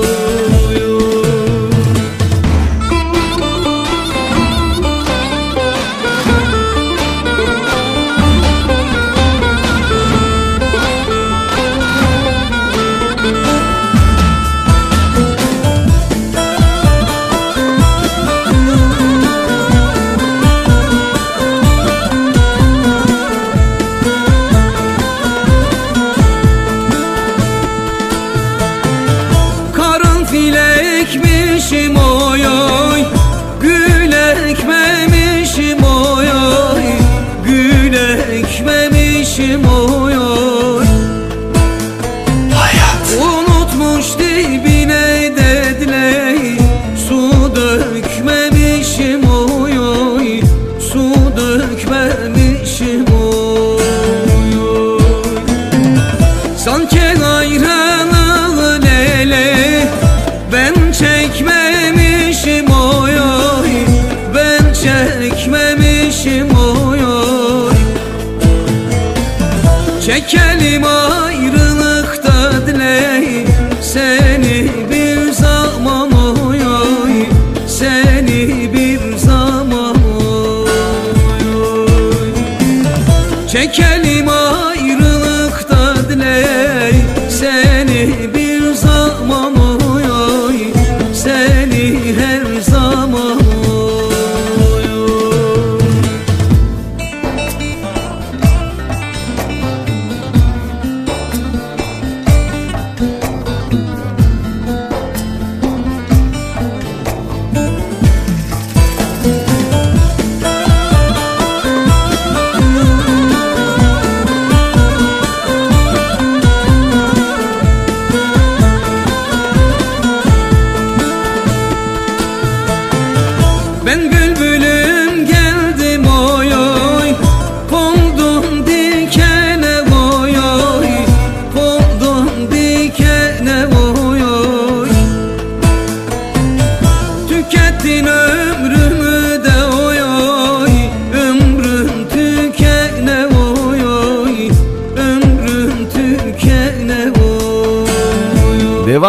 Karanfil ekmişim oy oy, gül ekmemişim oy oy, gül ekmemişim oy oy. Hayat unutmuş dibine dediler, su dökmemişim oy oy, su dökmemişim oy oy. Sanki ayrılığı lele ben çekmemişim oy oy, ben çekmemişim oy oy. Çekelim ayrılıkta dile, seni bir zaman oy oy, seni bir zaman oy oy. Çekelim ayrılıkta dile, seni bir zaman oy oy, seni her zaman oy oy.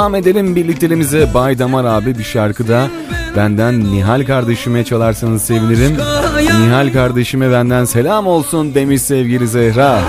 devam edelim birlikteliğimize. Bay Damar abi bir şarkıda benden Nihal kardeşime çalarsanız sevinirim. Nihal kardeşime benden selam olsun demiş sevgili Zehra.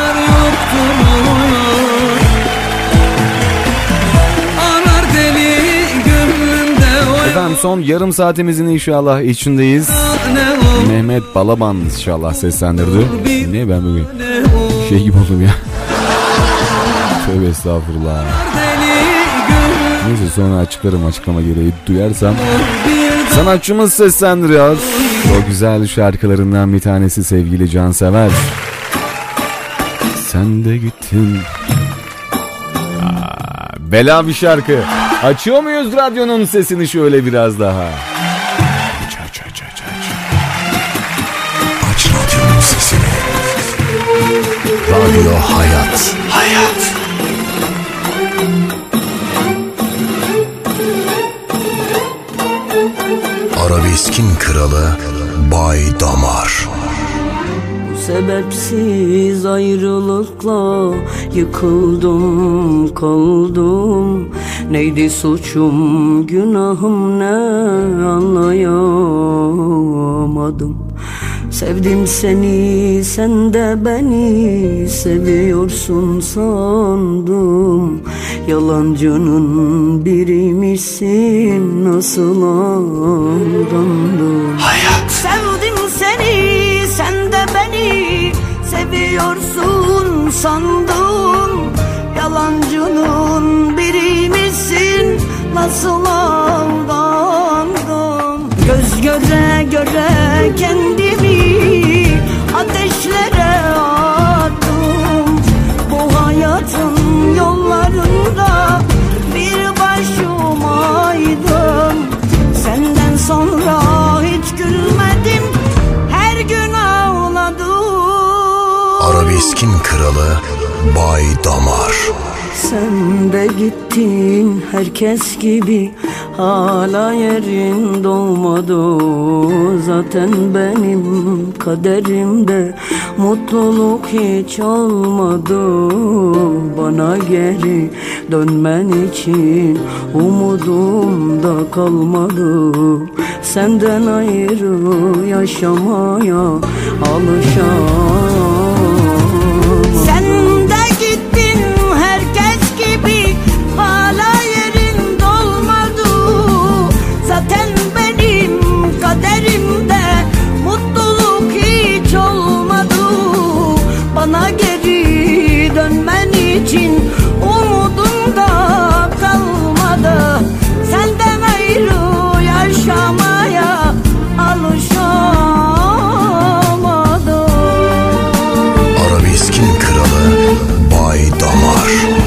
Efendim son yarım saatimizin inşallah içindeyiz. Mehmet Balaban inşallah seslendirdi. Niye ben bugün şey gibi oldum ya. Tövbe estağfurullah. Neyse sonra açıklarım, açıklama gereği duyarsam. Sanatçımız seslendiriyor. O güzel şarkılarından bir tanesi sevgili Cansever. Sen de gittin. Aa, bela bir şarkı. Açıyor muyuz radyonun sesini şöyle biraz daha? Aç aç aç aç aç. Aç radyonun sesini. Radyo Hayat. Hayat. Arabeskin kralı Bay Damar. Sebepsiz ayrılıkla yıkıldım kaldım. Neydi suçum günahım ne anlayamadım. Sevdim seni, sen de beni seviyorsun sandım. Yalancının biriymişsin, nasıl aldandım. Hayat. Sevdim seni, sen de beni seviyorsun sandım. Yalancının biriymişsin, nasıl aldandım. Göz göre göre kendimi ateşlere attım. Bu hayatın yollarında bir başımaydım. Senden sonra hiç gülmedim, her gün ağladım. Arabeskin kralı Bay Damar. Sen de gittin herkes gibi, hala yerin dolmadı. Zaten benim kaderimde mutluluk hiç olmadı. Bana geri dönmen için umudum da kalmadı. Senden ayrı yaşamaya alışamam. Sen de gittin herkes gibi, hala yerin dolmadı. Zaten benim kaderimde mutluluk hiç olmadı. Bana geri dönmen için umudum da kalmadı. Senden ayrı yaşamaya alışamadım. Arabeskin kralı Bay Damar.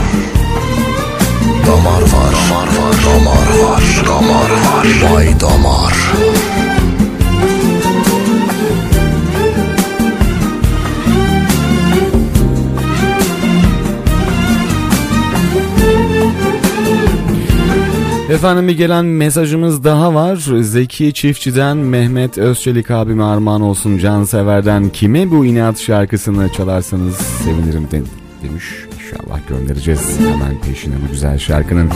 Damar var, damar var, damar var, damar var, Bay Damar. Efendim bir gelen mesajımız daha var. Zeki Çiftçi'den Mehmet Özçelik abime armağan olsun Cansever'den kime bu inat şarkısını çalarsanız sevinirim de, demiş. İnşallah göndereceğiz hemen peşine bu güzel şarkının.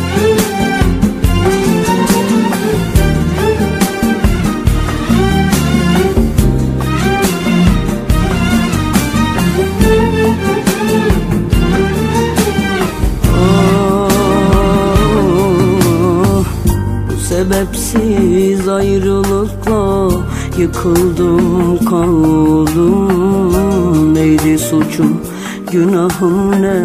Sebepsiz ayrılıkla yıkıldım kaldım. Neydi suçum günahım ne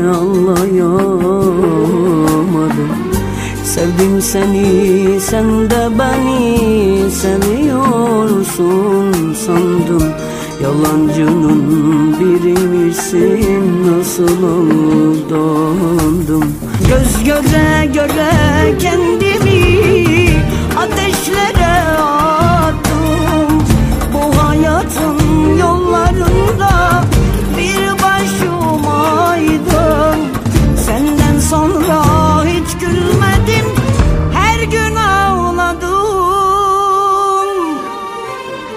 anlayamadım. Sevdim seni, sen de beni seviyorsun sandım. Yalancının biriymişsin, nasıl aldandım. Göz göre göre kendimi ateşlere attım. Bu hayatın yollarında bir başımaydım. Senden sonra hiç gülmedim, her gün ağladım.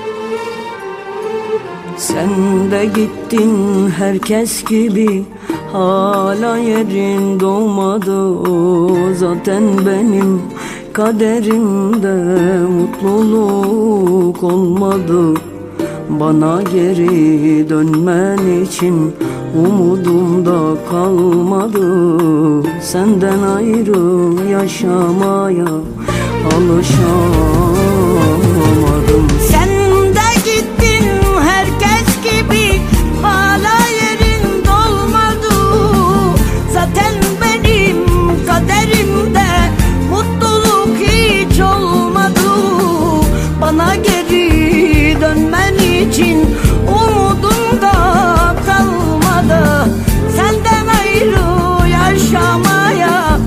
Sen de gittin herkes gibi, hala yerin dolmadı. Zaten benim kaderimde mutluluk olmadı. Bana geri dönmen için umudum da kalmadı. Senden ayrı yaşamaya alışamadım. Sen de gittin herkes gibi, hala yerin dolmadı. Zaten benim kaderimde mutluluk hiç olmadı. Bana geri dönmen için umudum da kalmadı. Senden ayrı yaşamaya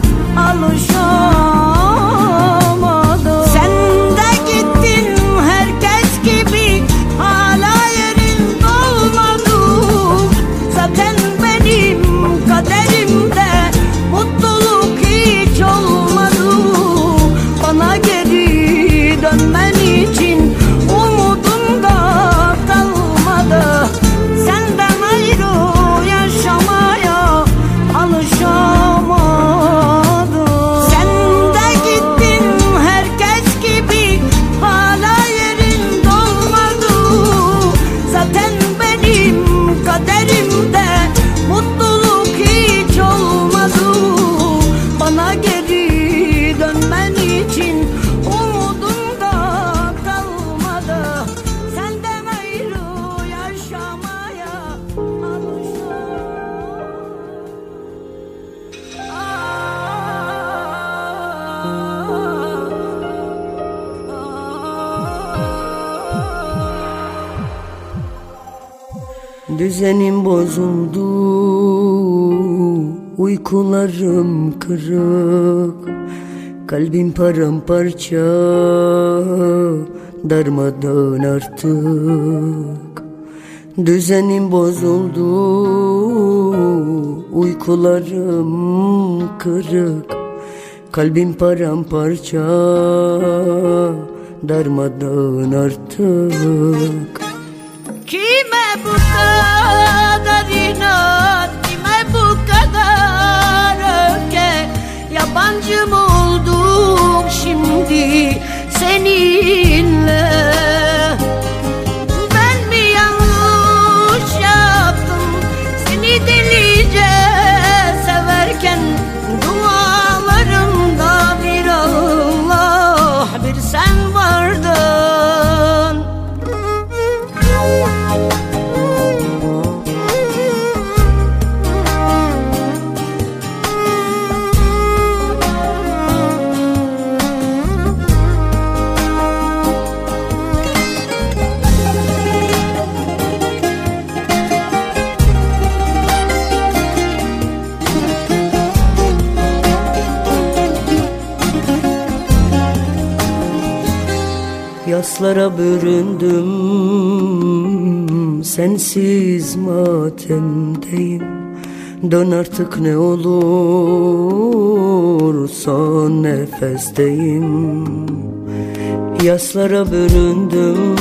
alışamadım. Sen de gittin herkes gibi, hala yerin dolmadı. Zaten benim kaderimde mutluluk hiç olmadı. Bana geri dönmen için umudum da kalmadı. Senden ayrı yaşamaya alışamadım. Sen de gittin herkes gibi, hala yerin dolmadı. Zaten benim kaderimde mutluluk hiç olmadı. Bana geri dönmen için umudum da kalmadı. Senden ayrı yaşamaya Düzenim bozuldu, uykularım kırık, kalbim paramparça, darmadağın artık. Düzenim bozuldu, uykularım kırık, kalbim paramparça, darmadağın artık. Kime bu kadar inat, kime bu kadar öfke? Yabancı mı oldum şimdi seninle? Ben mi yanlış yaptım seni delice severken? Dualarımda bir Allah, bir sen vardın. Yaslara büründüm, sensiz matemdeyim. Dön artık ne olur, son nefesteyim. Yaslara büründüm,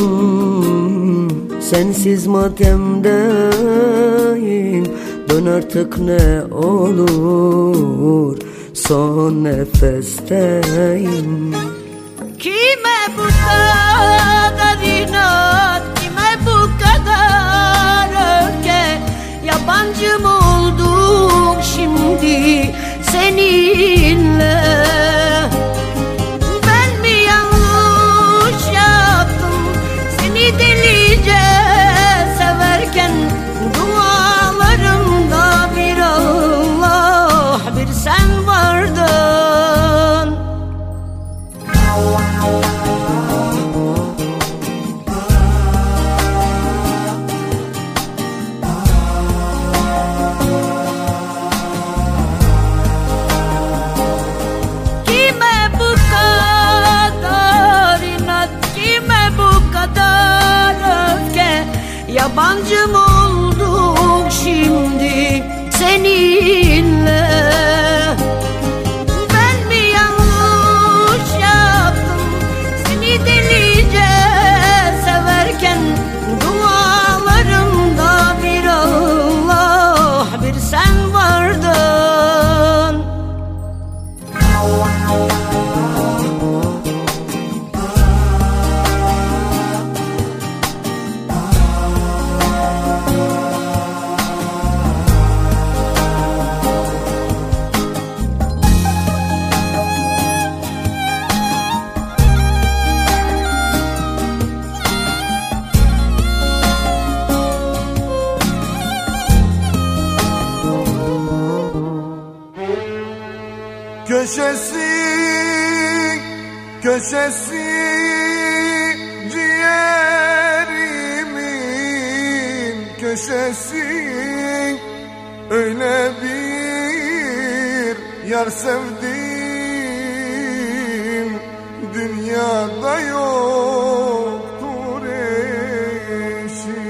sensiz matemdeyim. Dön artık ne olur, son nefesteyim. Kime bu kadar inat, kime bu kadar öfke? Yabancı mı oldum şimdi seninle? Ben mi yanlış yaptım seni delice severken? Dualarımda bir Allah, bir sen vardın. Yabancı mı olduk şimdi seninle? Ben mi yanlış yaptım seni delice severken? Dualarımda bir Allah, bir sen var. köşesi, köşesi ciğerimin köşesi. Öyle bir yar sevdim, dünyada yoktur eşi.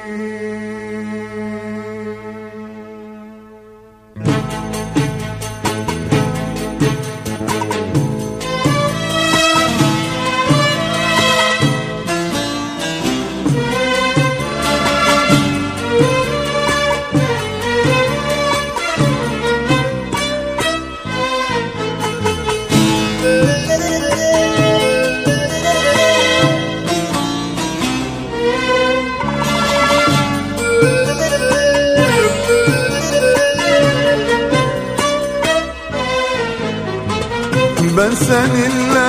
Ben seninle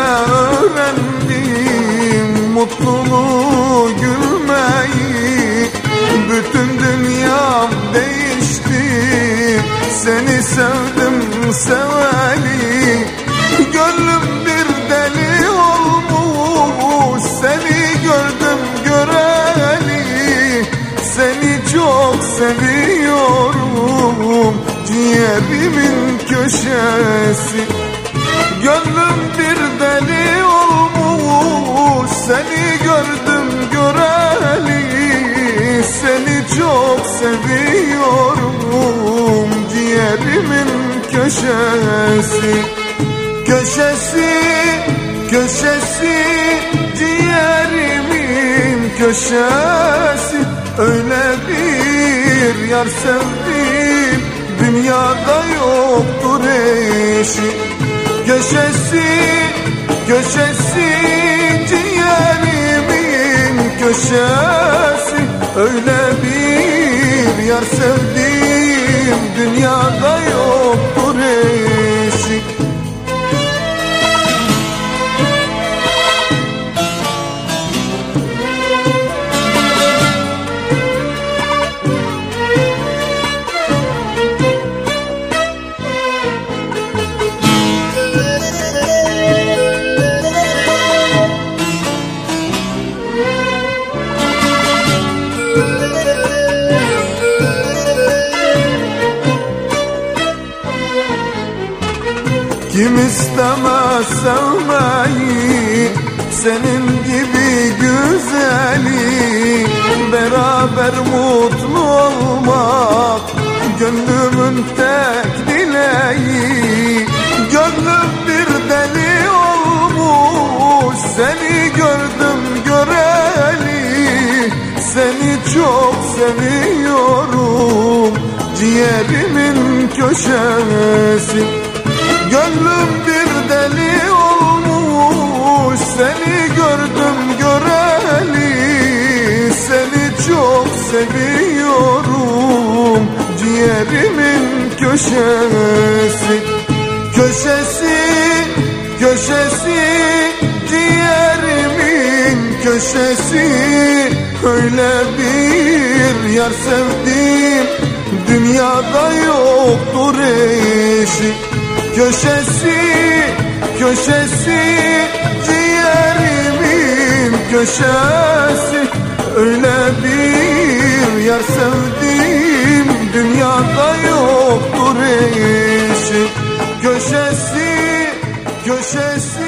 öğrendim mutluluğu, gülmeyi. Bütün dünyam değişti, seni sevdim seveli. Gönlüm bir deli olmuş, seni gördüm göreli. Seni çok seviyorum, ciğerimin köşesi. Gönlüm bir deli olmuş, seni gördüm göreli. Seni çok seviyorum, ciğerimin köşesi. Köşesi, köşesi, ciğerimin köşesi. Öyle bir yar sevdim, dünyada yoktur eşi. Köşesi, köşesi, ciğerimin köşesi. Öyle bir yar sevdim, dünyada yoktur eşi. Kim istemez sevmeyi, senin gibi güzeli. Beraber mutlu olmak gönlümün tek dileği. Gönlüm bir deli olmuş, seni gördüm göreli. Seni çok seviyorum, ciğerimin köşesi. Gönlüm bir deli olmuş, seni gördüm göreli. Seni çok seviyorum, ciğerimin köşesi. Köşesi, köşesi, ciğerimin köşesi. Öyle bir yar sevdim, dünyada yoktur eşi. Köşesi, köşesi, ciğerimin köşesi. Öyle bir yar sevdim, dünyada yoktur eşi. Köşesi, köşesi,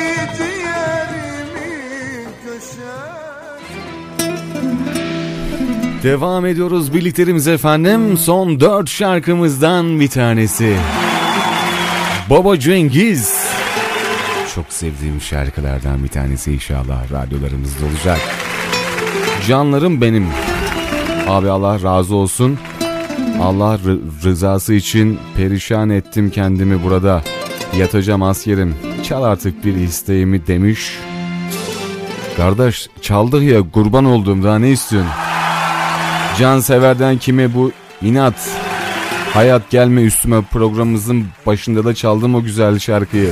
ciğerimin köşesi. Devam ediyoruz birliklerimize efendim. Son dört şarkımızdan bir tanesi. Baba Cengiz. Çok sevdiğim şarkılardan bir tanesi, inşallah radyolarımızda olacak. Canlarım benim. Abi Allah razı olsun. Allah rızası için perişan ettim kendimi burada. Yatacağım askerim. Çal artık bir isteğimi demiş. Kardeş çaldık ya, kurban olduğum, daha ne istiyorsun? Cansever'den kime bu inat? Hayat gelme üstüme programımızın başında da çaldım o güzel şarkıyı.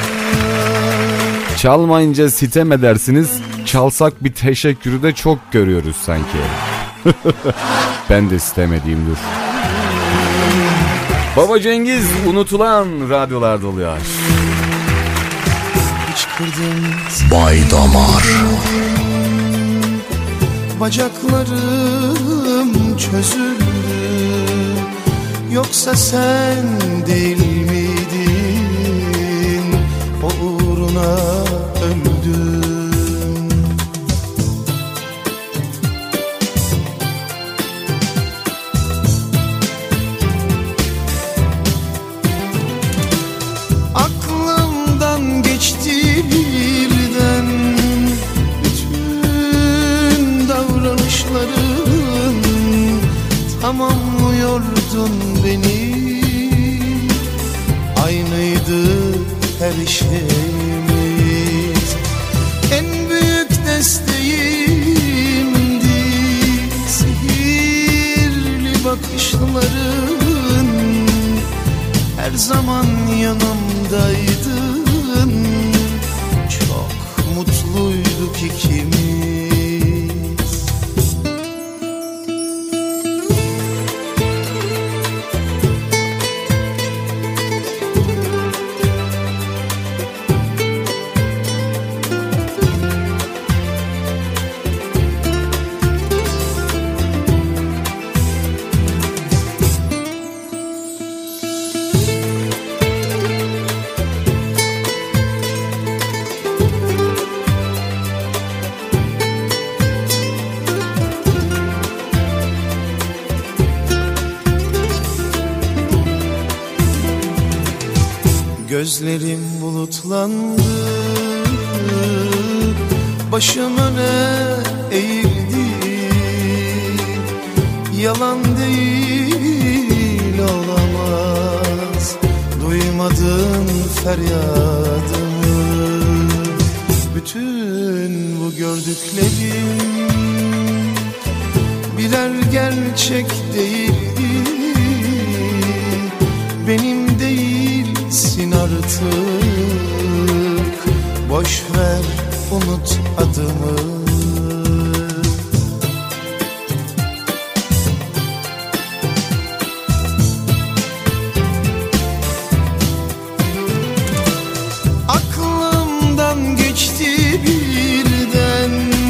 Çalmayınca sitem edersiniz. Çalsak bir teşekkürü de çok görüyoruz sanki. Ben de sitem edeyim dur. Baba Cengiz unutulan radyolarda oluyor. Bay Damar. Bacaklarım çözüldü. Yoksa sen değil miydin? O uğruna öldüm. Aklımdan geçti birden bütün davranışların. Tamamlıyordun beni, aynıydı her şeyimiz. En büyük desteğimdi sihirli bakışların. Her zaman yanımdaydın, çok mutluyduk ikimiz. Gözlerim bulutlandı, başım öne eğildi. Yalan değil olamaz, duymadın feryadımı. Bütün bu gördüklerim birer gerçek değildi. Benim değilsin artık, boş ver unut adımı. Aklımdan geçti birden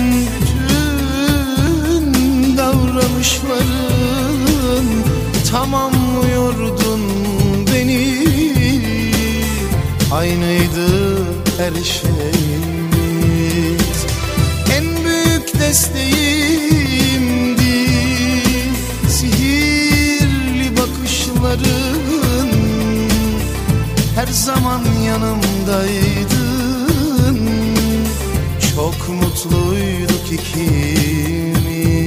bütün davranışların. Tamamlıyordun beni, aynıydı her şeyimiz. En büyük desteğimdi sihirli bakışların. Her zaman yanımdaydın, çok mutluyduk ikimiz.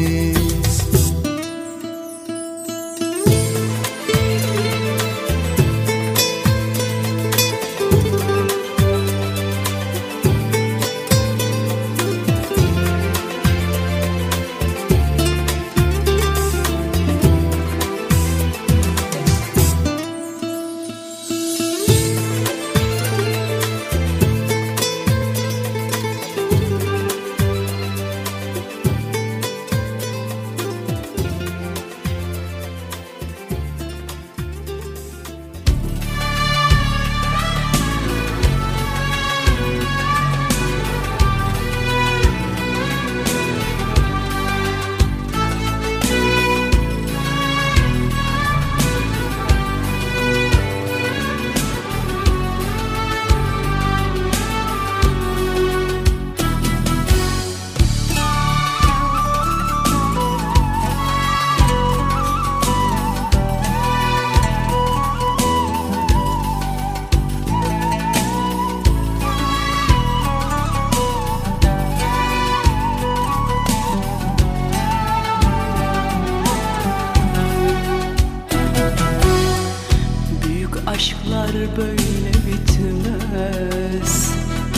Aşklar böyle bitmez.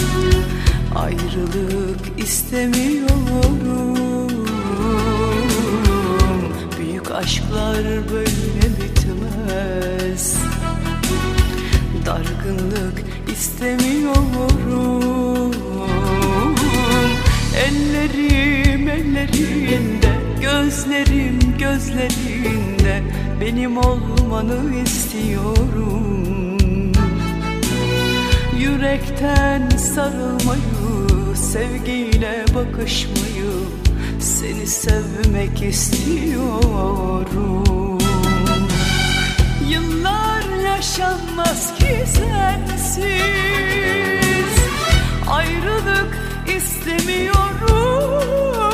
Ayrılık istemiyorum. Büyük aşklar böyle bitmez. Dargınlık istemiyorum. Ellerim ellerinde, gözlerim gözlerinde. sevgiyle benim olmanı istiyorum. Yürekten sarılmayı, sevgiyle bakışmayı, seni sevmek istiyorum. Yıllar yaşanmaz ki sensiz, ayrılık istemiyorum.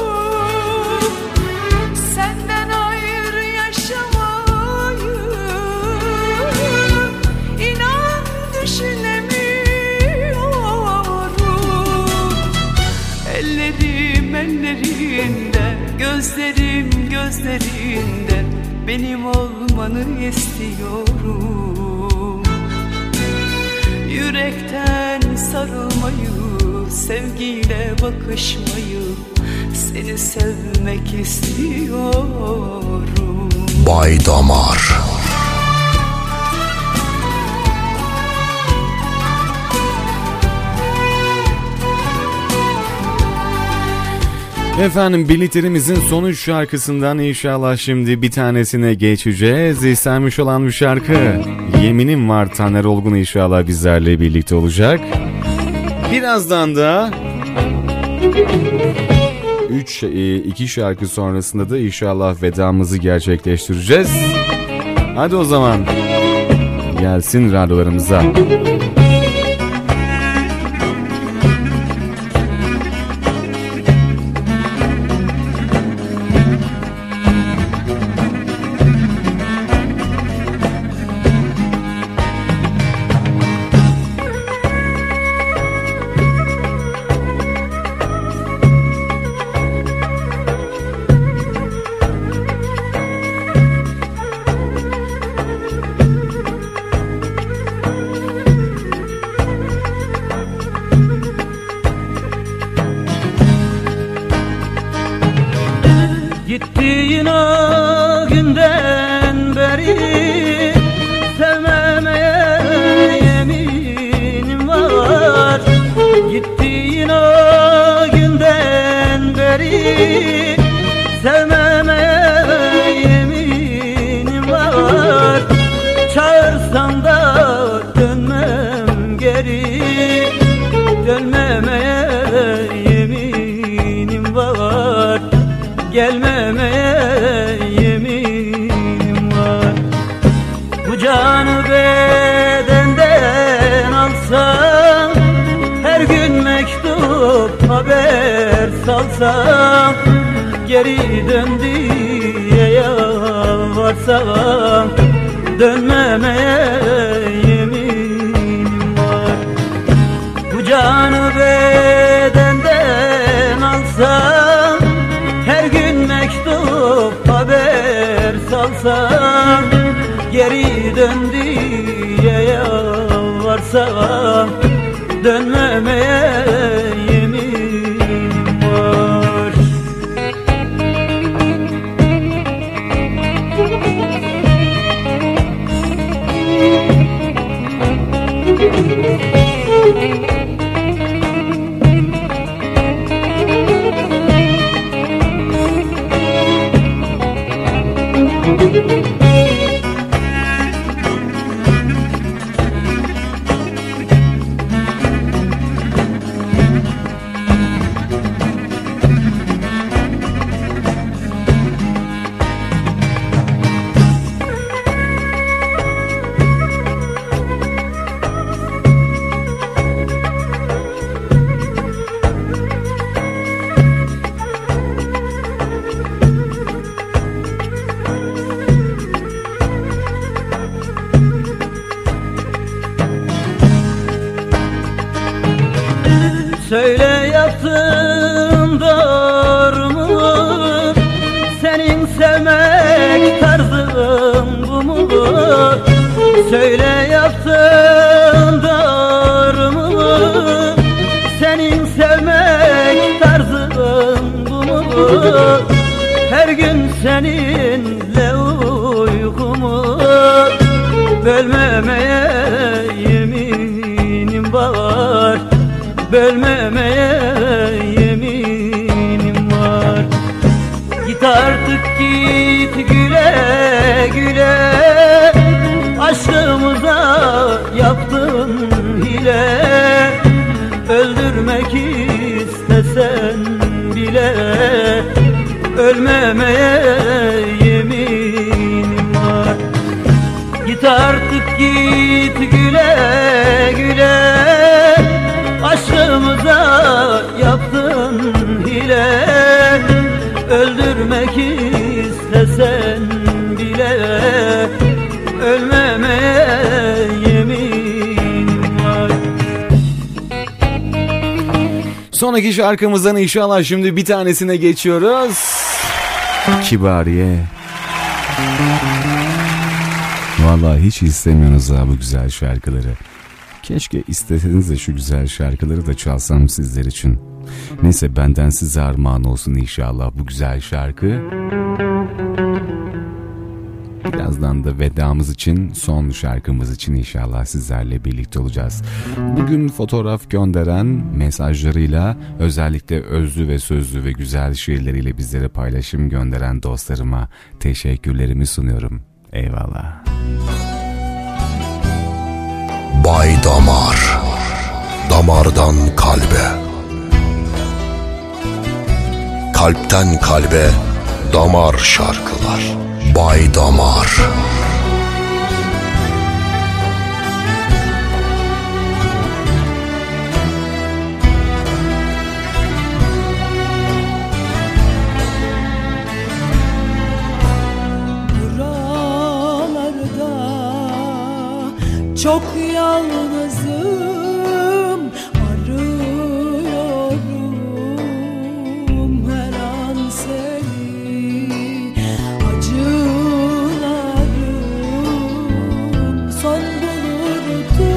Senden ayrı yaşamayı inan düşünemiyorum. Ellerim ellerinde, gözlerim gözlerinde benim olmanı istiyorum. Yürekten sarılmayı, sevgiyle bakışmayı, seni sevmek istiyorum. Bay Damar. Efendim birliklerimizin son üç şarkısından inşallah şimdi bir tanesine geçeceğiz. İstenmiş olan bir şarkı Yeminim Var, Taner Olgun inşallah bizlerle birlikte olacak. Birazdan da üç iki şarkı sonrasında da inşallah vedamızı gerçekleştireceğiz. Hadi o zaman gelsin radyolarımıza. Gittiğin o günden beri sevmemeye yeminim var. Gittiğin o günden beri sevmemeye yeminim var. Çağırsan da dönmem geri, dönmemeye yeminim var. Gelmemeye yeminim var. Bu canı bedenden alsam, her gün mektup haber salsam, geri dön diye yalvarsam, dönmemeye yeminim var. Bu canı bedenden alsam, her gün mektup haber salsam, geri dön diye yalvarsam, dönmemeye yeminim var. Söyle yaptığın doğru mu? Senin sevmek tarzın bu mu? Söyle yaptığın doğru mu? Senin sevmek tarzın bu mu? Her gün seninle uykumu bölmemeye yeminim var. Bölmemeye yeminim var. Git artık git güle güle aşkımıza yaptın hile. Öldürmek istesen bile ölmemeye yeminim var. Git artık git güle güle aşkımıza yaptın hile. Öldürmek istesen bile ölmemeye yeminim var. Sonraki şarkımızdan inşallah şimdi bir tanesine geçiyoruz. Kibariye. Vallahi hiç istemiyorsunuz ha bu güzel şarkıları. Keşke isteseniz de şu güzel şarkıları da çalsam sizler için. Neyse, benden size armağan olsun inşallah bu güzel şarkı. Birazdan da vedamız için, son şarkımız için inşallah sizlerle birlikte olacağız. Bugün fotoğraf gönderen, mesajlarıyla, özellikle özlü ve sözlü ve güzel şiirleriyle bizlere paylaşım gönderen dostlarıma teşekkürlerimi sunuyorum. Eyvallah. Bay Damar, damardan kalbe, kalpten kalbe damar şarkılar. Bay Damar. Buralarda çok yalnızım, arıyorum her an seni. Acılarım son bulurdu,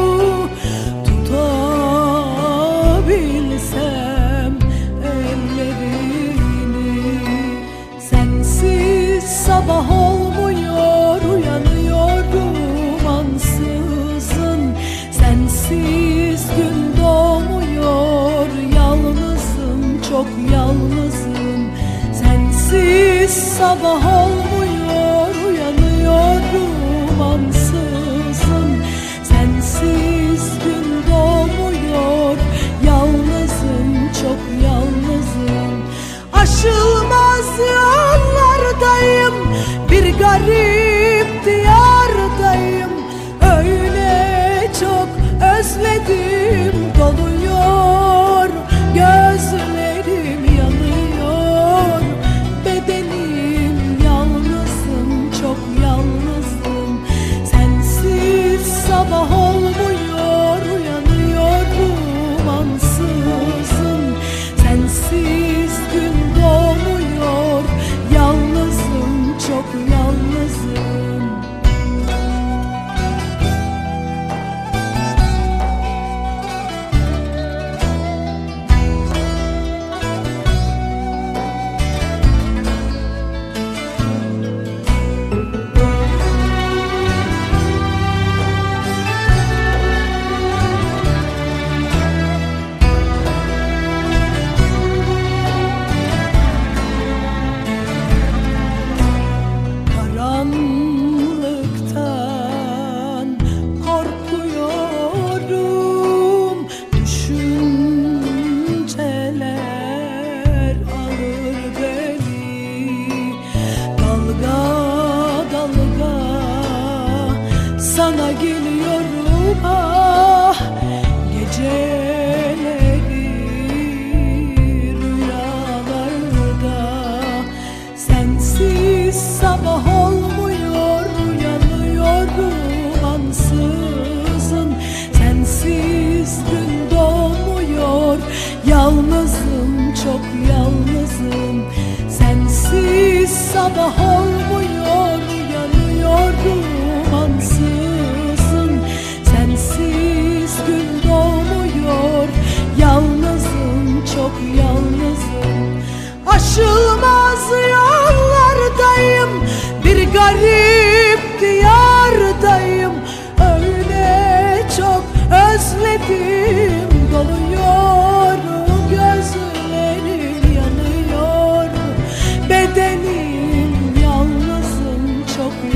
tutabilsem ellerini. Sensiz sabah olmuyor, uyanıyorum ansızın. Sensiz gün doğmuyor, yalnızım, çok yalnızım. Sensiz sabah olmuyor, uyanıyorum ansızın. Sensiz gün doğmuyor, yalnızım, çok yalnızım. Aşılmaz yollardayım, bir garip diyardayım. Öyle çok özledim, doluyor gözlerim, yanıyor bedenim. Yalnızım, çok yalnızım. Sensiz sabah olmuyor, uyanıyorum ansızın. Sensiz gün doğmuyor, yalnızım, çok yalnızım. Karanlıktan korkuyorum, düşünceler alır beni. Dalga dalga sana geliyorum, ah geceleri rüyalarda. Sensiz sabah olmuyor, uyanıyorum ansızın. Sensiz gün doğmuyor, yalnızım, çok yalnızım. Sensiz sabah olmuyor, uyanıyorum ansızın. Sensiz gün doğmuyor, yalnızım, çok yalnızım. Aşılmaz yollardayım, bir garip diyardayım. Öyle çok özledim, doluyor gözlerim, yanıyor bedenim. Yalnızım, çok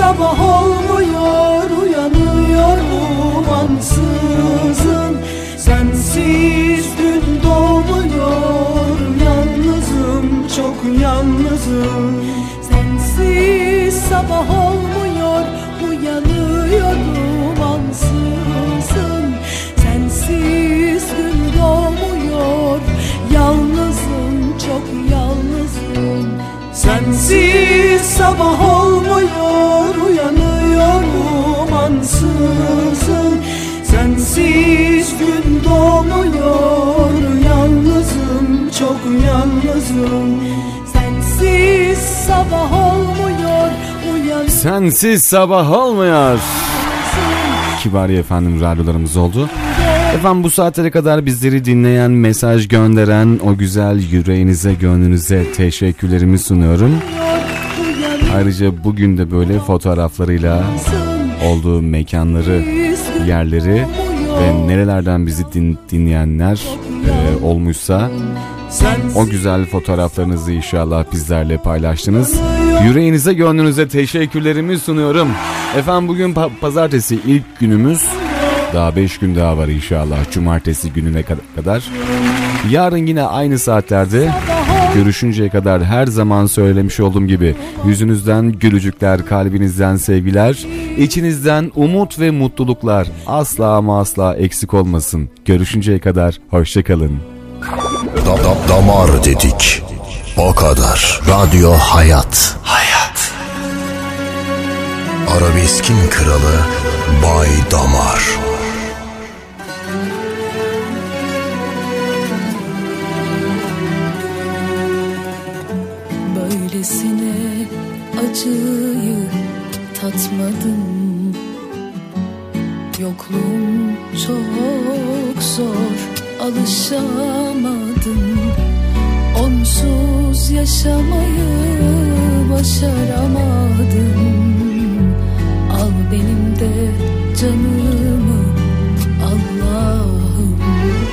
sabah olmuyor, uyanıyorum ansızın. Sensiz gün doğmuyor, yalnızım, çok yalnızım. Sensiz sabah olmuyor, uyanıyorum ansızın. Sensiz gün doğmuyor, yalnızım, çok yalnızım. Sensiz sabah olmuyor, uyanıyorum ansızın. Sensiz gün doğmuyor, yalnızım, çok yalnızım. Sensiz sabah olmuyor, uyan. Sensiz sabah olmuyor. Kibariye efendim radyolarımız oldu. Efendim bu saatlere kadar bizleri dinleyen, mesaj gönderen o güzel yüreğinize, gönlünüze teşekkürlerimi sunuyorum. Ayrıca bugün de böyle fotoğraflarıyla olduğu mekanları, yerleri ve nerelerden bizi din, dinleyenler e, olmuşsa o güzel fotoğraflarınızı inşallah bizlerle paylaştınız. Yüreğinize, gönlünüze teşekkürlerimi sunuyorum. Efendim bugün pa- pazartesi ilk günümüz. Daha beş gün daha var inşallah cumartesi gününe kadar. Yarın yine aynı saatlerde görüşünceye kadar her zaman söylemiş olduğum gibi yüzünüzden gülücükler, kalbinizden sevgiler, içinizden umut ve mutluluklar asla ama asla eksik olmasın. Görüşünceye kadar hoşçakalın. Da, da, damar dedik. O kadar. Radyo hayat. Hayat. Arabeskin kralı Bay Damar. Böylesine acıyı tatmadım. Yokluğum çok zor, alışamadım. Onsuz yaşamayı başaramadım. Al benim de canımı Allah'ım.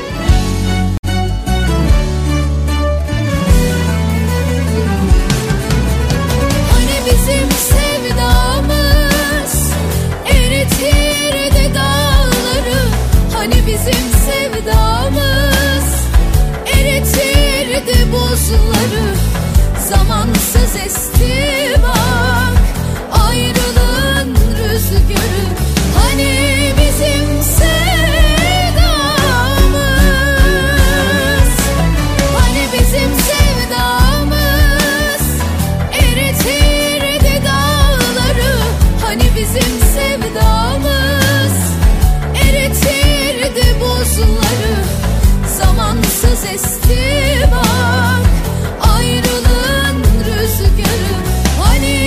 Hani bizim sevdamız eritirdi dağları. Hani bizim sevdamız eritirdi buzları. Zamansız esti bak ayrılığın rüzgarı. Hani bizim sevdamız, hani bizim sevdamız eritirdi dağları. Hani bizim sevdamız eritirdi buzları. Zamansız esti bak ayrılığın rüzgarı. Hani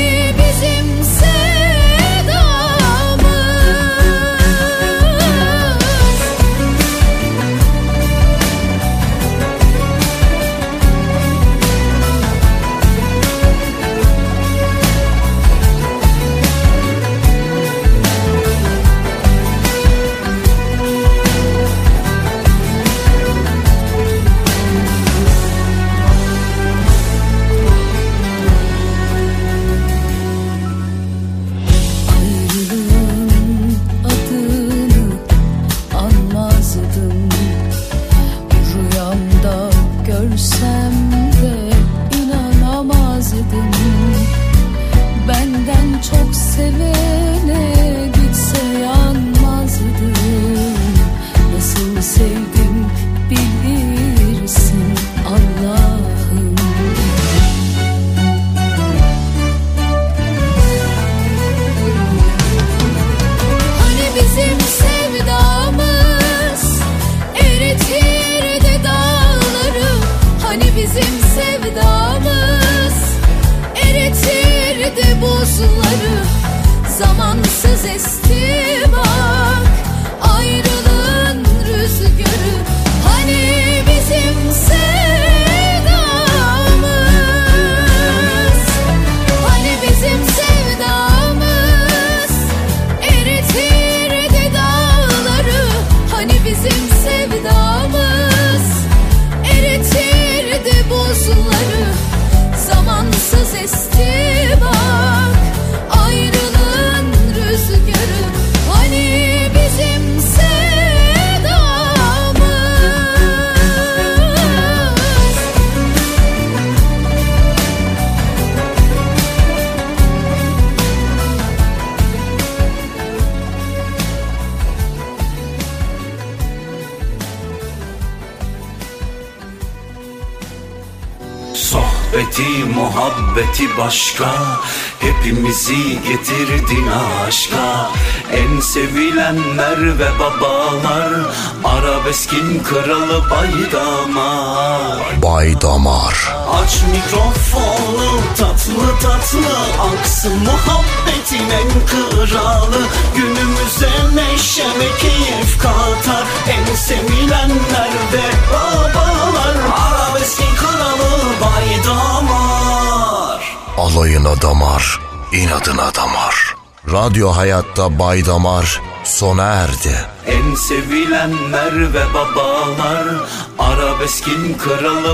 sohbeti muhabbeti başka, hepimizi getirdin aşka. En sevilenler ve babalar, arabeskin kralı Baydamar. Baydamar. Aç mikrofonu, tatlı tatlı aksın muhabbetin en kralı. Günümüze neşe ve keyif katar en sevilenler ve babalar. Arabeskin kralı Baydamar. Alayına damar, inadına damar. Radyo Hayat'ta Baydamar sona erdi. En sevilenler ve babalar, arabeskin kralı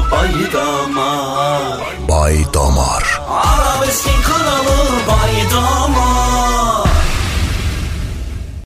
Baydamar. Baydamar. Arabeskin kralı Baydamar.